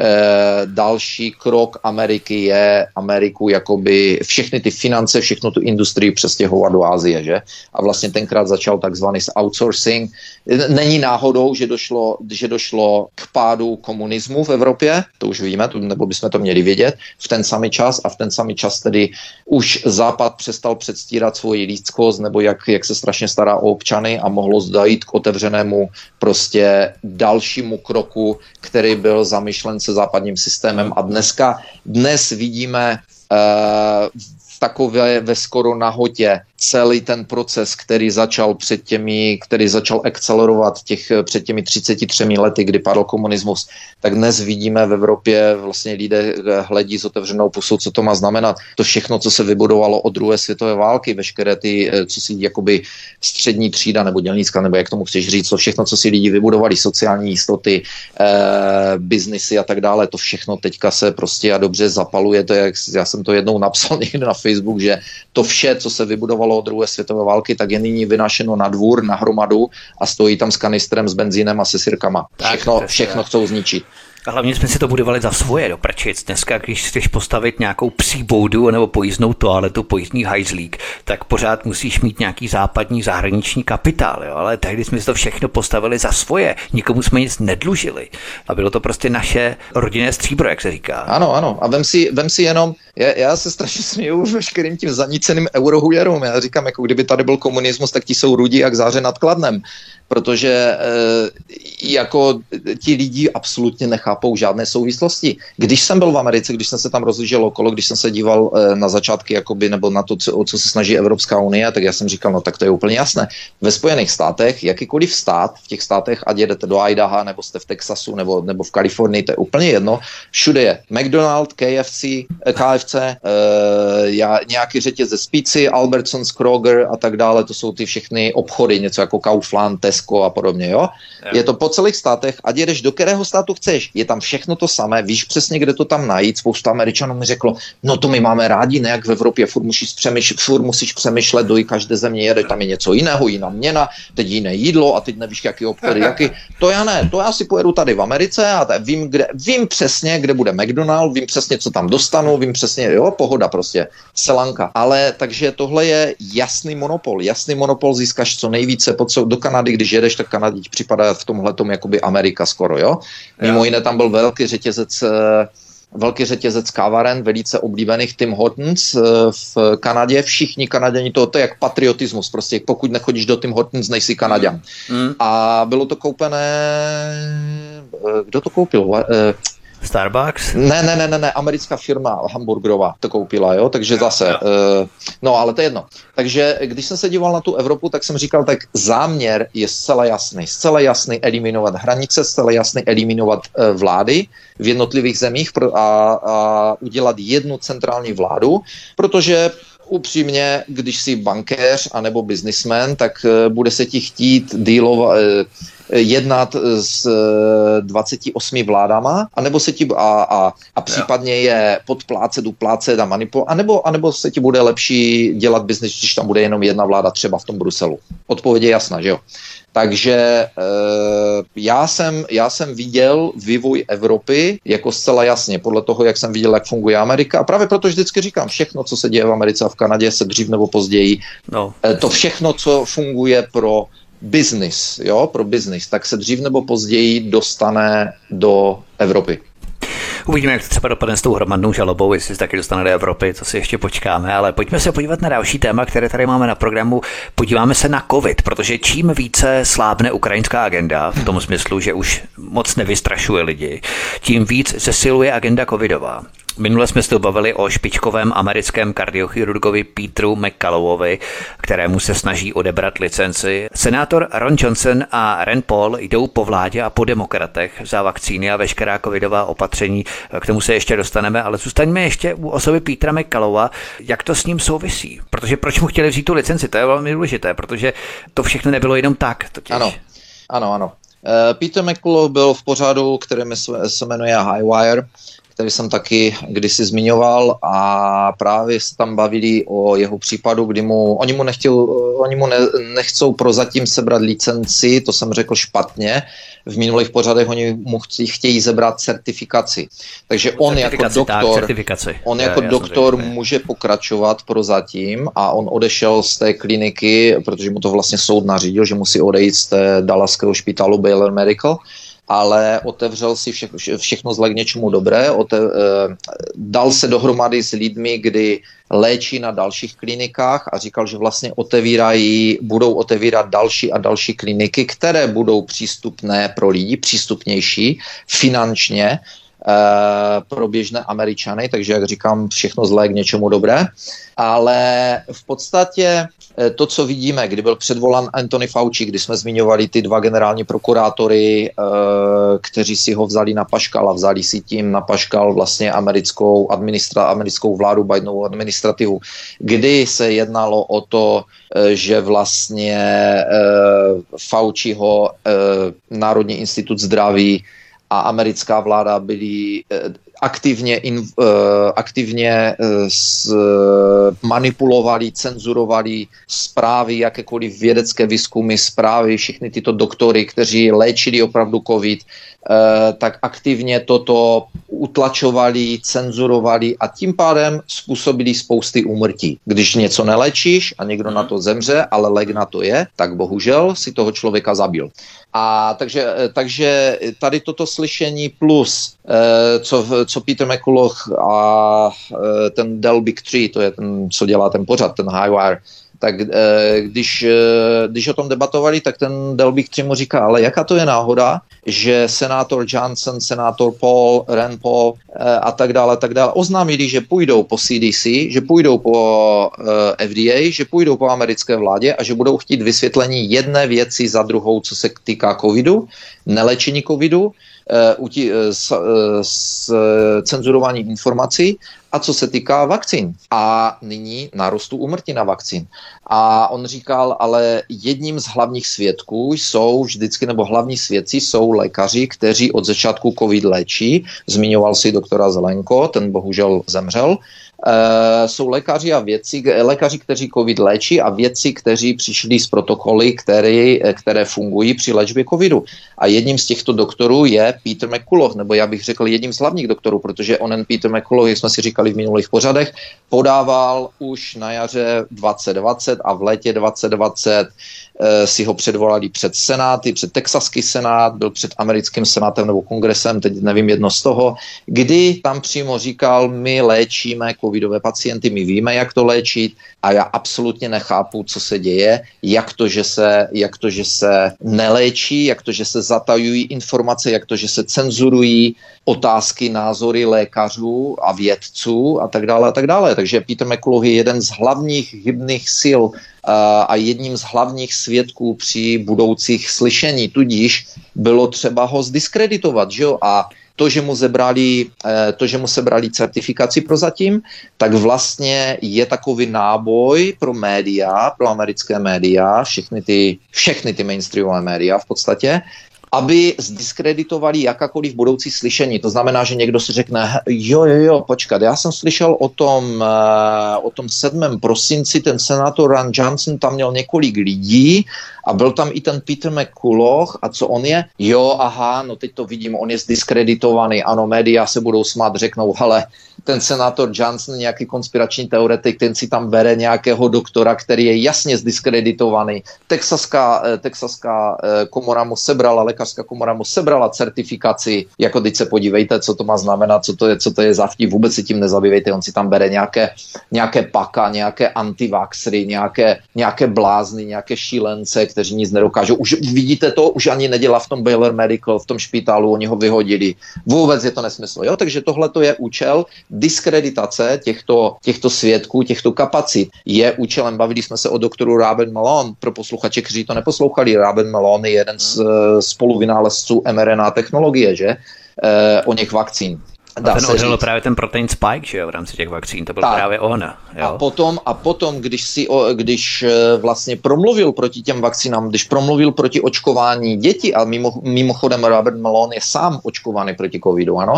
Eh, další krok Ameriky je Ameriku jakoby všechny ty finance, všechno tu industrii přestěhovat do Asie, že? A vlastně tenkrát začal takzvaný outsourcing. Není náhodou, že došlo, že došlo k pádu komunismu v Evropě, to už víme, to, nebo bychom to měli vědět, v ten samý čas a v ten samý čas tedy už Západ přestal předstírat svoji lidskost, nebo jak, jak se strašně stará o občany a mohlo dojít k otevřenému prostě dalšímu kroku, který byl zamýšlen se západním systémem a dneska, dnes vidíme uh, v takové ve skoro nahotě celý ten proces, který začal před těmi, který začal akcelerovat těch, před těmi třiceti třemi lety, kdy padl komunismus, tak dnes vidíme v Evropě vlastně lidé hledí s otevřenou pusou, co to má znamenat. To všechno, co se vybudovalo od druhé světové války, veškeré ty, co si jakoby střední třída nebo dělnická, nebo jak tomu chceš říct, to všechno, co si lidi vybudovali, sociální jistoty, eh, biznisy a tak dále, to všechno teďka se prostě a dobře zapaluje. To jak já jsem to jednou napsal někde na Facebook, že to vše, co se vybudovalo od druhé světové války, tak je nyní vynášeno na dvůr, na hromadu a stojí tam s kanistrem, s benzínem a se sirkama. Všechno, všechno chcou zničit. A hlavně jsme si to budovali za svoje do prčic. Dneska, když chceš postavit nějakou psí boudu nebo pojízdnou toaletu, pojízdný hajzlík, tak pořád musíš mít nějaký západní zahraniční kapitál. Jo? Ale tehdy jsme si to všechno postavili za svoje. Nikomu jsme nic nedlužili. A bylo to prostě naše rodinné stříbro, jak se říká. Ano, ano. A vem si, vem si jenom, já, já se strašně směju veškerým tím zaníceným eurohujerům. Já říkám, jako kdyby tady byl komunismus, tak ti jsou rudí jak záře nad Kladnem. Protože e, jako ti lidi absolutně nechápou žádné souvislosti. Když jsem byl v Americe, když jsem se tam rozlížel okolo, když jsem se díval e, na začátky jakoby, nebo na to, co, o co se snaží Evropská unie, tak já jsem říkal, no tak to je úplně jasné. Ve Spojených státech, jakýkoliv stát, v těch státech, ať jedete do Idaha, nebo jste v Texasu, nebo, nebo v Kalifornii, to je úplně jedno. Všude je McDonald's, K F C, K F C, e, nějaký řetězec pizzy, Albertsons, Kroger a tak dále, to jsou ty všechny obchody, něco jako Kaufland, Tesco a podobně, jo? Yeah. Je to po celých státech, ať jedeš do kterého státu chceš, je tam všechno to samé, víš přesně, kde to tam najít. Spousta Američanů mi řeklo, no to my máme rádi, ne jak v Evropě, furt musíš přemýšlet, furt musíš přemýšlet, do každé země jede, tam je něco jiného, jiná měna, teď jiné jídlo a teď nevíš, jaký obchody, jaký. To já ne, to já si pojedu tady v Americe a vím, kde, vím přesně, kde bude McDonald, vím přesně, co tam dostanu, vím přesně, jo, pohoda prostě, selanka. Ale takže tohle je jasný monopol, jasný monopol, získáš co nejvíce pod do Kanady, když jedeš, tak Kanadě připadá v tomhletom jakoby Amerika skoro, jo. Mimo jiné tam byl velký řetězec velký řetězec káváren, velice oblíbených, Tim Hortons v Kanadě. Všichni Kanaděni, to, to je jak patriotismus, prostě pokud nechodíš do Tim Hortons, nejsi Kanaďan. Mm. A bylo to koupené, kdo to koupil? Starbucks? Ne, ne, ne, ne, ne, americká firma hamburgerová to koupila, jo, takže zase, uh, no ale to je jedno. Takže když jsem se díval na tu Evropu, tak jsem říkal, tak záměr je zcela jasný, zcela jasný eliminovat hranice, zcela jasný eliminovat uh, vlády v jednotlivých zemích pro, a, a udělat jednu centrální vládu, protože upřímně, když jsi bankéř anebo businessman, tak uh, bude se ti chtít dealovat, uh, jednat s dvaceti osmi vládama, anebo se ti a, a, a případně je podplácet, uplácet a manipulovat, anebo, anebo se ti bude lepší dělat biznis, když tam bude jenom jedna vláda třeba v tom Bruselu. Odpověď je jasná, že jo? Takže e, já, jsem, já jsem viděl vývoj Evropy jako zcela jasně, podle toho, jak jsem viděl, jak funguje Amerika. A právě proto vždycky říkám, všechno, co se děje v Americe a v Kanadě, se dřív nebo později, no. e, to všechno, co funguje pro business, jo, pro business, tak se dřív nebo později dostane do Evropy. Uvidíme, jak to třeba dopadne s tou hromadnou žalobou, jestli se taky dostane do Evropy, to si ještě počkáme, ale pojďme se podívat na další téma, které tady máme na programu. Podíváme se na covid, protože čím více slábne ukrajinská agenda, v tom smyslu, že už moc nevystrašuje lidi, tím víc zesiluje agenda covidová. Minule jsme se bavili o špičkovém americkém kardiochirurgovi Peteru McCulloughovi, kterému se snaží odebrat licenci. Senátor Ron Johnson a Rand Paul jdou po vládě a po demokratech za vakcíny a veškerá covidová opatření. K tomu se ještě dostaneme, ale zůstaňme ještě u osoby Petera McCullougha. Jak to s ním souvisí? Protože proč mu chtěli vzít tu licenci? To je velmi důležité, protože to všechno nebylo jenom tak. Totiž. Ano, ano, ano. Peter McCullough byl v pořadu, který se jmenuje Highwire, který jsem taky kdysi zmiňoval, a právě se tam bavili o jeho případu, kdy mu, oni mu, nechtěl, oni mu ne, nechcou prozatím sebrat licenci, to jsem řekl špatně, v minulých pořadech oni mu chtějí zebrat certifikaci. Takže on jako doktor, tak, on jako je, doktor může pokračovat prozatím a on odešel z té kliniky, protože mu to vlastně soud nařídil, že musí odejít z té Dallaského špitálu Baylor Medical, ale otevřel si vše, všechno zle k něčemu dobré, otev, eh, dal se dohromady s lidmi, kdy léčí na dalších klinikách a říkal, že vlastně otevírají, budou otevírat další a další kliniky, které budou přístupné pro lidi, přístupnější finančně eh, pro běžné Američany, takže jak říkám, všechno zlé k něčemu dobré, ale v podstatě to, co vidíme, kdy byl předvolán Anthony Fauci, kdy jsme zmiňovali ty dva generální prokurátory, kteří si ho vzali na paškal a vzali si tím na paškal vlastně americkou, administra, americkou vládu, Bidenovu administrativu, kdy se jednalo o to, že vlastně Fauciho Národní institut zdraví a americká vláda byli aktivně, in, aktivně s, manipulovali, cenzurovali zprávy, jakékoliv vědecké výzkumy, zprávy, všechny tyto doktory, kteří léčili opravdu covid, tak aktivně toto utlačovali, cenzurovali a tím pádem způsobili spousty úmrtí. Když něco nelečíš a někdo na to zemře, ale lék na to je, tak bohužel si toho člověka zabil. A takže, takže tady toto slyšení plus, co, co Peter McCullough a ten Del Big Tree, to je ten, co dělá ten pořad, ten Highwire, tak když, když o tom debatovali, tak ten Del Big Tree mu říká, ale jaká to je náhoda, že senátor Johnson, senátor Paul, Rand Paul a tak dále, tak dále oznámili, že půjdou po C D C, že půjdou po F D A, že půjdou po americké vládě a že budou chtít vysvětlení jedné věci za druhou, co se týká covidu, nelečení covidu, s, s cenzurování informací a co se týká vakcín. A nyní nárostu úmrtí na vakcín. A on říkal, ale jedním z hlavních svědků jsou vždycky, nebo hlavní svědci jsou lékaři, kteří od začátku covid léčí. Zmiňoval si doktora Zelenko, ten bohužel zemřel. Uh, jsou lékaři a vědci, lékaři, kteří covid léčí a vědci, kteří přišli s protokoly, které, které fungují při léčbě covidu. A jedním z těchto doktorů je Peter McCulloch, nebo já bych řekl jedním z hlavních doktorů, protože onen Peter McCulloch, jak jsme si říkali v minulých pořadech, podával už na jaře dvacet dvacet a v létě dvacet dvacet si ho předvolali před senáty, před texaský senát, byl před americkým senátem nebo kongresem, teď nevím jedno z toho, kdy tam přímo říkal, my léčíme covidové pacienty, my víme, jak to léčit a já absolutně nechápu, co se děje, jak to, že se, jak to, že se neléčí, jak to, že se zatajují informace, jak to, že se cenzurují otázky, názory lékařů a vědců a tak dále a tak dále. Takže Peter McCulloch je jeden z hlavních hybných sil a jedním z hlavních svědků při budoucích slyšení. Tudíž bylo třeba ho zdiskreditovat, že jo? A to, že mu zebrali, to, že mu sebrali certifikaci prozatím, tak vlastně je takový náboj pro média, pro americké média, všechny ty, všechny ty mainstreamové média v podstatě, aby zdiskreditovali jakákoliv budoucí slyšení. To znamená, že někdo si řekne, jo, jo, jo, počkat, já jsem slyšel o tom, o tom sedmém prosinci, ten senátor Ron Johnson tam měl několik lidí a byl tam i ten Peter McCulloch a co on je? Jo, aha, no teď to vidím, on je zdiskreditovaný, ano, média se budou smát, řeknou, hele, ten senátor Johnson, nějaký konspirační teoretik, ten si tam bere nějakého doktora, který je jasně zdiskreditovaný. Texaská, texaská komora mu sebrala, lékařská komora mu sebrala certifikaci, jako teď se podívejte, co to má znamenat, co to je, co to je za vtip, vůbec si tím nezabývejte, on si tam bere nějaké, nějaké paka, nějaké antivaxry, nějaké, nějaké blázny, nějaké šílence, kteří nic nedokážou. Už vidíte to, už ani nedělá v tom Baylor Medical, v tom špitálu, oni ho vyhodili. Vůbec je to nesmysl, jo? Takže tohle to je účel diskreditace těchto, těchto svědků, těchto kapacit je účelem. Bavili jsme se o doktoru Robert Malone, pro posluchače, kteří to neposlouchali. Robert Malone je jeden z spoluvynálezců em er en á technologie, že? E, o něch vakcín. A ten odhalil právě ten protein spike, že jo, v rámci těch vakcín, to byl tak. Právě on. Jo. A potom, a potom když, si, když vlastně promluvil proti těm vakcínám, když promluvil proti očkování dětí, a mimo, mimochodem Robert Malone je sám očkovaný proti covidu, ano,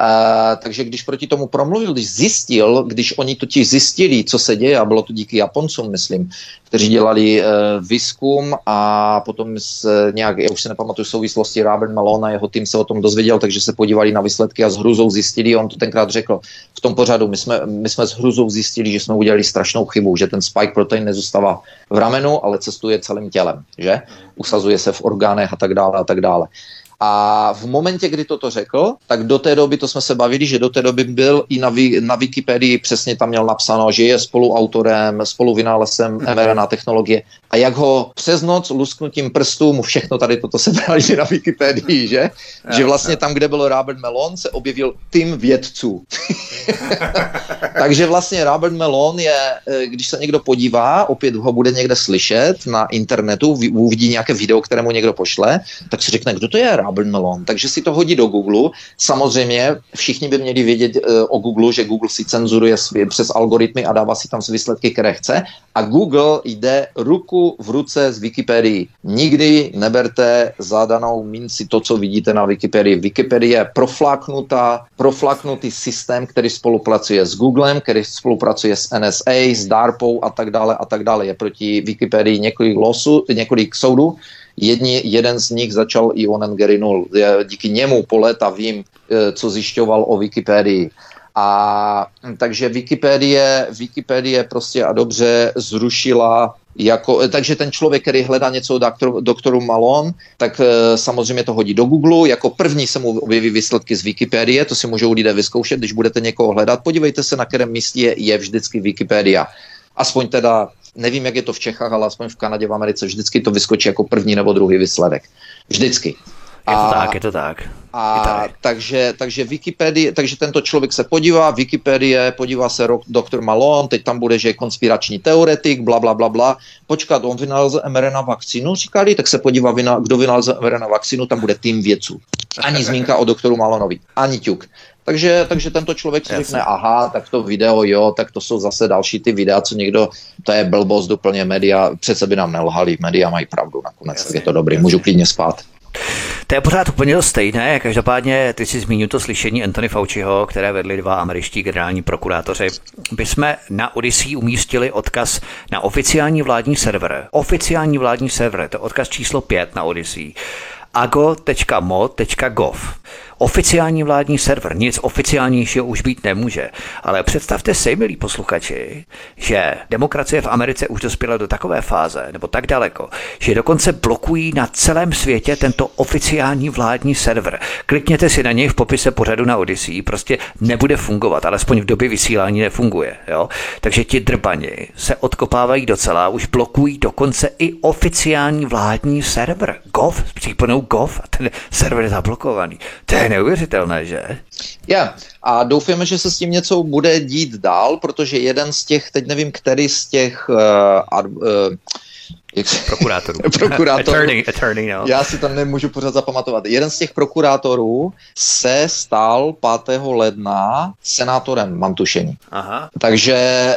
a, takže když proti tomu promluvil, když zjistil, když oni totiž zjistili, co se děje, a bylo to díky Japoncům, myslím, kteří dělali e, výzkum a potom s, nějak, já už se nepamatuju souvislosti, Robert Malone a jeho tým se o tom dozvěděl, takže se podívali na výsledky a s hrůzou zjistili, on to tenkrát řekl v tom pořadu, my jsme, my jsme s hrůzou zjistili, že jsme udělali strašnou chybu, že ten spike protein nezůstává v ramenu, ale cestuje celým tělem, že? Usazuje se v orgánech a tak dále a tak dále. A v momentě, kdy toto řekl, tak do té doby, to jsme se bavili, že do té doby byl i na, vi, na Wikipedii, přesně tam měl napsáno, že je spoluautorem, spoluvynálezcem em er en á technologie. A jak ho přes noc lusknutím prstů mu všechno tady toto sebrali na Wikipedii, že? Ja, že vlastně ja. Tam, kde byl Robert Malone, se objevil tým vědců. Takže vlastně Robert Malone je, když se někdo podívá, opět ho bude někde slyšet na internetu, uvidí nějaké video, které mu někdo pošle, tak si řekne, kdo to je Robert Malone. Takže si to hodí do Google. Samozřejmě všichni by měli vědět uh, o Google, že Google si cenzuruje svě- přes algoritmy a dává si tam výsledky, které chce. A Google jde ruku v ruce s Wikipedií. Nikdy neberte za danou minci to, co vidíte na Wikipedii. Wikipedie je profláknutá, profláknutý systém, který spolupracuje s Googlem, který spolupracuje s en es á, s DARPou a tak dále a tak dále. Je proti Wikipedii několik losů, několik soudů. Jedni, jeden z nich začal i onen Gary Null. Díky němu po léta vím, co zjišťoval o Wikipedii. A takže Wikipedie, Wikipedie prostě a dobře zrušila jako, takže ten člověk, který hledá něco o doktor, doktoru Malone, tak e, samozřejmě to hodí do Google, jako první se mu objeví výsledky z Wikipedie, to si můžou lidé vyzkoušet, když budete někoho hledat, podívejte se, na kterém místě je vždycky Wikipedia. Aspoň teda, nevím, jak je to v Čechách, ale aspoň v Kanadě, v Americe, vždycky to vyskočí jako první nebo druhý výsledek. Vždycky. Je to a, tak, je to tak. A takže, takže Wikipedie, takže tento člověk se podívá, Wikipedie, podívá se doktor Malone, teď tam bude, že je konspirační teoretik, bla, bla, bla, bla. Počkat, on vynalezl em er en á vakcínu, říkali, tak se podívá, kdo vynalezl em er en á vakcínu, tam bude tým vědců. Ani zmínka o doktoru Malonovi, ani ťuk. Takže, takže tento člověk si řekne, aha, tak to video, jo, tak to jsou zase další ty videa, co někdo, to je blbost úplně, média, přece by nám nelhali, média mají pravdu nakonec, jasně, tak je to dobrý, jasně. Můžu klidně spát. To je pořád úplně to stejné. Každopádně ty si zmínil to slyšení Anthony Fauciho, které vedli dva američtí generální prokurátoři. By jsme na Odyssey umístili odkaz na oficiální vládní server. Oficiální vládní server, to je odkaz číslo pět na Odyssey. ago tečka mo tečka gov. Oficiální vládní server, nic oficiálnějšího už být nemůže. Ale představte si, milí posluchači, že demokracie v Americe už dospěla do takové fáze, nebo tak daleko, že dokonce blokují na celém světě tento oficiální vládní server. Klikněte si na něj v popise pořadu na Odyssey, prostě nebude fungovat, alespoň v době vysílání nefunguje. Jo? Takže ti drbani se odkopávají docela, už blokují dokonce i oficiální vládní server. Gov, s případnou Gov, a ten server je zablokovaný. To je neuvěřitelné, že? Yeah. A doufáme, že se s tím něco bude dít dál, protože jeden z těch, teď nevím, který z těch uh, ad, uh, prokurátorů. prokurátorů. attorney, attorney, no. Já si to nemůžu pořád zapamatovat. Jeden z těch prokurátorů se stal pátého ledna senátorem, mám tušení. Aha. Takže e,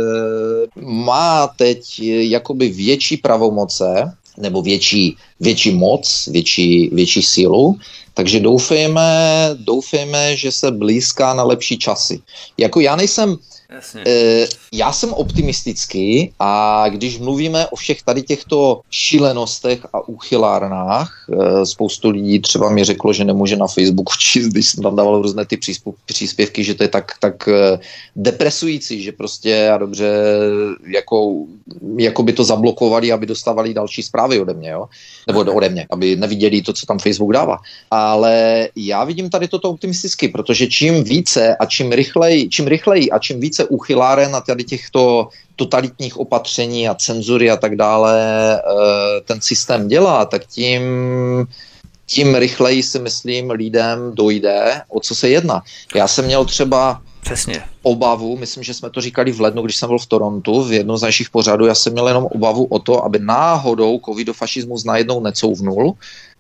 má teď jakoby větší pravomoce, nebo větší, větší moc, větší, větší sílu, takže doufejme, doufejme, že se blízká na lepší časy. Jako já nejsem, e, já jsem optimistický a když mluvíme o všech tady těchto šílenostech a úchylárnách, e, spoustu lidí třeba mi řeklo, že nemůže na Facebooku číst, když jsem tam dával různé ty příspěvky, že to je tak, tak depresující, že prostě a dobře, jako, jako by to zablokovali, aby dostávali další zprávy ode mě, jo? Nebo ode mě, aby neviděli to, co tam Facebook dává. Ale já vidím tady toto optimisticky, protože čím více a čím rychleji, čím rychleji a čím více úchyláren na tady těchto totalitních opatření a cenzury a tak dále ten systém dělá, tak tím, tím rychleji si myslím lidem dojde, o co se jedná. Já jsem měl třeba Přesně. obavu, myslím, že jsme to říkali v lednu, když jsem byl v Torontu, v jednom z našich pořadů, já jsem měl jenom obavu o to, aby náhodou covidofašismus najednou necouvnul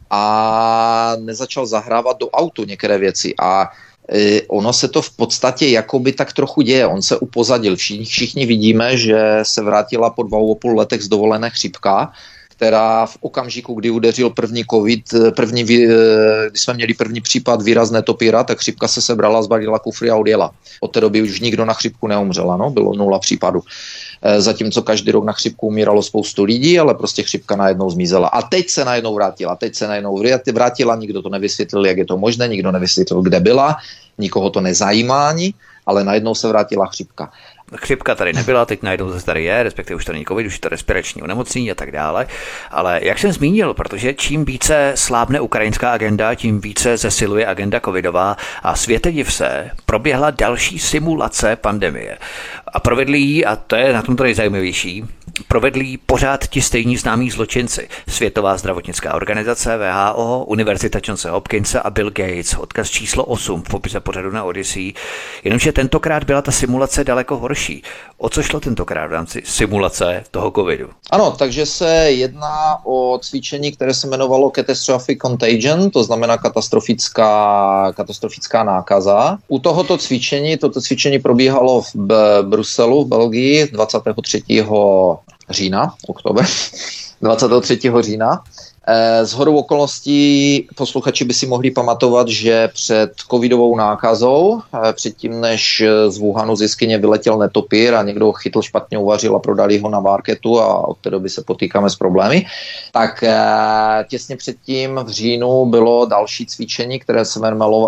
a nezačal zahrávat do autu některé věci. A e, ono se to v podstatě jakoby tak trochu děje. On se upozadil. Všichni, všichni vidíme, že se vrátila po dvou a půl letech z dovolené chřipka, která v okamžiku, kdy udeřil první covid, první, když jsme měli první případ výrazné topíra, tak chřipka se sebrala, zbalila kufry a odjela. Od té doby už nikdo na chřipku neumřel, no? Bylo nula případů. Zatímco každý rok na chřipku umíralo spoustu lidí, ale prostě chřipka najednou zmizela. A teď se najednou vrátila. Teď se najednou vrátila, nikdo to nevysvětlil, jak je to možné, nikdo nevysvětlil, kde byla, nikoho to nezajímá ani, ale najednou se vrátila chřipka. Chřipka tady nebyla, teď najednou zase tady je, respektive už to není covid, už je to respirační onemocnění a tak dále. Ale jak jsem zmínil, protože čím více slábne ukrajinská agenda, tím více zesiluje agenda covidová a světe div se, proběhla další simulace pandemie. A provedli ji, a to je na tom to nejzajímavější, provedli ji pořád ti stejní známí zločinci. Světová zdravotnická organizace, W H O, Univerzita Johnse Hopkinse a Bill Gates, odkaz číslo osm v popise pořadu na Odyssey. Jenomže tentokrát byla ta simulace daleko horší. O co šlo tentokrát v rámci simulace toho covidu? Ano, takže se jedná o cvičení, které se jmenovalo Catastrophic Contagion, to znamená katastrofická, katastrofická nákaza. U tohoto cvičení, toto cvičení probíhalo v B- Bruselu, v Belgii dvacátého třetího října, oktober, dvacátého třetího října. Z hodou okolností posluchači by si mohli pamatovat, že před covidovou nákazou, předtím než z Wuhanu z jeskyně vyletěl netopír a někdo ho chytl, špatně uvařil a prodali ho na marketu a od té doby se potýkáme s problémy, tak těsně předtím v říjnu bylo další cvičení, které se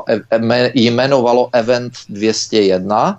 jmenovalo Event dvě stě jedna,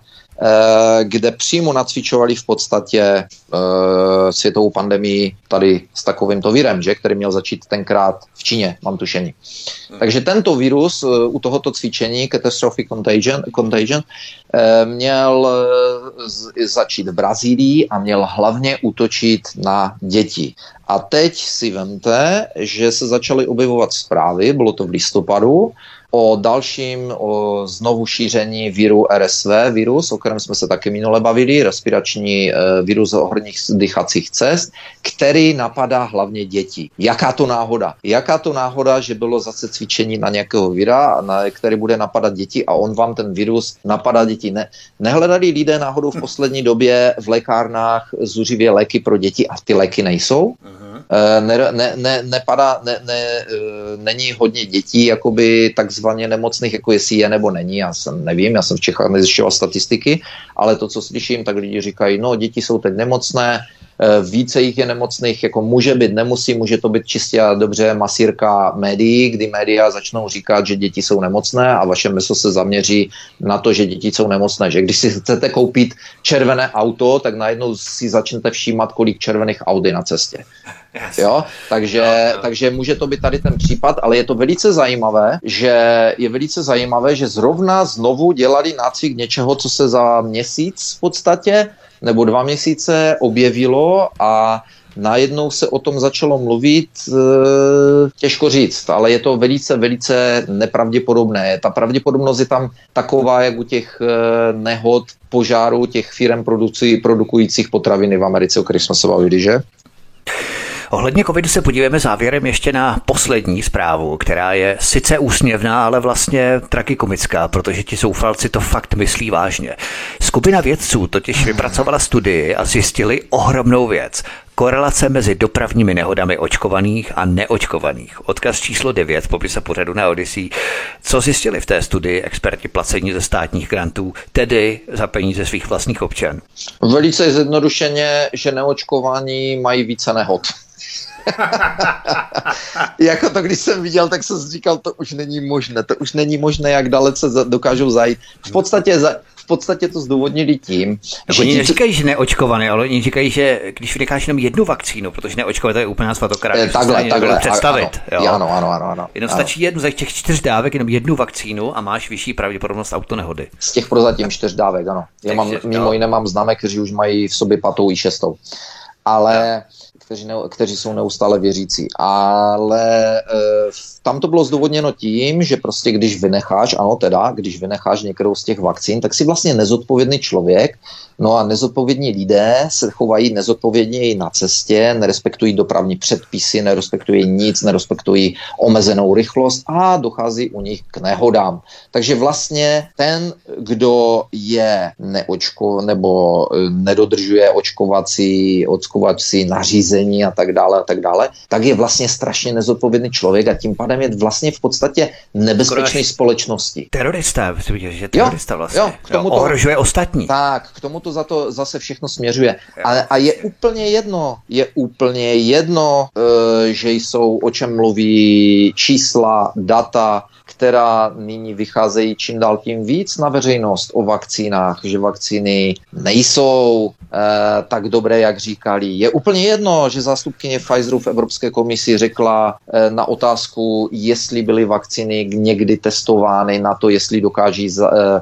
kde přímo nacvičovali v podstatě uh, světovou pandemii tady s takovýmto virem, že, který měl začít tenkrát v Číně, mám tušení. Hmm. Takže tento virus uh, u tohoto cvičení Catastrophic Contagion, contagion uh, měl uh, z, začít v Brazílii a měl hlavně útočit na děti. A teď si vemte, že se začaly objevovat zprávy, bylo to v listopadu, o dalším o znovu šíření viru R S V, virus, o kterém jsme se taky minule bavili, respirační e, virus horních dýchacích cest, který napadá hlavně děti. Jaká to náhoda? Jaká to náhoda, že bylo zase cvičení na nějakého vira, na, který bude napadat děti a on vám ten virus napadá děti. Ne, nehledali lidé náhodou v poslední době v lékárnách zuřivě léky pro děti a ty léky nejsou? Uh-huh. ne, ne, ne, nepadá, ne, ne, není hodně dětí jakoby takzvaně nemocných, jako jestli je nebo není, já jsem nevím, já jsem v Čechách nezjišťoval statistiky, ale to, co slyším, tak lidi říkají, no děti jsou teď nemocné, více jich je nemocných, jako může být, nemusí, může to být čistě a dobře masírka médií, kdy média začnou říkat, že děti jsou nemocné a vaše mysl se zaměří na to, že děti jsou nemocné, že když si chcete koupit červené auto, tak najednou si začnete všímat, kolik červených aut je na cestě. Jo? Takže, takže může to být tady ten případ, ale je to velice zajímavé, že je velice zajímavé, že zrovna znovu dělali nácvik něčeho, co se za měsíc v podstatě nebo dva měsíce objevilo a najednou se o tom začalo mluvit, těžko říct, ale je to velice, velice nepravděpodobné. Ta pravděpodobnost je tam taková, jak u těch nehod, požárů, těch firem produkujících potraviny v Americe, o kterých jsme se bavili, že? Ohledně covidu se podívejme závěrem ještě na poslední zprávu, která je sice úsměvná, ale vlastně tragikomická, protože ti zoufalci to fakt myslí vážně. Skupina vědců totiž vypracovala studii a zjistili ohromnou věc. Korelace mezi dopravními nehodami očkovaných a neočkovaných. Odkaz číslo devět v popise pořadu na Odyssey. Co zjistili v té studii experti placení ze státních grantů, tedy za peníze svých vlastních občanů? Velice zjednodušeně, že neočkovaní mají více nehod. Jako to, když jsem viděl, tak jsem si říkal, to už není možné, to už není možné, jak dalece dokážou zajít. V podstatě, v podstatě to zdůvodnili tím, že oni neříkají, že neočkovaný, ale oni říkají, že když vynekáš jenom jednu vakcínu, protože neočkovaný to je úplná svatokrát, eh, takhle, takhle, představit. Ano, ano, ano, ano, ano. Jenom ano. Stačí jednu, za těch čtyř dávek, jenom jednu vakcínu a máš vyšší pravděpodobnost autonehody. Z těch prozatím čtyř dávek, ano. Já mám, mimo jiné mám známé, kteří už mají v sobě patou i šestou. Ale Kteří, ne, kteří jsou neustále věřící. Ale e, tam to bylo zdůvodněno tím, že prostě když vynecháš, ano teda, když vynecháš některou z těch vakcín, tak si vlastně nezodpovědný člověk, no a nezodpovědní lidé se chovají nezodpovědněji na cestě, nerespektují dopravní předpisy, nerespektují nic, nerespektují omezenou rychlost a dochází u nich k nehodám. Takže vlastně ten, kdo je neočko, nebo nedodržuje očkovací, očkovací nařízení a tak dále a tak dále, tak je vlastně strašně nezodpovědný člověk a tím pádem je vlastně v podstatě nebezpečný společnosti. Terorista, že terorista vlastně jo, k tomu to, ohrožuje ostatní. Tak, k tomu to za to zase všechno směřuje. A, a je úplně jedno, je úplně jedno, e, že jsou, o čem mluví čísla, data, která nyní vycházejí čím dál tím víc na veřejnost o vakcínách, že vakcíny nejsou e, tak dobré, jak říkali. Je úplně jedno, že zástupkyně Pfizeru v Evropské komisi řekla e, na otázku, jestli byly vakcíny někdy testovány na to, jestli dokáží za, e,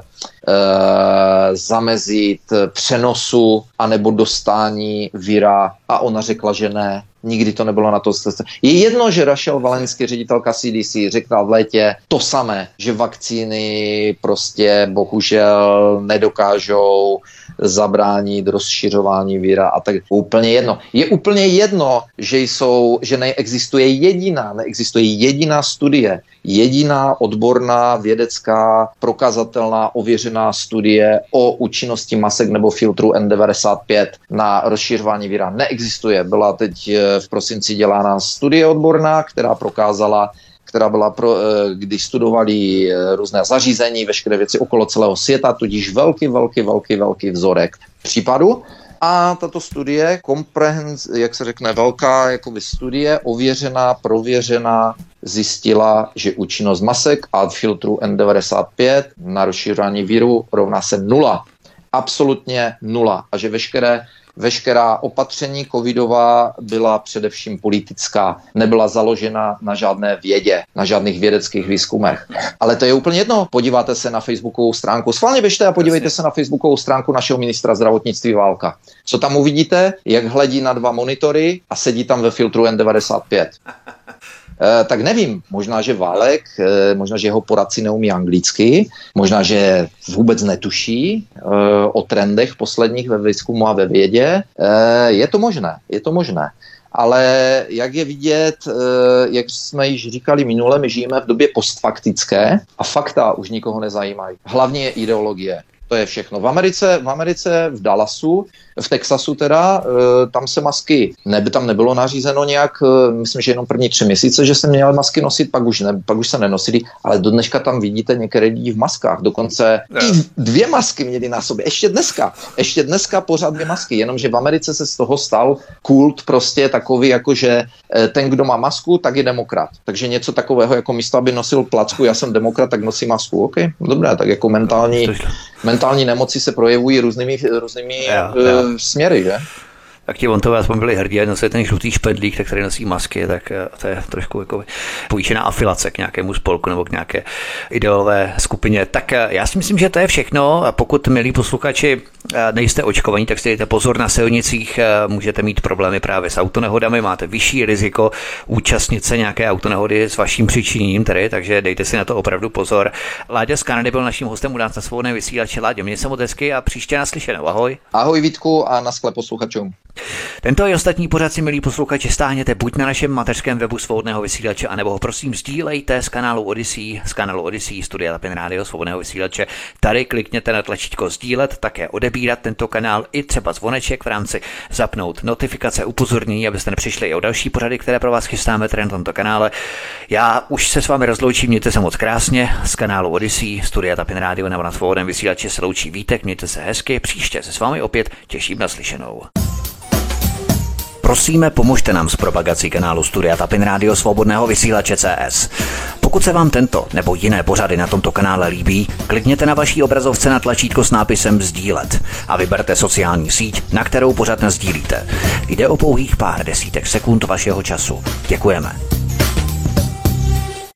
e, zamezit přenosu anebo dostání vira a ona řekla, že ne. Nikdy to nebylo na to. Je jedno, že Rachel Walensky, ředitelka C D C, řekla v létě to samé, že vakcíny prostě bohužel nedokážou zabránit rozšiřování víra a tak úplně jedno. Je úplně jedno, že jsou, že neexistuje jediná, neexistuje jediná studie, jediná odborná, vědecká, prokazatelná, ověřená studie o účinnosti masek nebo filtru N devadesát pět na rozšiřování víra. Neexistuje. Byla teď v prosinci dělána studie odborná, která prokázala, která byla, pro, když studovali různé zařízení, veškeré věci okolo celého světa, tudíž velký, velký, velký, velký vzorek případu. A tato studie, komprehens, jak se řekne, velká jakoby studie, ověřená, prověřená, zjistila, že účinnost masek a filtru N devadesát pět na rozšíření viru rovná se nula. Absolutně nula. A že veškeré Veškerá opatření covidová byla především politická, nebyla založena na žádné vědě, na žádných vědeckých výzkumech. Ale to je úplně jedno. Podíváte se na facebookovou stránku, schválně běžte a podívejte se na facebookovou stránku našeho ministra zdravotnictví Válka. Co tam uvidíte? Jak hledí na dva monitory a sedí tam ve filtru N devadesát pět. E, tak nevím, možná, že Válek, e, možná, že jeho poradci neumí anglicky, možná, že vůbec netuší e, o trendech posledních ve výzkumu a ve vědě. E, je to možné, je to možné. Ale jak je vidět, e, jak jsme již říkali minule, my žijeme v době postfaktické a fakta už nikoho nezajímají. Hlavně je ideologie. To je všechno. V Americe, v Americe, v Dallasu, v Texasu teda, tam se masky, neby tam nebylo nařízeno nějak, myslím, že jenom první tři měsíce, že se měly masky nosit, pak už, ne, pak už se nenosili, ale do dneška tam vidíte některé lidi v maskách, dokonce yeah. i dvě masky měli na sobě, ještě dneska, ještě dneska pořád dvě masky, jenomže v Americe se z toho stal kult prostě takový, jako že ten, kdo má masku, tak je demokrat. Takže něco takového, jako místo, aby nosil placku, já jsem demokrat, tak nosí masku, ok, dobré, tak jako mentální, mentální nemoci se projevují různými, různými yeah, yeah. směry, že? Tak ti on to aspoň byli hrdí, a nosí ten žlutý špendlík, tak který nosí masky, tak to je trošku jako povýšená afilace k nějakému spolku nebo k nějaké ideové skupině. Tak já si myslím, že to je všechno. Pokud, milí posluchači, nejste očkovaní, tak si dejte pozor na silnicích, můžete mít problémy právě s autonehodami, máte vyšší riziko účastnit se nějaké autonehody s vaším přičiněním, tedy, takže dejte si na to opravdu pozor. Láďa z Kanady byl naším hostem u nás na Svobodném vysílači. Láďo, měj se moc hezky a příště naslyšenou. Ahoj. Ahoj Vítku a naschle posluchačům. Tento i ostatní pořad si, milí posluchači, stáhněte buď na našem mateřském webu Svobodného vysílače, anebo ho prosím sdílejte z kanálu Odyssey, z kanálu Odyssey, Studia Tapin Rádio Svobodného vysílače. Tady klikněte na tlačítko sdílet, také odebírat tento kanál i třeba zvoneček v rámci zapnout notifikace, upozornění, abyste nepřišli i o další pořady, které pro vás chystáme tady na tomto kanále. Já už se s vámi rozloučím, mějte se moc krásně. Z kanálu Odyssey, Studia Tapin Rádio nebo na Svobodném vysílači se loučí Vítek, mějte se hezky, příště se s vámi opět těším na slyšenou. Prosíme, pomožte nám s propagací kanálu Studia Tapin Rádio Svobodného vysílače C S. Pokud se vám tento nebo jiné pořady na tomto kanále líbí, klikněte na vaší obrazovce na tlačítko s nápisem sdílet a vyberte sociální síť, na kterou pořad nasdílíte. Jde o pouhých pár desítek sekund vašeho času. Děkujeme.